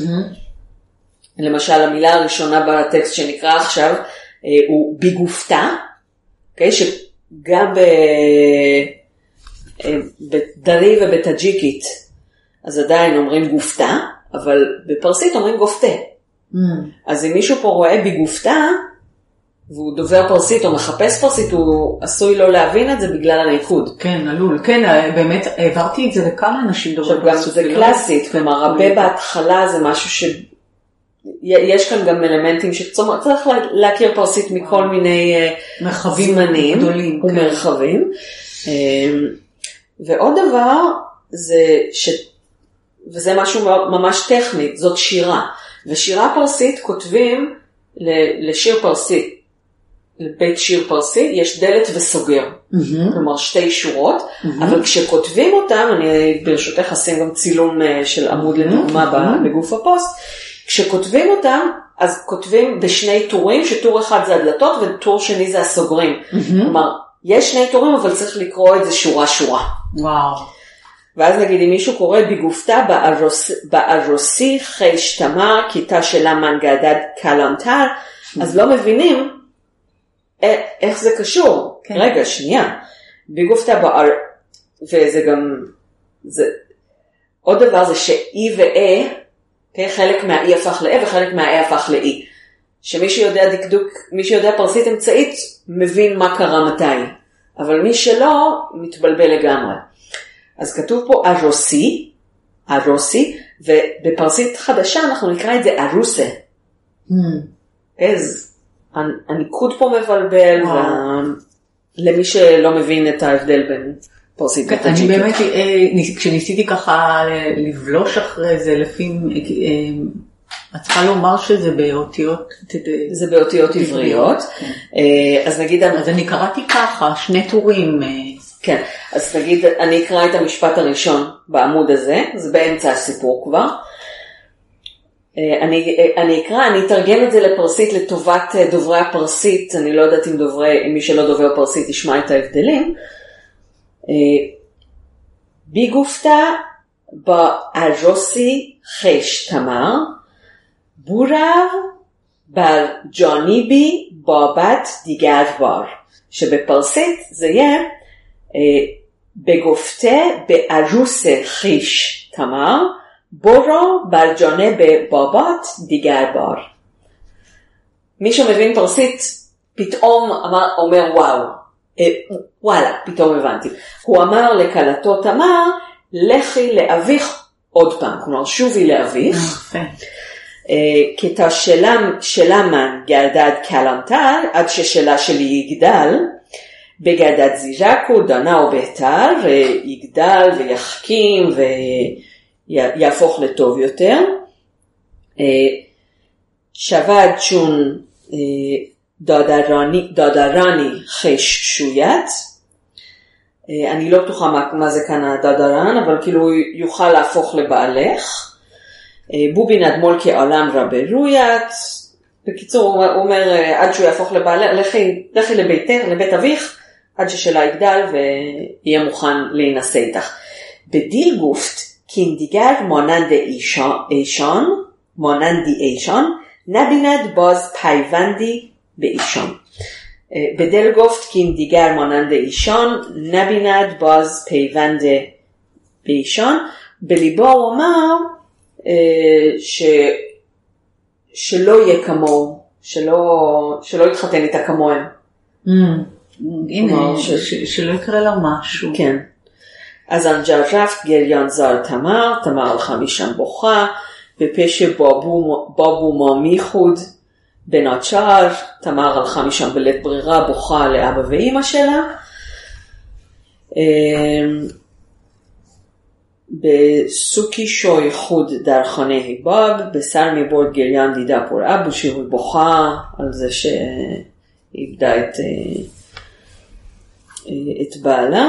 [SPEAKER 2] למשל המילה הראשונה בטקסט שנקרא עכשיו, הוא ביגופתה, okay, שגם בדרי ובטאג'יקית, אז עדיין אומרים גופתה, אבל בפרסית אומרים גופתה. אז אם מישהו פה רואה ביגופתה, והוא דובר פרסית או מחפש פרסית, הוא עשוי לא להבין את זה בגלל הניקוד.
[SPEAKER 1] כן, עלול. כן, באמת העברתי את זה לכמה אנשים דובר פרסית.
[SPEAKER 2] זה קלאסית, כלומר, הרבה בהתחלה זה משהו יש כאן גם אלמנטים שצריך להכיר פרסית מכל מיני זמנים ומרחבים. ועוד דבר, וזה משהו ממש טכני, זאת שירה. ושירה פרסית כותבים לשיר פרסי, לבית שיר פרסי, יש דלת וסוגר. כלומר שתי שורות, אבל כשכותבים אותם, אני ברשותך אשים גם צילום של עמוד לדוגמה בגוף הפוסט, כשכותבים אותם, אז כותבים בשני טורים, שטור אחד זה הדלתות וטור שני זה הסוגרים. כלומר, יש שני טורים, אבל צריך לקרוא את זה שורה שורה.
[SPEAKER 1] וואו.
[SPEAKER 2] ואז נגיד, אם מישהו קורא בגופתה בארוסי חיש תמר, כיתה שלה מנגדד קלמתר, אז לא מבינים איך זה קשור. כן. רגע, שנייה. בגופתה וזה גם, עוד דבר זה שאי ואה, חלק מהאי הפך לאי וחלק מהאי הפך לאי. שמי שיודע דקדוק, מי שיודע פרסית אמצעית, מבין מה קרה מתי. אבל מי שלא, מתבלבל לגמרי. אז כתוב פה ארוסי, ובפרסית חדשה אנחנו נקרא את זה ארוסה. אז הניקוד פה מבלבל, למי שלא מבין את ההבדל בין פרסית
[SPEAKER 1] אני
[SPEAKER 2] וטאג'יקית.
[SPEAKER 1] באמת, כשניסיתי ככה לבלוש אחרי זה, את צריכה לומר שזה באותיות...
[SPEAKER 2] זה באותיות עבריות. אז נגיד...
[SPEAKER 1] אז אני קראתי ככה, 2 טורים.
[SPEAKER 2] כן, אז נגיד, אני אקרא את המשפט הראשון בעמוד הזה, זה באמצע הסיפור כבר. אני אקרא, אני אתרגם את זה לפרסית לטובת דוברי הפרסית, אני לא יודעת אם מי שלא דובר פרסית ישמע את ההבדלים. ביגופתה בארוסי חש תמר, בורב בר ג'וניבי בבת דיגר בר, שבפרסית זה יהיה בגופתה בארוסי חש תמר, בורו בר ג'וניבי בבת דיגר בר. מי שמבין פרסית פתאום אומר וואו, וואלה, פתאום הבנתי. הוא אמר לקלתו תמר, לכי לאביך עוד פעם, כלומר שובי לאביך. כתה שלמן גרדד קלמתר, עד ששלה שלי יגדל, בגרדד זירקו דנה ובהתר, ויגדל ויחכים ויהפוך לטוב יותר. שבד שון דודרני חש שוית. אני לא בטוחה מה זה כאן הדודרן, אבל כאילו יוכל להפוך לבעלך. בובין אדמול כעולם רבי רוית. בקיצור, הוא אומר, עד שהוא יהפוך לבעלך, לכי לביתך, לבית אביך, עד ששלה יגדל ויהיה מוכן להינשא איתך. בדיל גופט, קינדיגר מוננדי אישון, נבינת בוז פייבנדי באישון. בדל גופט קינדיגר מוננדי אישון, נבינת בוז פייבנדי באישון. בליבו הוא אמר שלא יהיה כמוהו, שלא יתחתן איתה כמוהם.
[SPEAKER 1] הנה, שלא יקרה לה משהו.
[SPEAKER 2] כן. אז אנג'רפט גריון זר תמר הלכה משם בוכה, בפשע בובו מומיחוד בנות שער, תמר הלכה משם בלית ברירה, בוכה לאבא ואמא שלה. בסוכי שוי חוד דרחני היבאג, בשר מבורד גריון דידה פור אבו, שהיא בוכה על זה שאיבדה את בעלה.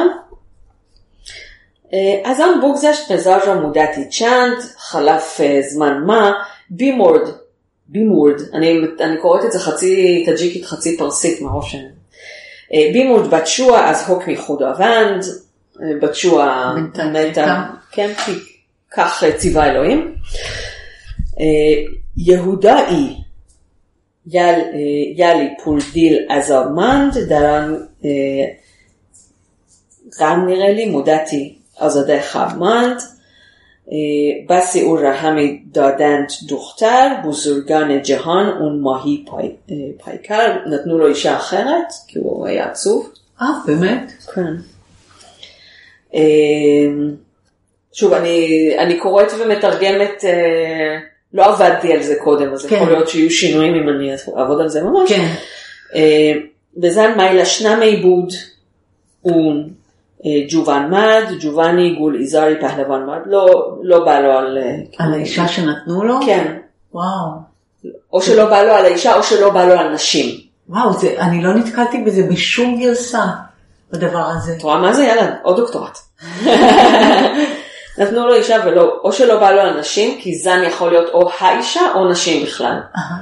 [SPEAKER 2] אז אן בוגזש פזרה מודעתי צ'אנט, חלף זמן מה, בימורד, אני קוראת את זה חצי טאג'יקית, חצי פרסית מראש. בימורד בתשוע, אז הוק מיחוד אבנד, בתשוע מתה, כן, כך ציווה אלוהים. יהודאי, יאלי פולדיל עזרמנד, דרן, גם נראה לי, מודעתי עזדי חמנד, בסיעור רחמי דודנט דוכתר, בוזורגן ג'הן ומהי פייקר, נתנו לו אישה אחרת, כי הוא היה עצוב.
[SPEAKER 1] באמת?
[SPEAKER 2] כן. שוב, אני קוראת ומתרגמת, לא עבדתי על זה קודם, אז יכול להיות שיהיו שינויים אם אני אעבוד על זה ממש. כן. בזן מיילה שנה מעיבוד, ג'ובן מד, ג'ובני גול איזרי פהלבן מד, לא בא לו על
[SPEAKER 1] האישה שנתנו לו?
[SPEAKER 2] כן.
[SPEAKER 1] וואו.
[SPEAKER 2] או שלא בא לו על האישה, או שלא בא לו על נשים.
[SPEAKER 1] וואו, אני לא נתקלתי בזה בשום גרסה, בדבר הזה.
[SPEAKER 2] תראה מה זה? יאללה, עוד דוקטורט. נתנו לו אישה או שלא בא לו על נשים, כי זן יכול להיות או האישה או נשים בכלל.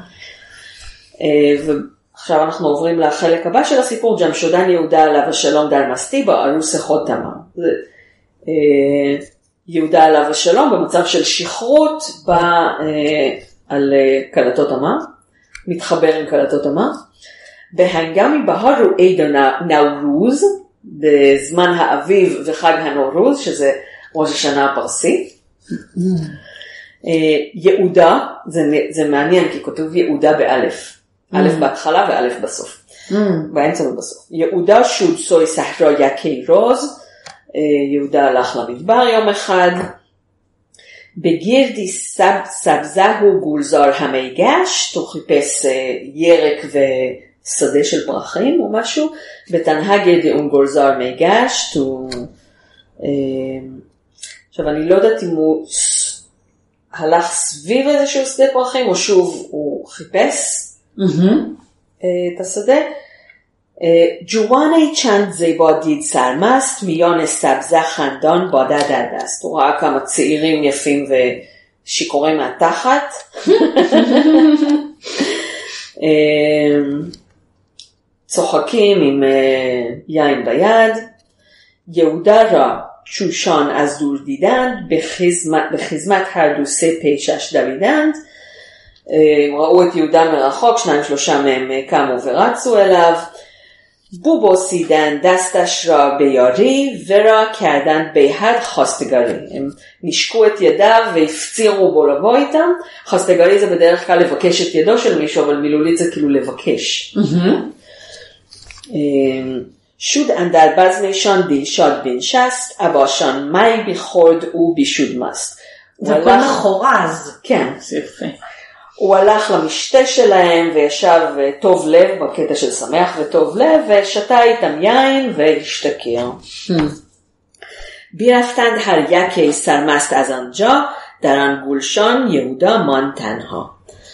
[SPEAKER 2] עכשיו אנחנו עוברים לחלק הבא של הסיפור, ג'משודן יהודה עליו השלום דר מסטיבה, ארוס אחד תמר. יהודה עליו השלום במצב של שכרות, בא על קלתות תמר, מתחבר עם קלתות תמר. בהנגמי בהרו עידו נאורוז, בזמן האביב וחג הנורוז, שזה ראש השנה הפרסית. יהודה, זה מעניין כי כותב יהודה באלף. א' בהתחלה וא' בסוף. באמצע ובסוף. יהודה שוד סוי סחרו יקי רוז. יהודה הלך למדבר יום אחד. בגירדי סבזהו גולזר המיגש. הוא חיפש ירק ושדה של פרחים או משהו. בתנהגי דאום גולזר מיגש. עכשיו אני לא יודעת אם הוא הלך סביב איזשהו שדה פרחים, או שוב הוא חיפש את השדה. ג'ואני צ'אנד זיבו דיד סרמסט, מיון סבזה חנדון בודה דדסט. הוא ראה כמה צעירים יפים ושיכורים מהתחת. צוחקים עם יין ביד. יהודה רע שושן אז דור דידנד, בחזמת הרדוסי פשש דוידנד. ראו את יהודה מרחוק, 2-3 מהם קמו ורצו אליו. בובו סידן דסתש را ביاری ורا کردن בהד خواستگاری. הם נשקו את ידיו והפצירו בו לבוא איתם. חواستگاری זה בדרך כלל לבקש את ידו של מישהו, אבל מילולית זה כאילו לבקש. שוד אנדר בזמישון דילשاد בנשסט, אבاشان מי ביחורד או בישוד מסט.
[SPEAKER 1] זה הכל מחורז.
[SPEAKER 2] כן.
[SPEAKER 1] זה יפה.
[SPEAKER 2] הוא הלך למשתה שלהם וישב טוב לב, בקטע של שמח וטוב לב, ושתה איתם יין והשתכר. בירفتند هر یکی سرمست از آنجا در آن گلشن یهودا ماند تنها.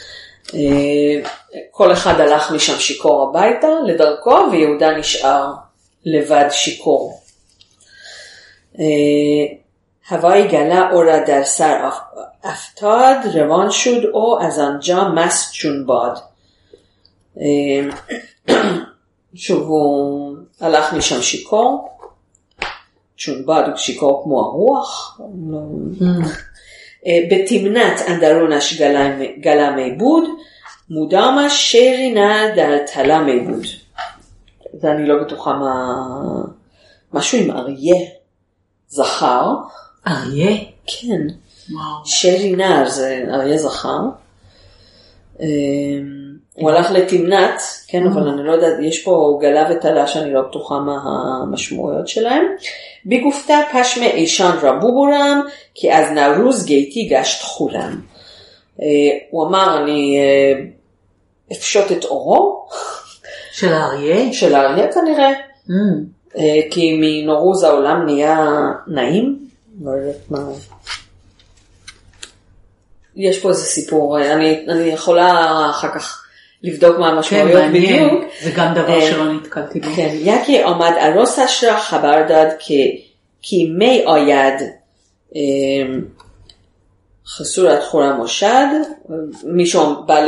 [SPEAKER 2] כל אחד הלך משם שיכור הביתה לדרכו, ויהודה נשאר לבד שיכור. هوای گله او را در سر افتاد، روان شد او از آنجا مست چون باد. שוב הוא הלך משם שיכור, چون باد הוא שיכור כמו הרוח. בתמנת אנדרונש גלה מיבוד, מודמש שרינה در תלה מיבוד. זה אני לא בטוחה משהו עם אריה. זכר.
[SPEAKER 1] אריה?
[SPEAKER 2] כן.
[SPEAKER 1] וואו.
[SPEAKER 2] שרינר זה אריה זכר. הוא הלך לתמנת, כן, אבל אני לא יודעת, יש פה גלה ותלה שאני לא בטוחה מה המשמעויות שלהם. בגופתה פשמה אישן רבו בורם, כי אז נערוז גייתי גשת חולם. הוא אמר, אני אפשוט את אורו.
[SPEAKER 1] של האריה?
[SPEAKER 2] של האריה כנראה. כי מנורוז העולם נהיה נעים. לא יודעת מה. יש פה איזה סיפור, אני יכולה אחר כך לבדוק מה המשמעויות בדיוק.
[SPEAKER 1] זה גם דבר שלא נתקלתי בו.
[SPEAKER 2] כן, יکی עומד ארוסש را خبر داد כי מי آید חסורת חורם ושד. מישהו בא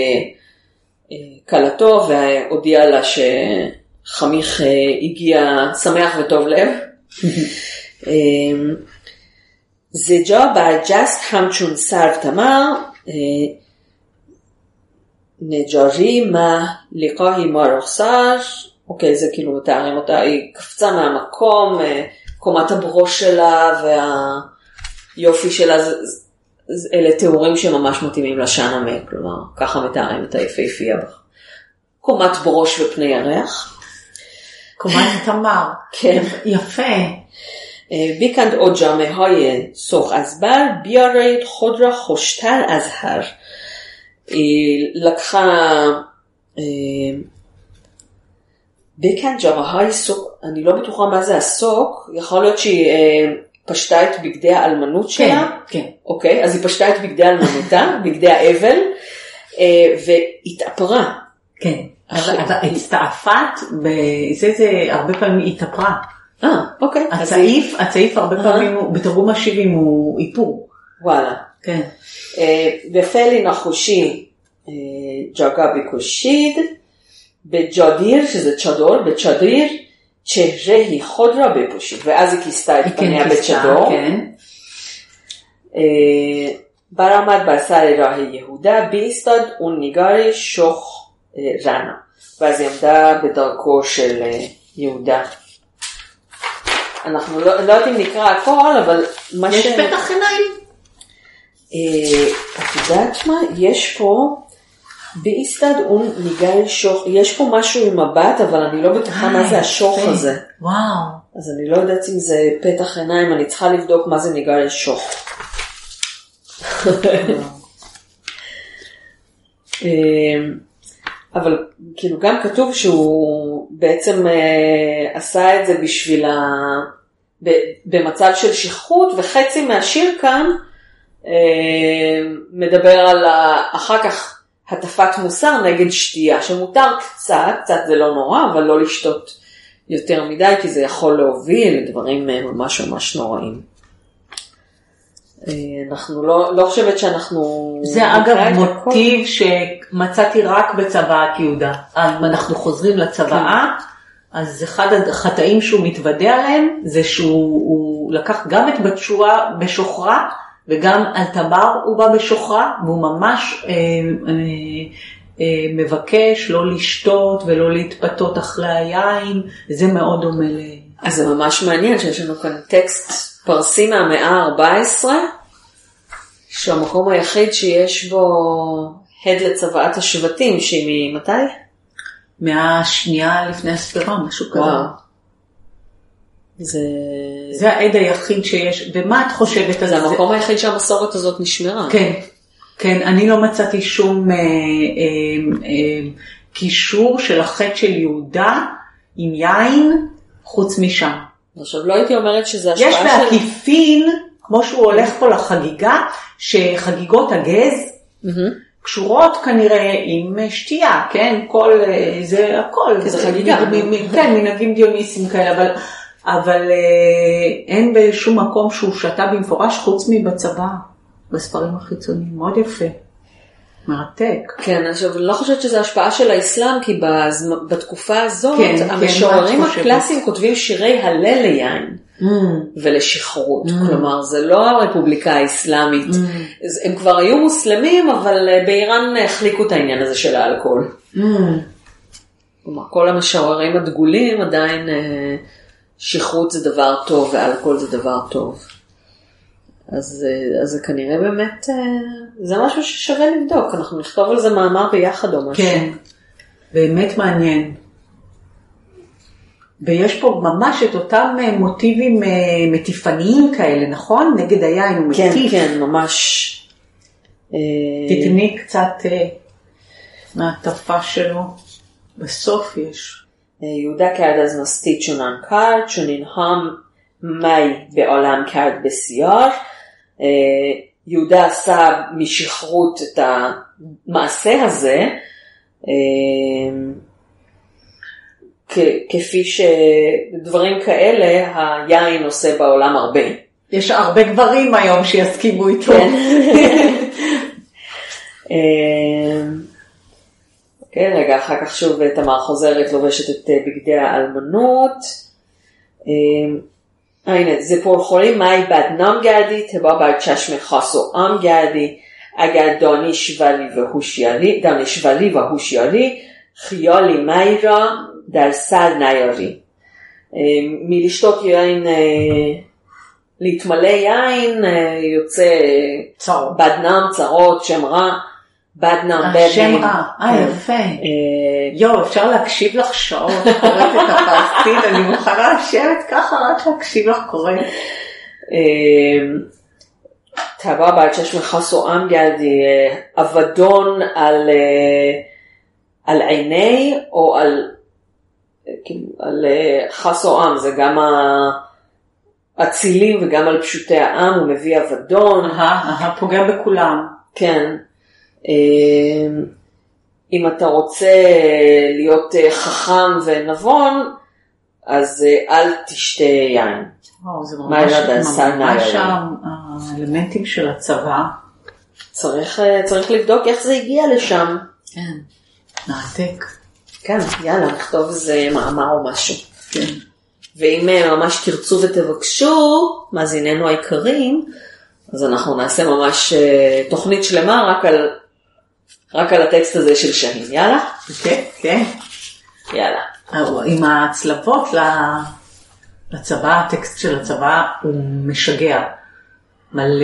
[SPEAKER 2] לקלתו והודיע לה שחמיך הגיע שמח וטוב לב. زجا برجست همچون سرو تمر نجاری ما لقاهی ما رخصر. אוקיי, זה כאילו מתארים אותה, היא קפצה מהמקום, קומת הברוש שלה והיופי שלה, אלה תיאורים שממש מתאימים לשאנמה, כלומר, ככה מתארים את היפהפייה. קומת ברוש ופני ירח.
[SPEAKER 1] קומת תמר.
[SPEAKER 2] כן.
[SPEAKER 1] יפה.
[SPEAKER 2] بیکند او جامعه های سرخ از بر بیارید خود را خوشتر از هر. לקחה بیکند جامعه های סוק, אני לא בטוחה מה זה הסוק, יכול להיות שהיא פשטה את בגדי האלמנות שלה.
[SPEAKER 1] כן.
[SPEAKER 2] אוקיי, אז היא פשטה את בגדי האלמנותה, בגדי האבל, והתאפרה.
[SPEAKER 1] כן, אבל הצטעפת, זה הרבה פעמים התאפרה.
[SPEAKER 2] אוקיי.
[SPEAKER 1] הצעיף הרבה פעמים, בתרגום השיבים הוא איפור.
[SPEAKER 2] וואלה.
[SPEAKER 1] כן.
[SPEAKER 2] בפלי נחושי ג'גה בקושיד, בג'דיר, שזה צ'דור, בצ'דיר, צ'הרה היא חודרה בפושיד, ואז היא כיסתה את פניה בצ'דור.
[SPEAKER 1] כן.
[SPEAKER 2] ברמד בסר רاه יהודה, ביסטד וניגרי שוך רנה. ואז היא עמדה בדרכו של יהודה. אנחנו לא יודעת אם נקרא הכל, אבל מה
[SPEAKER 1] יש פתח עיניים?
[SPEAKER 2] את יודעת מה? יש פה באיסטד וניגרי שוך, יש פה משהו עם מבט, אבל אני לא בטוחה מה זה השוך הזה.
[SPEAKER 1] וואו.
[SPEAKER 2] אז אני לא יודעת אם זה פתח עיניים, אני צריכה לבדוק מה זה ניגרי שוך. אבל כאילו גם כתוב שהוא בעצם עשה את זה בשביל במצב של שכרות, וחצי מהשיר כאן מדבר על אחר כך הטפת מוסר נגד שתייה, שמותר קצת זה לא נורא, אבל לא לשתות יותר מדי, כי זה יכול להוביל לדברים ממש ממש נוראים. אנחנו לא חושבת שאנחנו...
[SPEAKER 1] זה אגב מוטיב שמצאתי רק בצוואת יהודה. אם אנחנו חוזרים לצוואה, אז אחד החטאים שהוא מתוודע עליהם, זה שהוא לקח גם את בת שבע בשוחרה, וגם על תמר הוא בא בשוחרה, והוא ממש מבקש לא לשתות ולא להתפתות אחרי היין, זה מאוד דומה ל...
[SPEAKER 2] אז זה ממש מעניין שיש לנו כאן טקסט פרסי מהמאה ה-14, שהמקום היחיד שיש בו הד לצוואת השבטים, שהיא ממתי?
[SPEAKER 1] מאה שנייה לפני הספירה, משהו כזה. זה העד היחיד שיש, ומה את חושבת על זה?
[SPEAKER 2] זה המקום היחיד שהמסורת הזאת נשמרה.
[SPEAKER 1] כן, אני לא מצאתי שום קישור של החטא של יהודה עם יין חוץ משם.
[SPEAKER 2] עכשיו לא הייתי אומרת שזה השפעה
[SPEAKER 1] יש בעקיפין, כמו שהוא הולך פה לחגיגה, שחגיגות הגז קשורות כנראה עם שתייה, כן? זה הכל.
[SPEAKER 2] זה חגיגה.
[SPEAKER 1] כן, מנהגים דיוניסים כאלה, אבל אין בשום מקום שהוא שתה במפורש חוץ מבצבא, בספרים החיצוניים. מאוד יפה. מרתק.
[SPEAKER 2] כן, עכשיו אני לא חושבת שזה השפעה של האסלאם, כי בתקופה הזאת המשוררים הקלאסיים כותבים שירי הלל ליין ולשחרות. כלומר, זה לא הרפובליקה האסלאמית. הם כבר היו מוסלמים, אבל באיראן החליקו את העניין הזה של האלכוהול. כלומר, כל המשוררים הדגולים עדיין שחרות זה דבר טוב ואלכוהול זה דבר טוב. אז זה כנראה באמת, זה משהו ששווה לבדוק, אנחנו נכתוב על זה מאמר ביחד או משהו.
[SPEAKER 1] כן, באמת מעניין. ויש פה ממש את אותם מוטיבים מטיפניים כאלה, נכון? נגד היין הוא מטיף.
[SPEAKER 2] כן, ממש.
[SPEAKER 1] תתני קצת מהטפה שלו, בסוף יש.
[SPEAKER 2] יהודה کرد از مستی چنان کرد چنین هم می به عالم کرد بسیار. יהודה עשה משחרות את המעשה הזה, כפי שדברים כאלה היין עושה בעולם הרבה.
[SPEAKER 1] יש הרבה גברים היום שיסכימו איתו.
[SPEAKER 2] כן, רגע, אחר כך שוב תמר חוזרת לובשת את בגדי האלמנות. הנה, זה פול חולי, מי بدنام گردی تبا بر چشم خاص و عام گردی اگر دانشوری و هوشیاری خیالی می را در سر نیاری. מלשתות יין, להתמלא יין, יוצא בדנם, צרות, שם רע, בדנם,
[SPEAKER 1] שם רע, יפה. אפשר להקשיב לך שעות, קוראת את הפרסית, אני מוכנה לשבת ככה, רק להקשיב לך קוראת.
[SPEAKER 2] תבע בעד ששמך סועם גלדי, אבדון על עיני, או על חסועם, זה גם הצילים וגם על פשוטי העם, הוא מביא אבדון.
[SPEAKER 1] פוגע בכולם.
[SPEAKER 2] כן. אם אתה רוצה להיות חכם ונבון, אז אל תשתה יין.
[SPEAKER 1] זה ממש האלמנטים של הצבא.
[SPEAKER 2] צריך לבדוק איך זה הגיע לשם.
[SPEAKER 1] כן, נעתק.
[SPEAKER 2] כן, יאללה, נכתוב איזה מאמר או משהו.
[SPEAKER 1] כן.
[SPEAKER 2] ואם ממש תרצו ותבקשו, מאזיננו העיקרים, אז אנחנו נעשה ממש תוכנית שלמה רק על הטקסט הזה של שהין. יאללה?
[SPEAKER 1] כן, כן.
[SPEAKER 2] יאללה.
[SPEAKER 1] עם הצלבות לצבא, הטקסט של הצבא הוא משגע. מלא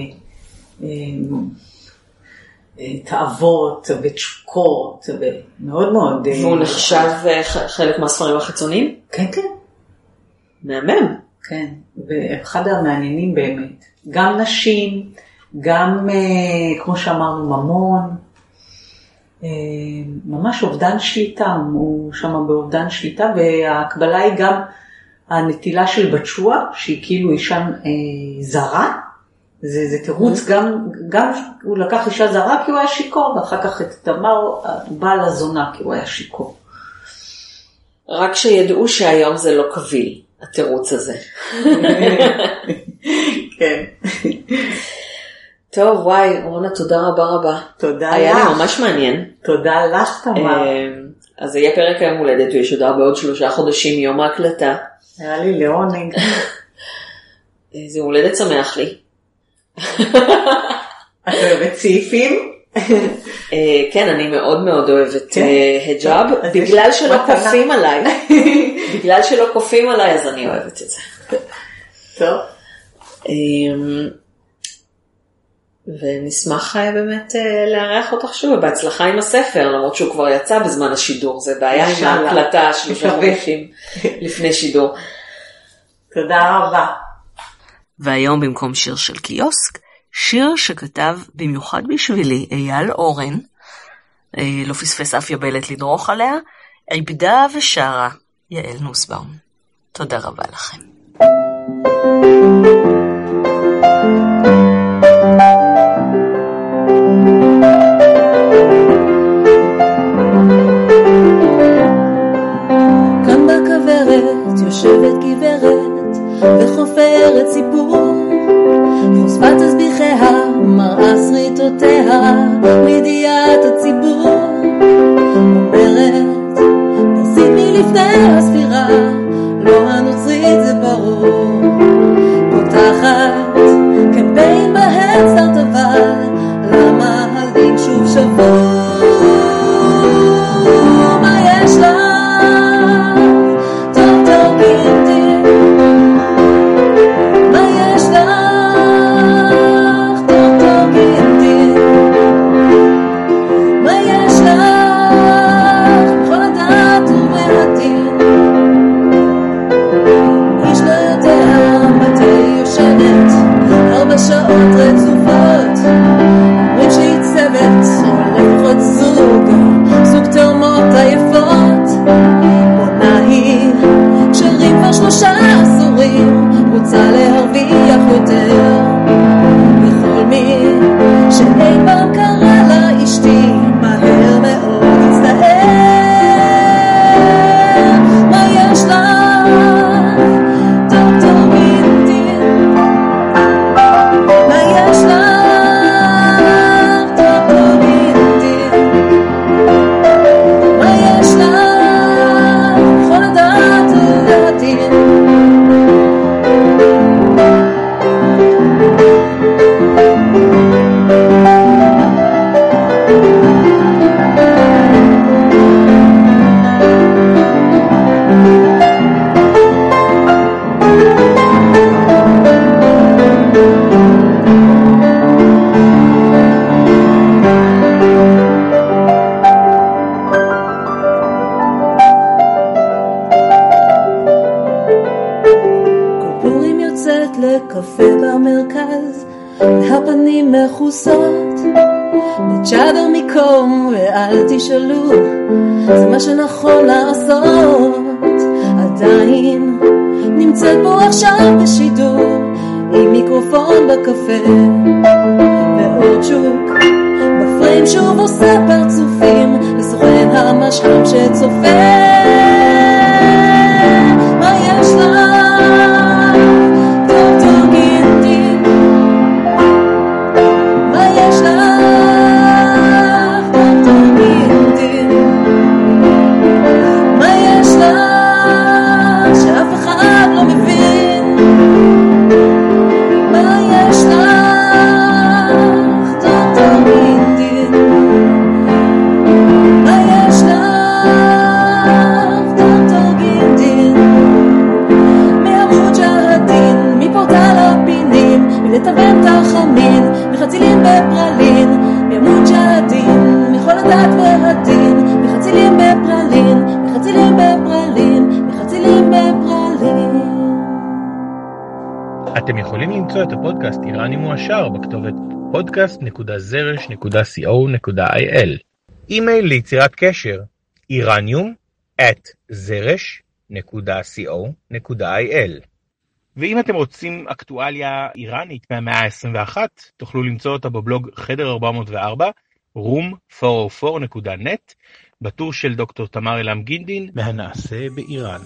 [SPEAKER 1] תאוות ותשוקות, מאוד מאוד.
[SPEAKER 2] והוא נחשב חלק מהספרים החיצוניים?
[SPEAKER 1] כן, כן.
[SPEAKER 2] מהמם.
[SPEAKER 1] כן, ואחד המעניינים באמת. גם נשים, גם כמו שאמרנו ממון, ממש אובדן שליטה, הוא שם באובדן שליטה, והקבלה היא גם הנטילה של בצ'וע, שהיא כאילו אישה זרה, זה תירוץ גם הוא לקח אישה זרה כי הוא היה שיקור, ואחר כך את תמר הוא בא לזונה כי הוא היה שיקור.
[SPEAKER 2] רק שידעו שהיום זה לא קביל, התירוץ הזה.
[SPEAKER 1] כן.
[SPEAKER 2] טוב, וואי, רונה, תודה רבה רבה.
[SPEAKER 1] תודה לך.
[SPEAKER 2] היה לי ממש מעניין.
[SPEAKER 1] תודה לך, תמר.
[SPEAKER 2] אז יהיה פרק היום הולדת, הוא ישודר בעוד 3 חודשים מיום ההקלטה.
[SPEAKER 1] היה לי לעונג.
[SPEAKER 2] זה הולדת שמח לי.
[SPEAKER 1] את אוהבת צעיפים?
[SPEAKER 2] כן, אני מאוד מאוד אוהבת היג'אב, בגלל שלא כופים עליי. בגלל שלא כופים עליי, אז אני אוהבת את זה.
[SPEAKER 1] טוב.
[SPEAKER 2] ונשמח באמת לארח אותך שוב, בהצלחה עם הספר, למרות שהוא כבר יצא בזמן השידור, זה בעיה עם ההקלטה 3 חודשים לפני שידור.
[SPEAKER 1] תודה רבה.
[SPEAKER 2] והיום במקום שיר של קיוסק, שיר שכתב במיוחד בשבילי אייל אורן, לא פספס אף יבלת לדרוך עליה, עיבדה ושרה יעל נוסבאום. תודה רבה לכם.
[SPEAKER 4] כאן בכוורת יושבת גברת וחופרת סיפור, חושפת תסביכיה מראה שריטותיה מידיעת הציבור, אומרת תרסית מלפני הספירה, לא הנוצרית זה ברור, פותחת קמפיין בהדסטארט, אבל למה הלינק שוב שבור? מה יש לה? שעות רצופות, אומרים שהיא צוות, אבל לפחות זוג תאומות עייפות. עונה היא, שרים כבר 3 עשורים, רוצה להרוויח יותר. לכל מי שאי פעם קרא לה אשתי, מהר מאוד הצטער. מה יש לה? בצ'אדר מקום ואל תשאלו, זה מה שנכון לעשות. עדיין נמצאת פה עכשיו בשידור עם מיקרופון בקפה ועוד שוק בפריים שוב עושה פרצופים לסוכן המשחם שצופה. מה יש לה? לטבן תחמין, מחצילים בפרלין, מימות שעדין, מכל הדת והדין, מחצילים בפרלין, מחצילים בפרלין, מחצילים בפרלין.
[SPEAKER 5] אתם יכולים למצוא את הפודקאסט איראני מועשר בכתובת podcast.zrsh.co.il. אימייל ליצירת קשר iranium@zrsh.co.il www.iran.co.il. ואם אתם רוצים אקטואליה איראנית מהמאה ה-21, תוכלו למצוא אותה בבלוג חדר 404, room404.net, בטור של דוקטור תמר אלעם גינדין, מהנעשה באיראן.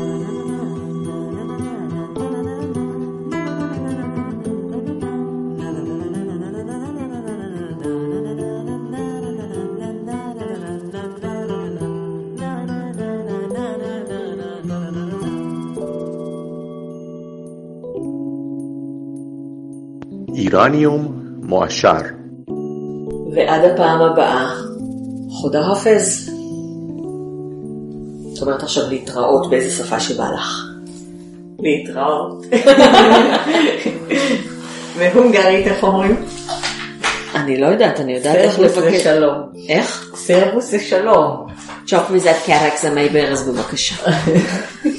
[SPEAKER 3] איראניום מועשר.
[SPEAKER 2] ועד הפעם הבאה, חודה חופז. זאת אומרת עכשיו להתראות באיזה שפה שבא לך.
[SPEAKER 1] להתראות. והונגרית איך אומרים?
[SPEAKER 2] אני לא יודעת, אני יודעת איך לבקש.
[SPEAKER 1] סרבוס זה שלום.
[SPEAKER 2] איך?
[SPEAKER 1] סרבוס זה שלום.
[SPEAKER 2] צ'וק מזאת קרק זה מי ברז בבקשה.